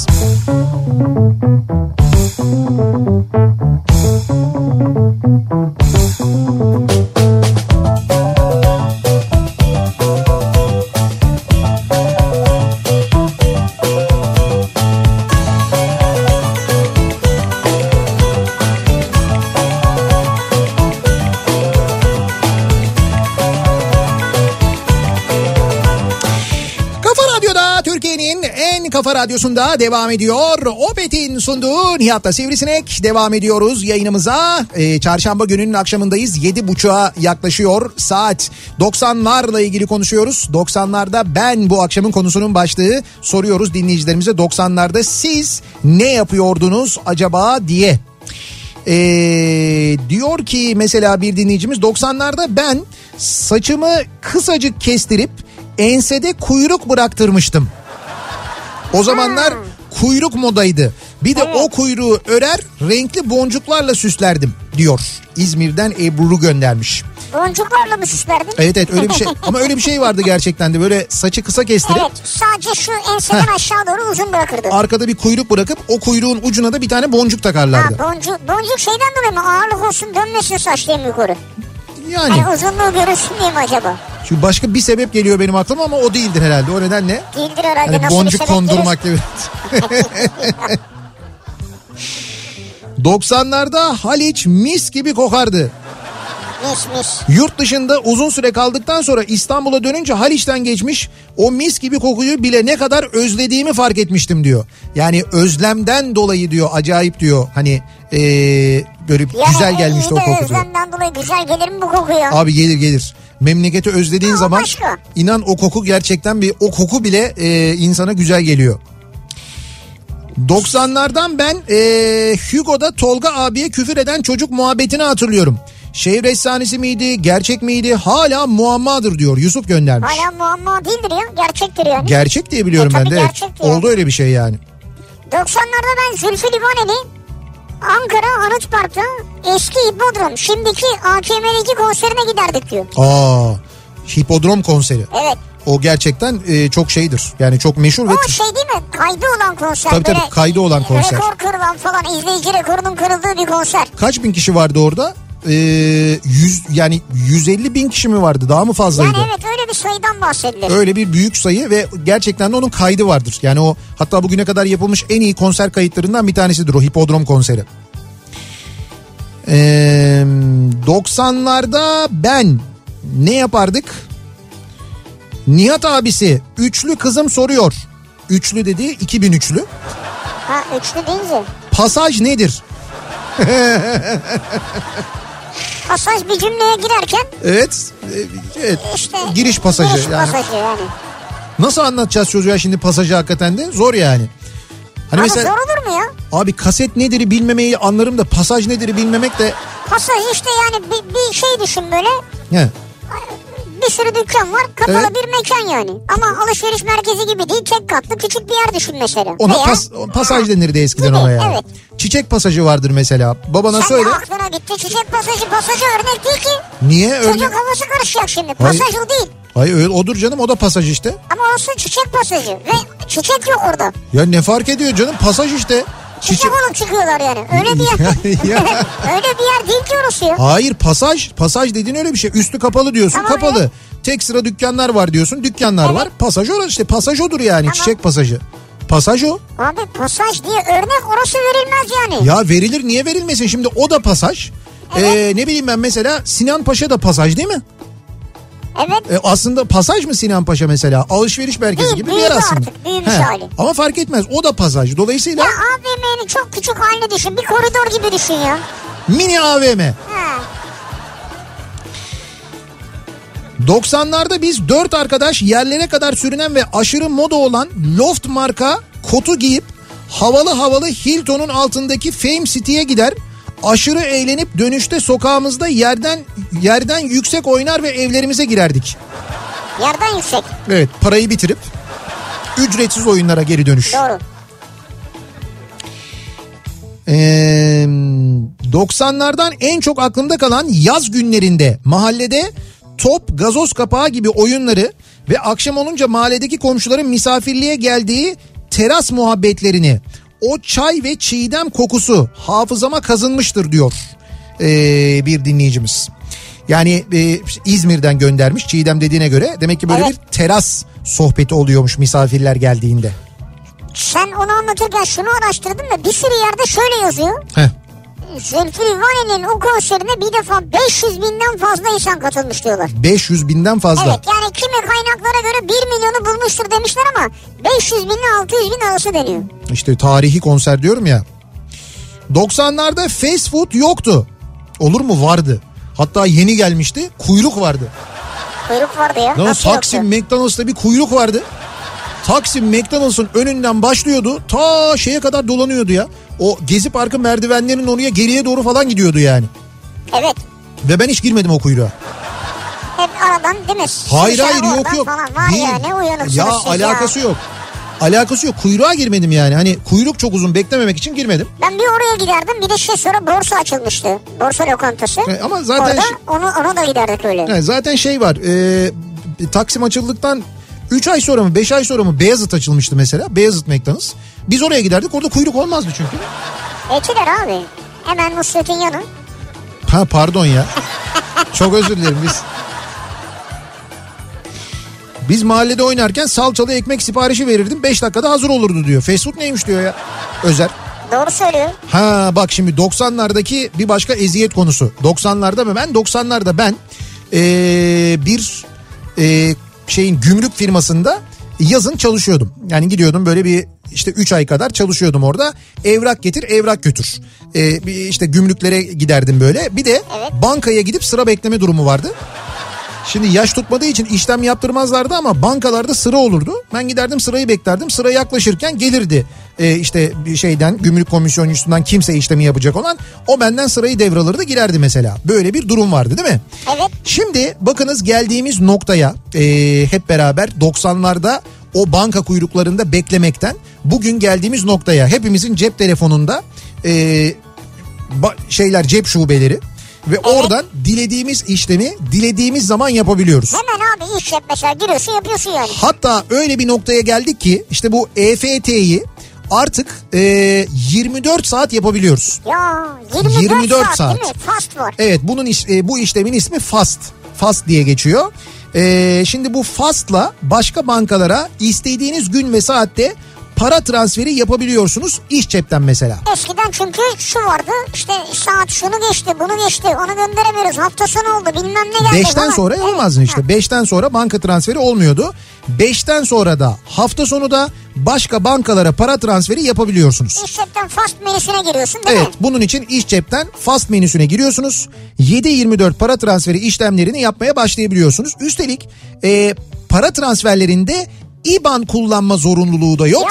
[SPEAKER 1] Kafa Radyosu'nda devam ediyor. Opet'in sunduğu Nihat'la Sivrisinek, devam ediyoruz yayınımıza. Ee, çarşamba gününün akşamındayız. yedi buçuğa yaklaşıyor saat. doksanlarla ilgili konuşuyoruz. doksanlarda ben bu akşamın konusunun başlığı, soruyoruz dinleyicilerimize. doksanlarda siz ne yapıyordunuz acaba diye. Ee, diyor ki mesela bir dinleyicimiz, doksanlarda ben saçımı kısacık kestirip ensede kuyruk bıraktırmıştım. O zamanlar hmm. kuyruk modaydı. Bir de evet. O kuyruğu örer, renkli boncuklarla süslerdim diyor. İzmir'den Ebru göndermiş.
[SPEAKER 2] Boncuklarla mı süslerdin?
[SPEAKER 1] Evet evet, öyle bir şey. Ama öyle bir şey vardı gerçekten de, böyle saçı kısa kestirip.
[SPEAKER 2] Evet, sadece şu enseden aşağı doğru uzun bırakırdı.
[SPEAKER 1] Arkada bir kuyruk bırakıp o kuyruğun ucuna da bir tane boncuk takarlardı.
[SPEAKER 2] Ha, boncuk, boncuk şeyden dolayı mı, ağırlık olsun, dönmesin saçlarım yukarı?
[SPEAKER 1] Yani.
[SPEAKER 2] Hani uzunluğu görürsün diye mi acaba?
[SPEAKER 1] Şimdi başka bir sebep geliyor benim aklıma ama o değildir herhalde. O nedenle.
[SPEAKER 2] Değildir herhalde.
[SPEAKER 1] Hani
[SPEAKER 2] nasıl
[SPEAKER 1] boncuk kondurmak gibi. doksanlarda Haliç mis gibi kokardı.
[SPEAKER 2] Mis mis.
[SPEAKER 1] Yurt dışında uzun süre kaldıktan sonra İstanbul'a dönünce Haliç'ten geçmiş, o mis gibi kokuyu bile ne kadar özlediğimi fark etmiştim diyor. Yani özlemden dolayı diyor, acayip diyor. Hani ee, böyle yani güzel gelmişti o koku diyor.
[SPEAKER 2] Özlemden dolayı güzel gelir mi bu koku ya?
[SPEAKER 1] Abi gelir gelir. Memleketi özlediğin ha, zaman başka. İnan o koku gerçekten, bir o koku bile e, insana güzel geliyor. doksanlardan ben e, Hugo'da Tolga abiye küfür eden çocuk muhabbetini hatırlıyorum. Şehir efsanesi miydi, gerçek miydi? Hala muammadır diyor, Yusuf göndermiş.
[SPEAKER 2] Hala muamma değildir ya, gerçektir yani.
[SPEAKER 1] Gerçek diye biliyorum e, ben de. Evet. Oldu öyle bir şey yani.
[SPEAKER 2] doksanlarda ben Zülfü Livaneli Ankara Anıtpark'ta eski hipodrom, şimdiki A K M'deki konserine giderdik diyor.
[SPEAKER 1] Aa, hipodrom konseri.
[SPEAKER 2] Evet.
[SPEAKER 1] O gerçekten e, çok şeydir. Yani çok meşhur.
[SPEAKER 2] O ve... şey değil mi? Kaydı olan konser.
[SPEAKER 1] Tabii tabii, kaydı olan konser.
[SPEAKER 2] Rekor kırılan falan, izleyici rekorunun kırıldığı bir konser.
[SPEAKER 1] Kaç bin kişi vardı orada? Ee, yüz, yani yüz elli bin kişi mi vardı, daha mı fazlaydı?
[SPEAKER 2] Yani evet, öyle bir sayıdan bahsedilir.
[SPEAKER 1] Öyle bir büyük sayı ve gerçekten de onun kaydı vardır. Yani o hatta bugüne kadar yapılmış en iyi konser kayıtlarından bir tanesidir o hipodrom konseri. Ee, doksanlarda ben ne yapardık? Nihat abisi üçlü kızım soruyor. Üçlü dediği iki bin üçlü.
[SPEAKER 2] Ha, üçlü deyince.
[SPEAKER 1] Pasaj nedir?
[SPEAKER 2] Pasaj bir cümleye girerken.
[SPEAKER 1] Evet. Evet.
[SPEAKER 2] İşte
[SPEAKER 1] giriş pasajı.
[SPEAKER 2] Giriş
[SPEAKER 1] yani.
[SPEAKER 2] pasajı yani.
[SPEAKER 1] Nasıl anlatacağız çocuğa şimdi pasajı hakikaten de? Zor yani. Hani
[SPEAKER 2] abi
[SPEAKER 1] mesela,
[SPEAKER 2] zor olur mu ya?
[SPEAKER 1] Abi kaset nedir bilmemeyi anlarım da pasaj nedir bilmemek de.
[SPEAKER 2] Pasaj işte yani bir, bir şey düşün böyle.
[SPEAKER 1] He.
[SPEAKER 2] bir sürü dükkan var. Kapalı
[SPEAKER 1] Evet.
[SPEAKER 2] bir mekan yani. Ama alışveriş merkezi gibi değil. Tek katlı küçük bir yer düşün mesela.
[SPEAKER 1] Ona
[SPEAKER 2] Veya-
[SPEAKER 1] pas, pasaj denirdi eskiden
[SPEAKER 2] Gibi,
[SPEAKER 1] ona ya.
[SPEAKER 2] evet.
[SPEAKER 1] Çiçek pasajı vardır mesela. Babana
[SPEAKER 2] Sen
[SPEAKER 1] söyle.
[SPEAKER 2] de aklına gitti. Çiçek pasajı pasajı örnek değil ki.
[SPEAKER 1] Niye öyle?
[SPEAKER 2] Çocuk havası karışacak şimdi.
[SPEAKER 1] Hayır.
[SPEAKER 2] Pasaj o değil.
[SPEAKER 1] Hayır öyle odur canım, o da pasaj işte.
[SPEAKER 2] Ama olsun çiçek pasajı. Ve çiçek yok orada.
[SPEAKER 1] Ya ne fark ediyor canım, pasaj işte.
[SPEAKER 2] Çiçek olup çıkıyorlar yani. Öyle bir yer.
[SPEAKER 1] Ya-
[SPEAKER 2] Öyle bir yer değil ki orası ya.
[SPEAKER 1] Hayır, pasaj. Pasaj dediğin öyle bir şey. Üstü kapalı diyorsun,
[SPEAKER 2] Tamam,
[SPEAKER 1] kapalı.
[SPEAKER 2] evet.
[SPEAKER 1] Tek sıra dükkanlar var diyorsun, dükkanlar
[SPEAKER 2] Evet.
[SPEAKER 1] var. Pasaj orası işte, pasaj odur yani,
[SPEAKER 2] Tamam.
[SPEAKER 1] çiçek pasajı. Pasaj o.
[SPEAKER 2] Abi pasaj diye örnek orası verilmez yani.
[SPEAKER 1] Ya verilir, niye verilmesin, şimdi o da pasaj.
[SPEAKER 2] Evet.
[SPEAKER 1] Ee, ne bileyim ben mesela Sinan Paşa da pasaj değil mi?
[SPEAKER 2] Evet.
[SPEAKER 1] Ee, aslında pasaj mı Sinan Paşa mesela? Alışveriş merkezi
[SPEAKER 2] Değil,
[SPEAKER 1] gibi bir yer
[SPEAKER 2] büyüdü
[SPEAKER 1] aslında.
[SPEAKER 2] artık, büyümüş
[SPEAKER 1] He.
[SPEAKER 2] hali.
[SPEAKER 1] Ama fark etmez, o da pasaj. Dolayısıyla
[SPEAKER 2] Ya A V M'nin çok küçük halini düşün. Bir koridor gibi düşün ya.
[SPEAKER 1] mini A V M.
[SPEAKER 2] Ha.
[SPEAKER 1] doksanlarda biz dört arkadaş yerlere kadar sürünen ve aşırı moda olan Loft marka kotu giyip havalı havalı Hilton'un altındaki Fame City'ye gider. Aşırı eğlenip dönüşte sokağımızda yerden yerden yüksek oynar ve evlerimize girerdik.
[SPEAKER 2] Yerden yüksek.
[SPEAKER 1] Evet, parayı bitirip ücretsiz oyunlara geri dönüş.
[SPEAKER 2] Doğru.
[SPEAKER 1] Ee, doksanlardan en çok aklımda kalan yaz günlerinde mahallede top, gazoz kapağı gibi oyunları ve akşam olunca mahalledeki komşuların misafirliğe geldiği teras muhabbetlerini, o çay ve çiğdem kokusu hafızama kazınmıştır diyor ee, bir dinleyicimiz. Yani e, İzmir'den göndermiş, Çiğdem dediğine göre demek ki böyle
[SPEAKER 2] Evet.
[SPEAKER 1] bir teras sohbeti oluyormuş misafirler geldiğinde.
[SPEAKER 2] Sen onu anlatırken şunu araştırdım da bir sürü yerde şöyle yazıyor.
[SPEAKER 1] Heh.
[SPEAKER 2] Zülfü Livaneli'nin o konserine bir defa beş yüz binden fazla insan katılmış diyorlar.
[SPEAKER 1] beş yüz binden fazla.
[SPEAKER 2] Evet, yani kimi kaynaklara göre bir milyonu bulmuştur demişler ama beş yüz binle altı yüz bin arası deniyor.
[SPEAKER 1] İşte tarihi konser diyorum ya. doksanlarda fast food yoktu. Olur mu? Vardı. Hatta yeni gelmişti. Kuyruk vardı.
[SPEAKER 2] Kuyruk vardı ya.
[SPEAKER 1] Lan
[SPEAKER 2] Nasıl
[SPEAKER 1] Taksim
[SPEAKER 2] yoktu?
[SPEAKER 1] McDonald's'ta bir kuyruk vardı. Taksim McDonald's'ın önünden başlıyordu. Ta şeye kadar dolanıyordu ya. O Gezi Parkı merdivenlerinin oraya geriye doğru falan gidiyordu yani.
[SPEAKER 2] Evet.
[SPEAKER 1] Ve ben hiç girmedim o kuyruğa.
[SPEAKER 2] Hep aradan değil mi?
[SPEAKER 1] Hayır
[SPEAKER 2] Şişe
[SPEAKER 1] hayır yok
[SPEAKER 2] oradan
[SPEAKER 1] yok.
[SPEAKER 2] Falan. Var
[SPEAKER 1] Değil.
[SPEAKER 2] ya ne uyanıksınız
[SPEAKER 1] Ya
[SPEAKER 2] siz
[SPEAKER 1] alakası
[SPEAKER 2] ya.
[SPEAKER 1] yok. Alakası yok. Kuyruğa girmedim yani. Hani kuyruk çok uzun, beklememek için girmedim.
[SPEAKER 2] Ben bir oraya giderdim, bir de şey sonra borsa açılmıştı. Borsa lokantası.
[SPEAKER 1] E, ama zaten
[SPEAKER 2] Orada
[SPEAKER 1] şey-
[SPEAKER 2] onu, ona da giderdik öyle.
[SPEAKER 1] Yani zaten şey var. E, Taksim açıldıktan üç ay sonra mı beş ay sonra mı Beyazıt açılmıştı mesela. Beyazıt McDonald's. Biz oraya giderdik. Orada kuyruk olmazdı çünkü.
[SPEAKER 2] Etiler abi. Hemen Nusret'in yanı.
[SPEAKER 1] Ha pardon ya. Çok özür dilerim biz. Biz mahallede oynarken salçalı ekmek siparişi verirdim. beş dakikada hazır olurdu diyor. Fast food neymiş diyor ya. Özer.
[SPEAKER 2] Doğru söylüyor.
[SPEAKER 1] Ha bak şimdi doksanlardaki bir başka eziyet konusu. doksanlarda mı ben doksanlarda ben ee, bir ee, şeyin gümrük firmasında yazın çalışıyordum. Yani gidiyordum böyle bir işte üç ay kadar çalışıyordum orada. Evrak getir, evrak götür. Ee, bir işte gümrüklere giderdim böyle. Bir de
[SPEAKER 2] Evet.
[SPEAKER 1] bankaya gidip sıra bekleme durumu vardı. Şimdi yaş tutmadığı için işlem yaptırmazlardı ama bankalarda sıra olurdu. Ben giderdim sırayı beklerdim. Sıra yaklaşırken gelirdi ee, işte bir şeyden gümrük komisyoncusundan kimse işlemi yapacak olan. O benden sırayı devralırdı, girerdi mesela. Böyle bir durum vardı değil mi?
[SPEAKER 2] Evet.
[SPEAKER 1] Şimdi bakınız geldiğimiz noktaya e, hep beraber doksanlarda o banka kuyruklarında beklemekten bugün geldiğimiz noktaya hepimizin cep telefonunda e, ba- şeyler cep şubeleri ve oradan dilediğimiz işlemi dilediğimiz zaman yapabiliyoruz.
[SPEAKER 2] Hemen abi iş yap mesela, giriyorsun yapıyorsun yani.
[SPEAKER 1] Hatta öyle bir noktaya geldik ki işte bu E F T'yi artık e, yirmi dört saat yapabiliyoruz.
[SPEAKER 2] Ya yirmi dört,
[SPEAKER 1] yirmi dört
[SPEAKER 2] saat,
[SPEAKER 1] saat.
[SPEAKER 2] değil mi? Fast var.
[SPEAKER 1] Evet bunun iş- e, bu işlemin ismi Fast. Fast diye geçiyor. E, şimdi bu Fast'la başka bankalara istediğiniz gün ve saatte para transferi yapabiliyorsunuz iş cepten mesela.
[SPEAKER 2] Eskiden çünkü şu vardı, işte saat şunu geçti bunu geçti onu gönderemiyoruz, hafta sonu oldu bilmem ne geldi
[SPEAKER 1] beşten
[SPEAKER 2] falan.
[SPEAKER 1] sonra
[SPEAKER 2] Evet.
[SPEAKER 1] olmazdın işte.
[SPEAKER 2] Ha.
[SPEAKER 1] beşten sonra banka transferi olmuyordu. beşten sonra da hafta sonu da başka bankalara para transferi yapabiliyorsunuz.
[SPEAKER 2] İş cepten fast menüsüne giriyorsun değil
[SPEAKER 1] Evet
[SPEAKER 2] mi?
[SPEAKER 1] bunun için iş cepten Fast menüsüne giriyorsunuz. yedi yirmi dört para transferi işlemlerini yapmaya başlayabiliyorsunuz. Üstelik e, para transferlerinde İ B A N kullanma zorunluluğu da yok.
[SPEAKER 2] Ya evet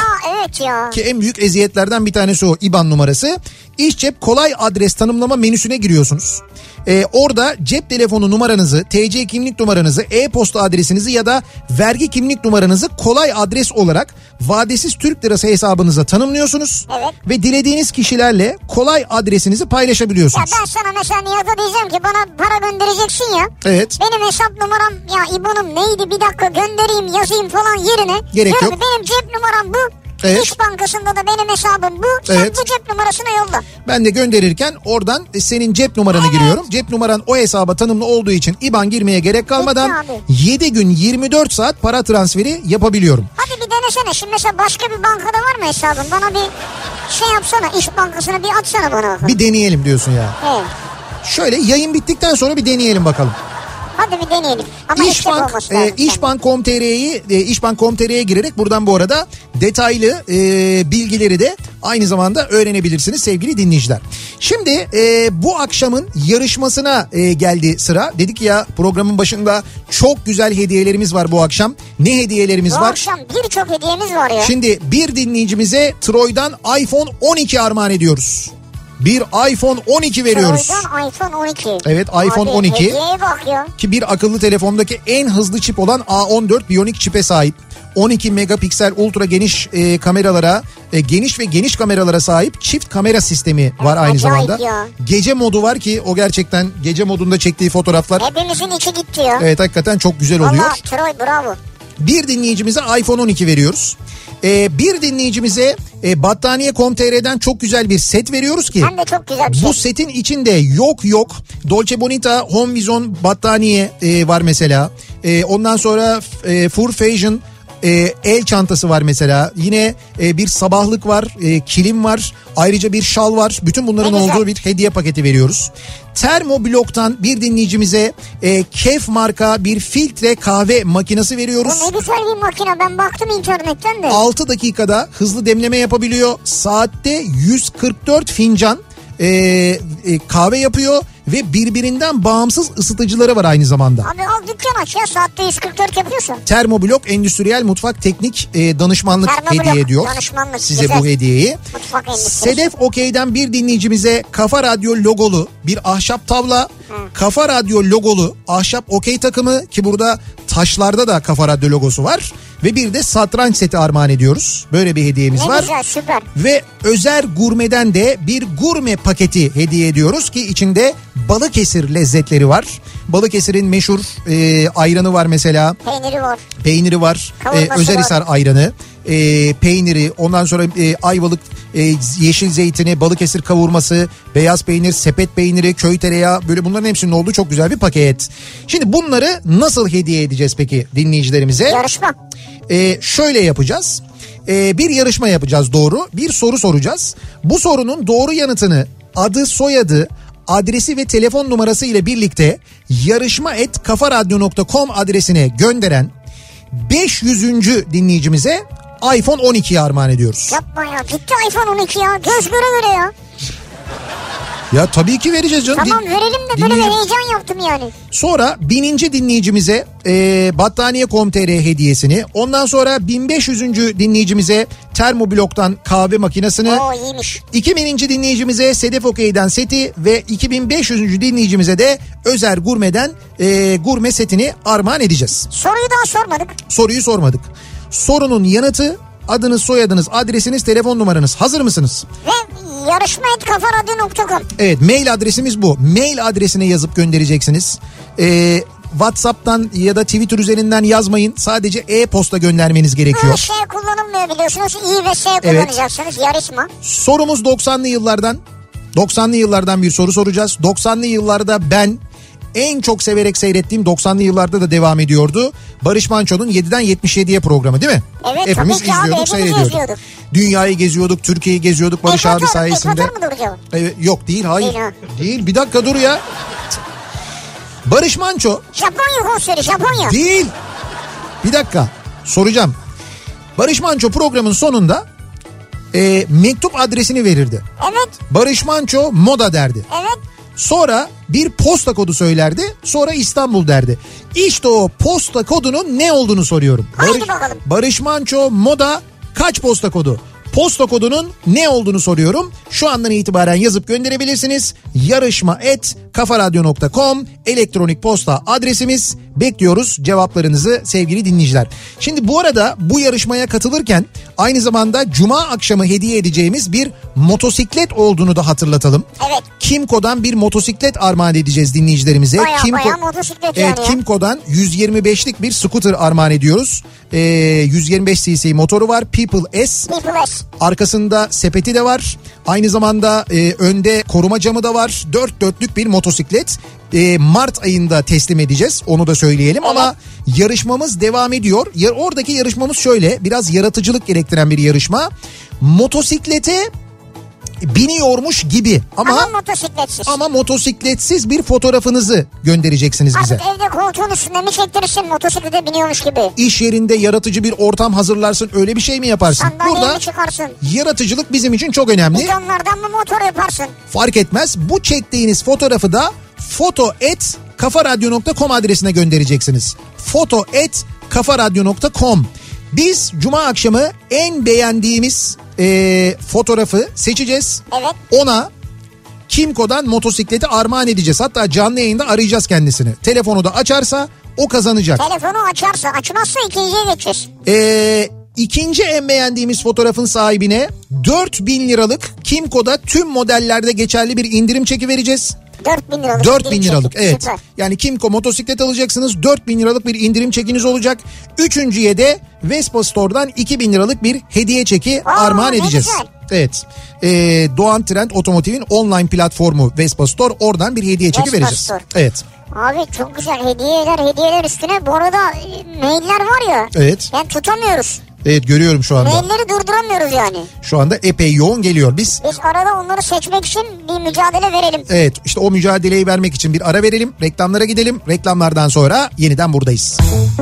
[SPEAKER 2] Evet ya.
[SPEAKER 1] Ki en büyük eziyetlerden bir tanesi o İ B A N numarası. İş cep kolay adres tanımlama menüsüne giriyorsunuz. Ee, orada cep telefonu numaranızı, T C kimlik numaranızı, e-posta adresinizi ya da vergi kimlik numaranızı kolay adres olarak vadesiz Türk lirası hesabınıza tanımlıyorsunuz.
[SPEAKER 2] Evet.
[SPEAKER 1] Ve dilediğiniz kişilerle kolay adresinizi
[SPEAKER 2] Ya
[SPEAKER 1] paylaşabiliyorsunuz.
[SPEAKER 2] ben sana mesela Nihat'a diyeceğim ki bana para göndereceksin ya.
[SPEAKER 1] Evet.
[SPEAKER 2] Benim hesap numaram ya İ B A N'ım neydi bir dakika göndereyim yazayım falan yerine.
[SPEAKER 1] Gerek
[SPEAKER 2] yani
[SPEAKER 1] yok.
[SPEAKER 2] Benim cep numaram bu.
[SPEAKER 1] Evet.
[SPEAKER 2] İş Bankası'nda da benim hesabım bu. Sen
[SPEAKER 1] Evet.
[SPEAKER 2] bu cep numarasını yolla.
[SPEAKER 1] Ben de gönderirken oradan senin cep numaranı
[SPEAKER 2] Evet.
[SPEAKER 1] giriyorum. Cep numaran o hesaba tanımlı olduğu için İ B A N girmeye gerek kalmadan
[SPEAKER 2] Bitti
[SPEAKER 1] yedi gün yirmi dört saat para transferi yapabiliyorum.
[SPEAKER 2] Hadi bir denesene. Şimdi mesela başka bir bankada var mı hesabın? Bana bir şey yapsana. İş Bankası'na bir atsana bana bakalım.
[SPEAKER 1] Bir deneyelim diyorsun ya.
[SPEAKER 2] Evet.
[SPEAKER 1] Şöyle yayın bittikten sonra bir deneyelim bakalım.
[SPEAKER 2] Hadi bir deneyelim. Ama
[SPEAKER 1] İşbank,
[SPEAKER 2] olması
[SPEAKER 1] e,
[SPEAKER 2] lazım.
[SPEAKER 1] İşbank nokta com nokta tr'yi e, İşbank nokta com nokta tr'ye girerek buradan bu arada detaylı e, bilgileri de aynı zamanda öğrenebilirsiniz sevgili dinleyiciler. Şimdi e, bu akşamın yarışmasına e, geldi sıra. Dedik ya programın başında çok güzel hediyelerimiz var bu akşam. Ne hediyelerimiz
[SPEAKER 2] Bu
[SPEAKER 1] var?
[SPEAKER 2] akşam birçok hediyemiz var ya.
[SPEAKER 1] Şimdi bir dinleyicimize Troy'dan iPhone on iki armağan ediyoruz. Bir iPhone on iki veriyoruz.
[SPEAKER 2] Troy'dan iPhone on iki.
[SPEAKER 1] Evet, iPhone
[SPEAKER 2] Abi,
[SPEAKER 1] on iki.
[SPEAKER 2] hediyeye bak ya.
[SPEAKER 1] Ki bir akıllı telefondaki en hızlı çip olan A on dört Bionic çipe sahip. on iki megapiksel ultra geniş e, kameralara, e, geniş ve geniş kameralara sahip çift kamera sistemi var aynı
[SPEAKER 2] acayip
[SPEAKER 1] zamanda.
[SPEAKER 2] ya.
[SPEAKER 1] Gece modu var ki o gerçekten gece modunda çektiği fotoğraflar.
[SPEAKER 2] Hepimizin içi gitti ya.
[SPEAKER 1] Evet, hakikaten çok güzel oluyor.
[SPEAKER 2] Valla Troy bravo.
[SPEAKER 1] Bir dinleyicimize iPhone on iki veriyoruz. Ee, bir dinleyicimize e, battaniye nokta com nokta tr'den çok güzel bir set veriyoruz ki.
[SPEAKER 2] Hem de çok güzel bir şey.
[SPEAKER 1] Bu setin içinde yok yok Dolce Bonita Home Vision battaniye e, var mesela. E, ondan sonra e, Fur Fashion e, el çantası var mesela. Yine e, bir sabahlık var, e, kilim var. Ayrıca bir şal var. Bütün bunların
[SPEAKER 2] Ne güzel.
[SPEAKER 1] olduğu bir hediye paketi veriyoruz. Termoblok'tan bir dinleyicimize e, Kef marka bir filtre kahve makinesi veriyoruz.
[SPEAKER 2] Bu ne güzel bir makine, ben baktım internetten de.
[SPEAKER 1] altı dakikada hızlı demleme yapabiliyor. Saatte yüz kırk dört fincan e, e, kahve yapıyor ve birbirinden bağımsız ısıtıcıları var aynı zamanda.
[SPEAKER 2] Abi al dükkan aç ya, saatte yüz kırk dört yapıyorsun.
[SPEAKER 1] Termoblok Endüstriyel Mutfak Teknik e, Danışmanlık
[SPEAKER 2] Termoblok
[SPEAKER 1] hediye ediyor
[SPEAKER 2] danışmanlık,
[SPEAKER 1] size
[SPEAKER 2] güzel.
[SPEAKER 1] bu hediyeyi.
[SPEAKER 2] Mutfak endüstrisi.
[SPEAKER 1] Sedef Okey'den bir dinleyicimize Kafa Radyo logolu bir ahşap tavla,
[SPEAKER 2] Hı.
[SPEAKER 1] Kafa Radyo logolu ahşap okey takımı ki burada taşlarda da Kafa Radyo logosu var ve bir de satranç seti armağan ediyoruz. Böyle bir hediyemiz
[SPEAKER 2] Ne
[SPEAKER 1] var.
[SPEAKER 2] güzel, süper.
[SPEAKER 1] Ve Özer Gurme'den de bir gurme paketi hediye ediyoruz ki içinde Balıkesir lezzetleri var. Balıkesir'in meşhur e, ayranı var mesela.
[SPEAKER 2] Peyniri var.
[SPEAKER 1] Peyniri var.
[SPEAKER 2] Kavurması
[SPEAKER 1] E, Özerhisar
[SPEAKER 2] var.
[SPEAKER 1] ayranı. E, peyniri, ondan sonra e, Ayvalık e, yeşil zeytini, Balıkesir kavurması, beyaz peynir, sepet peyniri, köy tereyağı, böyle bunların hepsinin olduğu çok güzel bir paket. Şimdi bunları nasıl hediye edeceğiz peki dinleyicilerimize?
[SPEAKER 2] Yarışma.
[SPEAKER 1] Ee, şöyle yapacağız. Ee, bir yarışma yapacağız, doğru. Bir soru soracağız. Bu sorunun doğru yanıtını adı, soyadı, adresi ve telefon numarası ile birlikte yarışma et kafaradyo nokta com adresine gönderen beş yüzüncü dinleyicimize iPhone on iki'yi armağan ediyoruz.
[SPEAKER 2] Yapma ya, gitti iPhone on iki ya, göz göre göre ya.
[SPEAKER 1] Ya tabii ki vereceğiz canım.
[SPEAKER 2] Tamam
[SPEAKER 1] Din-
[SPEAKER 2] verelim de böyle bir
[SPEAKER 1] dinleyici-
[SPEAKER 2] heyecan yaptım yani.
[SPEAKER 1] Sonra bininci dinleyicimize e, battaniye nokta com nokta tr hediyesini, ondan sonra bin beş yüzüncü dinleyicimize Termoblok'tan kahve makinesini,
[SPEAKER 2] Oo iyiymiş.
[SPEAKER 1] iki bininci dinleyicimize Sedef Okey'den seti ve iki bin beş yüzüncü dinleyicimize de Özer Gurme'den e, gurme setini armağan edeceğiz.
[SPEAKER 2] Soruyu daha sormadık.
[SPEAKER 1] Soruyu sormadık. Sorunun yanıtı, adınız, soyadınız, adresiniz, telefon numaranız. Hazır mısınız?
[SPEAKER 2] Ve yarışma et kafaradyo nokta com.
[SPEAKER 1] Evet, mail adresimiz bu. Mail adresine yazıp göndereceksiniz. Ee, WhatsApp'tan ya da Twitter üzerinden yazmayın. Sadece e-posta göndermeniz gerekiyor.
[SPEAKER 2] Bu şey kullanılmıyor biliyorsunuz. İ ve S kullanacaksınız, yarışma.
[SPEAKER 1] Sorumuz doksanlı yıllardan. doksanlı yıllardan bir soru soracağız. doksanlı yıllarda ben en çok severek seyrettiğim, doksanlı yıllarda da devam ediyordu, Barış Manço'nun yediden yetmiş yediye programı, değil mi?
[SPEAKER 2] Evet,
[SPEAKER 1] Hepimiz
[SPEAKER 2] tabii ki abi,
[SPEAKER 1] izliyorduk,
[SPEAKER 2] hepimiz
[SPEAKER 1] seyrediyorduk.
[SPEAKER 2] izliyorduk.
[SPEAKER 1] Dünyayı geziyorduk, Türkiye'yi geziyorduk Barış
[SPEAKER 2] Ekvator,
[SPEAKER 1] abi sayesinde.
[SPEAKER 2] Ekvator mudur cevap?
[SPEAKER 1] Evet, yok değil, hayır.
[SPEAKER 2] Değil ha.
[SPEAKER 1] Değil, bir dakika dur ya. Barış Manço
[SPEAKER 2] Japonya konseri, Japonya.
[SPEAKER 1] değil. Bir dakika soracağım. Barış Manço programın sonunda e, mektup adresini verirdi.
[SPEAKER 2] Evet,
[SPEAKER 1] Barış Manço moda derdi.
[SPEAKER 2] evet.
[SPEAKER 1] Sonra bir posta kodu söylerdi. Sonra İstanbul derdi. İşte o posta kodunun ne olduğunu soruyorum.
[SPEAKER 2] Haydi
[SPEAKER 1] Barış,
[SPEAKER 2] bakalım.
[SPEAKER 1] Barış Manço moda kaç posta kodu? Posta kodunun ne olduğunu soruyorum. Şu andan itibaren yazıp gönderebilirsiniz. Yarışma et kafaradyo nokta com elektronik posta adresimiz. Bekliyoruz cevaplarınızı sevgili dinleyiciler. Şimdi bu arada bu yarışmaya katılırken aynı zamanda cuma akşamı hediye edeceğimiz bir motosiklet olduğunu da hatırlatalım.
[SPEAKER 2] Evet.
[SPEAKER 1] Kimco'dan bir motosiklet armağan edeceğiz dinleyicilerimize.
[SPEAKER 2] Baya
[SPEAKER 1] Kimco,
[SPEAKER 2] baya motosiklet
[SPEAKER 1] evet,
[SPEAKER 2] yani.
[SPEAKER 1] Kimco'dan yüz yirmi beşlik bir scooter armağan ediyoruz. Ee, yüz yirmi beş cc motoru var. People S.
[SPEAKER 2] People S.
[SPEAKER 1] Arkasında sepeti de var. Aynı zamanda e, önde koruma camı da var. Dört dörtlük bir motosiklet. E, Mart ayında teslim edeceğiz. Onu da söyleyelim. Evet. Ama yarışmamız devam ediyor. Ya, oradaki yarışmamız şöyle. Biraz yaratıcılık gerektiren bir yarışma. Motosiklete biniyormuş gibi ama,
[SPEAKER 2] ama motosikletsiz.
[SPEAKER 1] Ama motosikletsiz bir fotoğrafınızı göndereceksiniz bize.
[SPEAKER 2] Artık evde koltuğun üstünde mi çektirirsin motosiklete biniyormuş gibi?
[SPEAKER 1] İş yerinde yaratıcı bir ortam hazırlarsın, öyle bir şey mi yaparsın?
[SPEAKER 2] Sandalyeyi mi çıkarsın?
[SPEAKER 1] Yaratıcılık bizim için çok önemli.
[SPEAKER 2] Bidonlardan mı motor yaparsın?
[SPEAKER 1] Fark etmez. Bu çektiğiniz fotoğrafı da foto et kafaradyo nokta com adresine göndereceksiniz. foto et kafaradyo nokta com. Biz cuma akşamı en beğendiğimiz e, fotoğrafı seçeceğiz.
[SPEAKER 2] Evet.
[SPEAKER 1] Ona Kimco'dan motosikleti armağan edeceğiz. Hatta canlı yayında arayacağız kendisini. Telefonu da açarsa o kazanacak.
[SPEAKER 2] Telefonu açarsa, açmazsa ikinciye geçeceğiz.
[SPEAKER 1] Ee, ikinci en beğendiğimiz fotoğrafın sahibine dört bin liralık Kimco'da tüm modellerde geçerli bir indirim çeki vereceğiz.
[SPEAKER 2] dört bin liralık.
[SPEAKER 1] dört bin liralık
[SPEAKER 2] çeki.
[SPEAKER 1] evet.
[SPEAKER 2] Süper.
[SPEAKER 1] Yani Kimco motosiklet alacaksınız. dört bin liralık bir indirim çekiniz olacak. Üçüncüye de Vespa Store'dan iki bin liralık bir hediye çeki
[SPEAKER 2] Aa,
[SPEAKER 1] armağan
[SPEAKER 2] ne
[SPEAKER 1] edeceğiz.
[SPEAKER 2] güzel.
[SPEAKER 1] Evet. Ee, Doğan Trend Otomotiv'in online platformu Vespa Store, oradan bir hediye çeki
[SPEAKER 2] Vespa
[SPEAKER 1] vereceğiz.
[SPEAKER 2] Store.
[SPEAKER 1] Evet.
[SPEAKER 2] Abi çok güzel hediyeler hediyeler üstüne. Bu arada e, mailler var ya.
[SPEAKER 1] Evet.
[SPEAKER 2] Yani tutamıyoruz.
[SPEAKER 1] Evet, görüyorum şu anda.
[SPEAKER 2] Mailleri durduramıyoruz yani.
[SPEAKER 1] Şu anda epey yoğun geliyor. Biz
[SPEAKER 2] Biz arada onları seçmek için bir mücadele verelim.
[SPEAKER 1] Evet, işte o mücadeleyi vermek için bir ara verelim. Reklamlara gidelim. Reklamlardan sonra yeniden buradayız.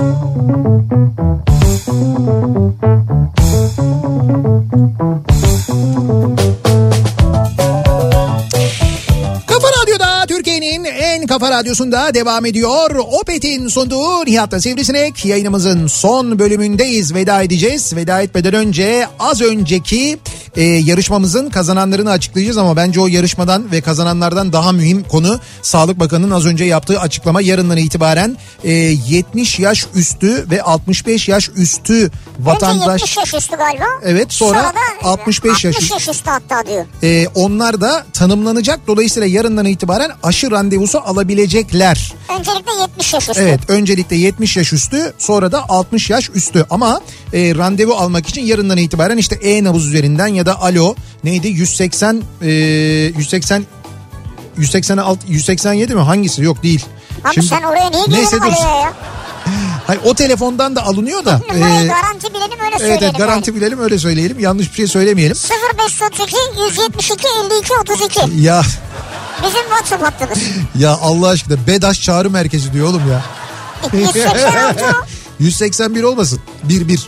[SPEAKER 1] Kafa Radyo'da, Türkiye'nin en kafa radyosunda devam ediyor. Opet'in sunduğu Nihat'la Sivrisinek. Yayınımızın son bölümündeyiz. Veda edeceğiz. Veda etmeden önce az önceki e, yarışmamızın kazananlarını açıklayacağız ama bence o yarışmadan ve kazananlardan daha mühim konu Sağlık Bakanı'nın az önce yaptığı açıklama. Yarından itibaren e, yetmiş yaş üstü ve altmış beş yaş üstü vatandaş.
[SPEAKER 2] Önce yetmiş yaş üstü galiba.
[SPEAKER 1] Evet, sonra,
[SPEAKER 2] sonra da
[SPEAKER 1] altmış beş yaş üstü.
[SPEAKER 2] altmış yaş üstü hatta diyor.
[SPEAKER 1] E, onlar da tanımlanacak. Dolayısıyla yarından itibaren aşı randevusu alabilecekler.
[SPEAKER 2] Öncelikle yetmiş yaş üstü.
[SPEAKER 1] Evet, öncelikle yetmiş yaş üstü, sonra da altmış yaş üstü. Ama e, randevu almak için yarından itibaren işte e-nabız üzerinden ya da alo neydi yüz seksen e, yüz seksen yüz seksen altı yüz seksen yedi mi, hangisi, yok değil.
[SPEAKER 2] Abi
[SPEAKER 1] Şimdi,
[SPEAKER 2] sen oraya niye
[SPEAKER 1] neyse,
[SPEAKER 2] girdin oraya ya?
[SPEAKER 1] Hayır, o telefondan da alınıyor da.
[SPEAKER 2] Numarayı
[SPEAKER 1] e,
[SPEAKER 2] garanti bilelim öyle
[SPEAKER 1] evet,
[SPEAKER 2] söyleyelim.
[SPEAKER 1] evet garanti
[SPEAKER 2] yani.
[SPEAKER 1] bilelim, öyle söyleyelim, yanlış bir şey söylemeyelim.
[SPEAKER 2] sıfır beş otuz iki yüz yetmiş iki elli iki otuz iki
[SPEAKER 1] Ya
[SPEAKER 2] bizim WhatsApp hattımız.
[SPEAKER 1] ya Allah aşkına, BEDAŞ çağrı merkezi diyor oğlum ya.
[SPEAKER 2] yüz seksen altı
[SPEAKER 1] yüz seksen bir olmasın. bir bir.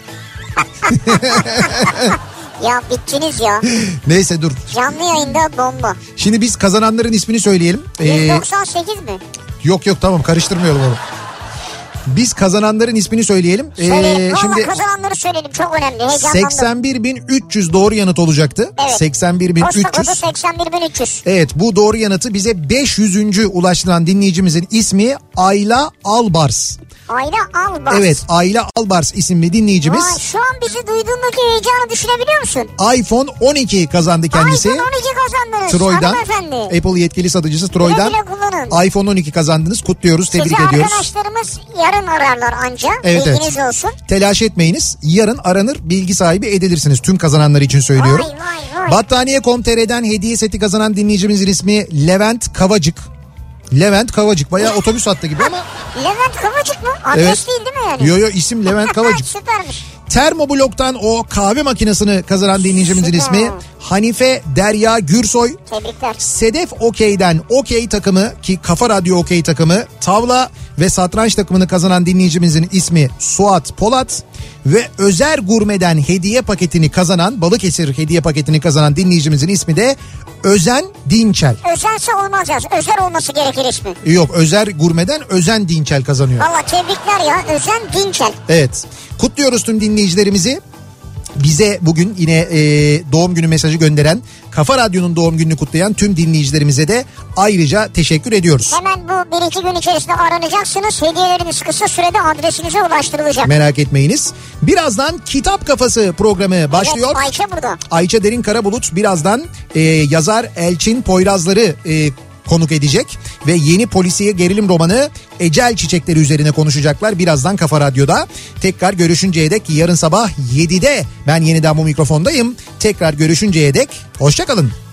[SPEAKER 2] Ya bittiniz ya.
[SPEAKER 1] Neyse dur.
[SPEAKER 2] Canlı yayında bomba.
[SPEAKER 1] Şimdi biz kazananların ismini söyleyelim. Ee,
[SPEAKER 2] yüz doksan sekiz mi?
[SPEAKER 1] yok yok tamam, karıştırmayalım onu. Biz kazananların ismini söyleyelim.
[SPEAKER 2] Söyleyelim.
[SPEAKER 1] Ee,
[SPEAKER 2] Valla
[SPEAKER 1] şimdi
[SPEAKER 2] kazananları söyleyelim, çok önemli. Heyecanlandım.
[SPEAKER 1] seksen bir bin üç yüz doğru yanıt olacaktı.
[SPEAKER 2] Evet.
[SPEAKER 1] seksen bir bin üç
[SPEAKER 2] Posta kodu
[SPEAKER 1] yüz.
[SPEAKER 2] seksen bir bin üç yüz.
[SPEAKER 1] Evet, bu doğru yanıtı bize beş yüzüncü ulaştıran dinleyicimizin ismi Ayla Albars.
[SPEAKER 2] Ayla Albars.
[SPEAKER 1] Evet, Ayla Albars isimli dinleyicimiz.
[SPEAKER 2] Vay, şu an bizi duyduğundaki heyecanı düşünebiliyor musun?
[SPEAKER 1] iPhone on iki kazandı kendisi.
[SPEAKER 2] iPhone on iki kazandınız.
[SPEAKER 1] Troy'dan.
[SPEAKER 2] Hanımefendi.
[SPEAKER 1] Apple yetkili satıcısı Troy'dan.
[SPEAKER 2] Güle güle kullanın.
[SPEAKER 1] iPhone on iki kazandınız. Kutluyoruz, tebrik
[SPEAKER 2] Sizi
[SPEAKER 1] ediyoruz.
[SPEAKER 2] arkadaşlarımız yarın ararlar anca.
[SPEAKER 1] Evet,
[SPEAKER 2] Bilginiz
[SPEAKER 1] evet.
[SPEAKER 2] olsun.
[SPEAKER 1] Telaş etmeyiniz. Yarın aranır, bilgi sahibi edilirsiniz. Tüm kazananlar için söylüyorum.
[SPEAKER 2] Vay vay vay.
[SPEAKER 1] battaniye nokta com nokta tr'den hediye seti kazanan dinleyicimizin ismi Levent Kavacık. Levent Kavacık, bayağı otobüs hattı gibi ama.
[SPEAKER 2] Levent Kavacık mı? Adres
[SPEAKER 1] Evet.
[SPEAKER 2] değil değil mi yani?
[SPEAKER 1] Yo yo, isim Levent Kavacık.
[SPEAKER 2] Süpermiş.
[SPEAKER 1] Termoblok'tan o kahve makinesini kazanan dinleyicimizin
[SPEAKER 2] Süper.
[SPEAKER 1] ismi Hanife Derya Gürsoy.
[SPEAKER 2] Tebrikler.
[SPEAKER 1] Sedef Okey'den Okey takımı, ki Kafa Radyo Okey takımı, tavla ve satranç takımını kazanan dinleyicimizin ismi Suat Polat. Ve Özer Gurme'den hediye paketini kazanan, Balıkesir hediye paketini kazanan dinleyicimizin ismi de Özen Dinçel.
[SPEAKER 2] Özense olmaz yaz. Özer olması gerekir ismi.
[SPEAKER 1] Yok, Özer Gurme'den Özen Dinçel kazanıyor.
[SPEAKER 2] Valla tebrikler ya. Özen Dinçel.
[SPEAKER 1] Evet. Kutluyoruz tüm dinleyicilerimizi. bize bugün yine e, doğum günü mesajı gönderen, Kafa Radyo'nun doğum gününü kutlayan tüm dinleyicilerimize de ayrıca teşekkür ediyoruz.
[SPEAKER 2] Hemen bu bir iki gün içerisinde aranacaksınız. Hediyeleriniz kısa sürede adresinize ulaştırılacak.
[SPEAKER 1] Merak etmeyiniz. Birazdan Kitap Kafası programı başlıyor.
[SPEAKER 2] Evet, Ayça burada.
[SPEAKER 1] Ayça Derin Karabulut birazdan e, yazar Elçin Poyrazları e, konuk edecek ve yeni polisiye gerilim romanı Ecel Çiçekleri üzerine konuşacaklar birazdan Kafa Radyo'da. Tekrar görüşünceye dek yarın sabah yedide ben yeniden bu mikrofondayım. Tekrar görüşünceye dek hoşça kalın.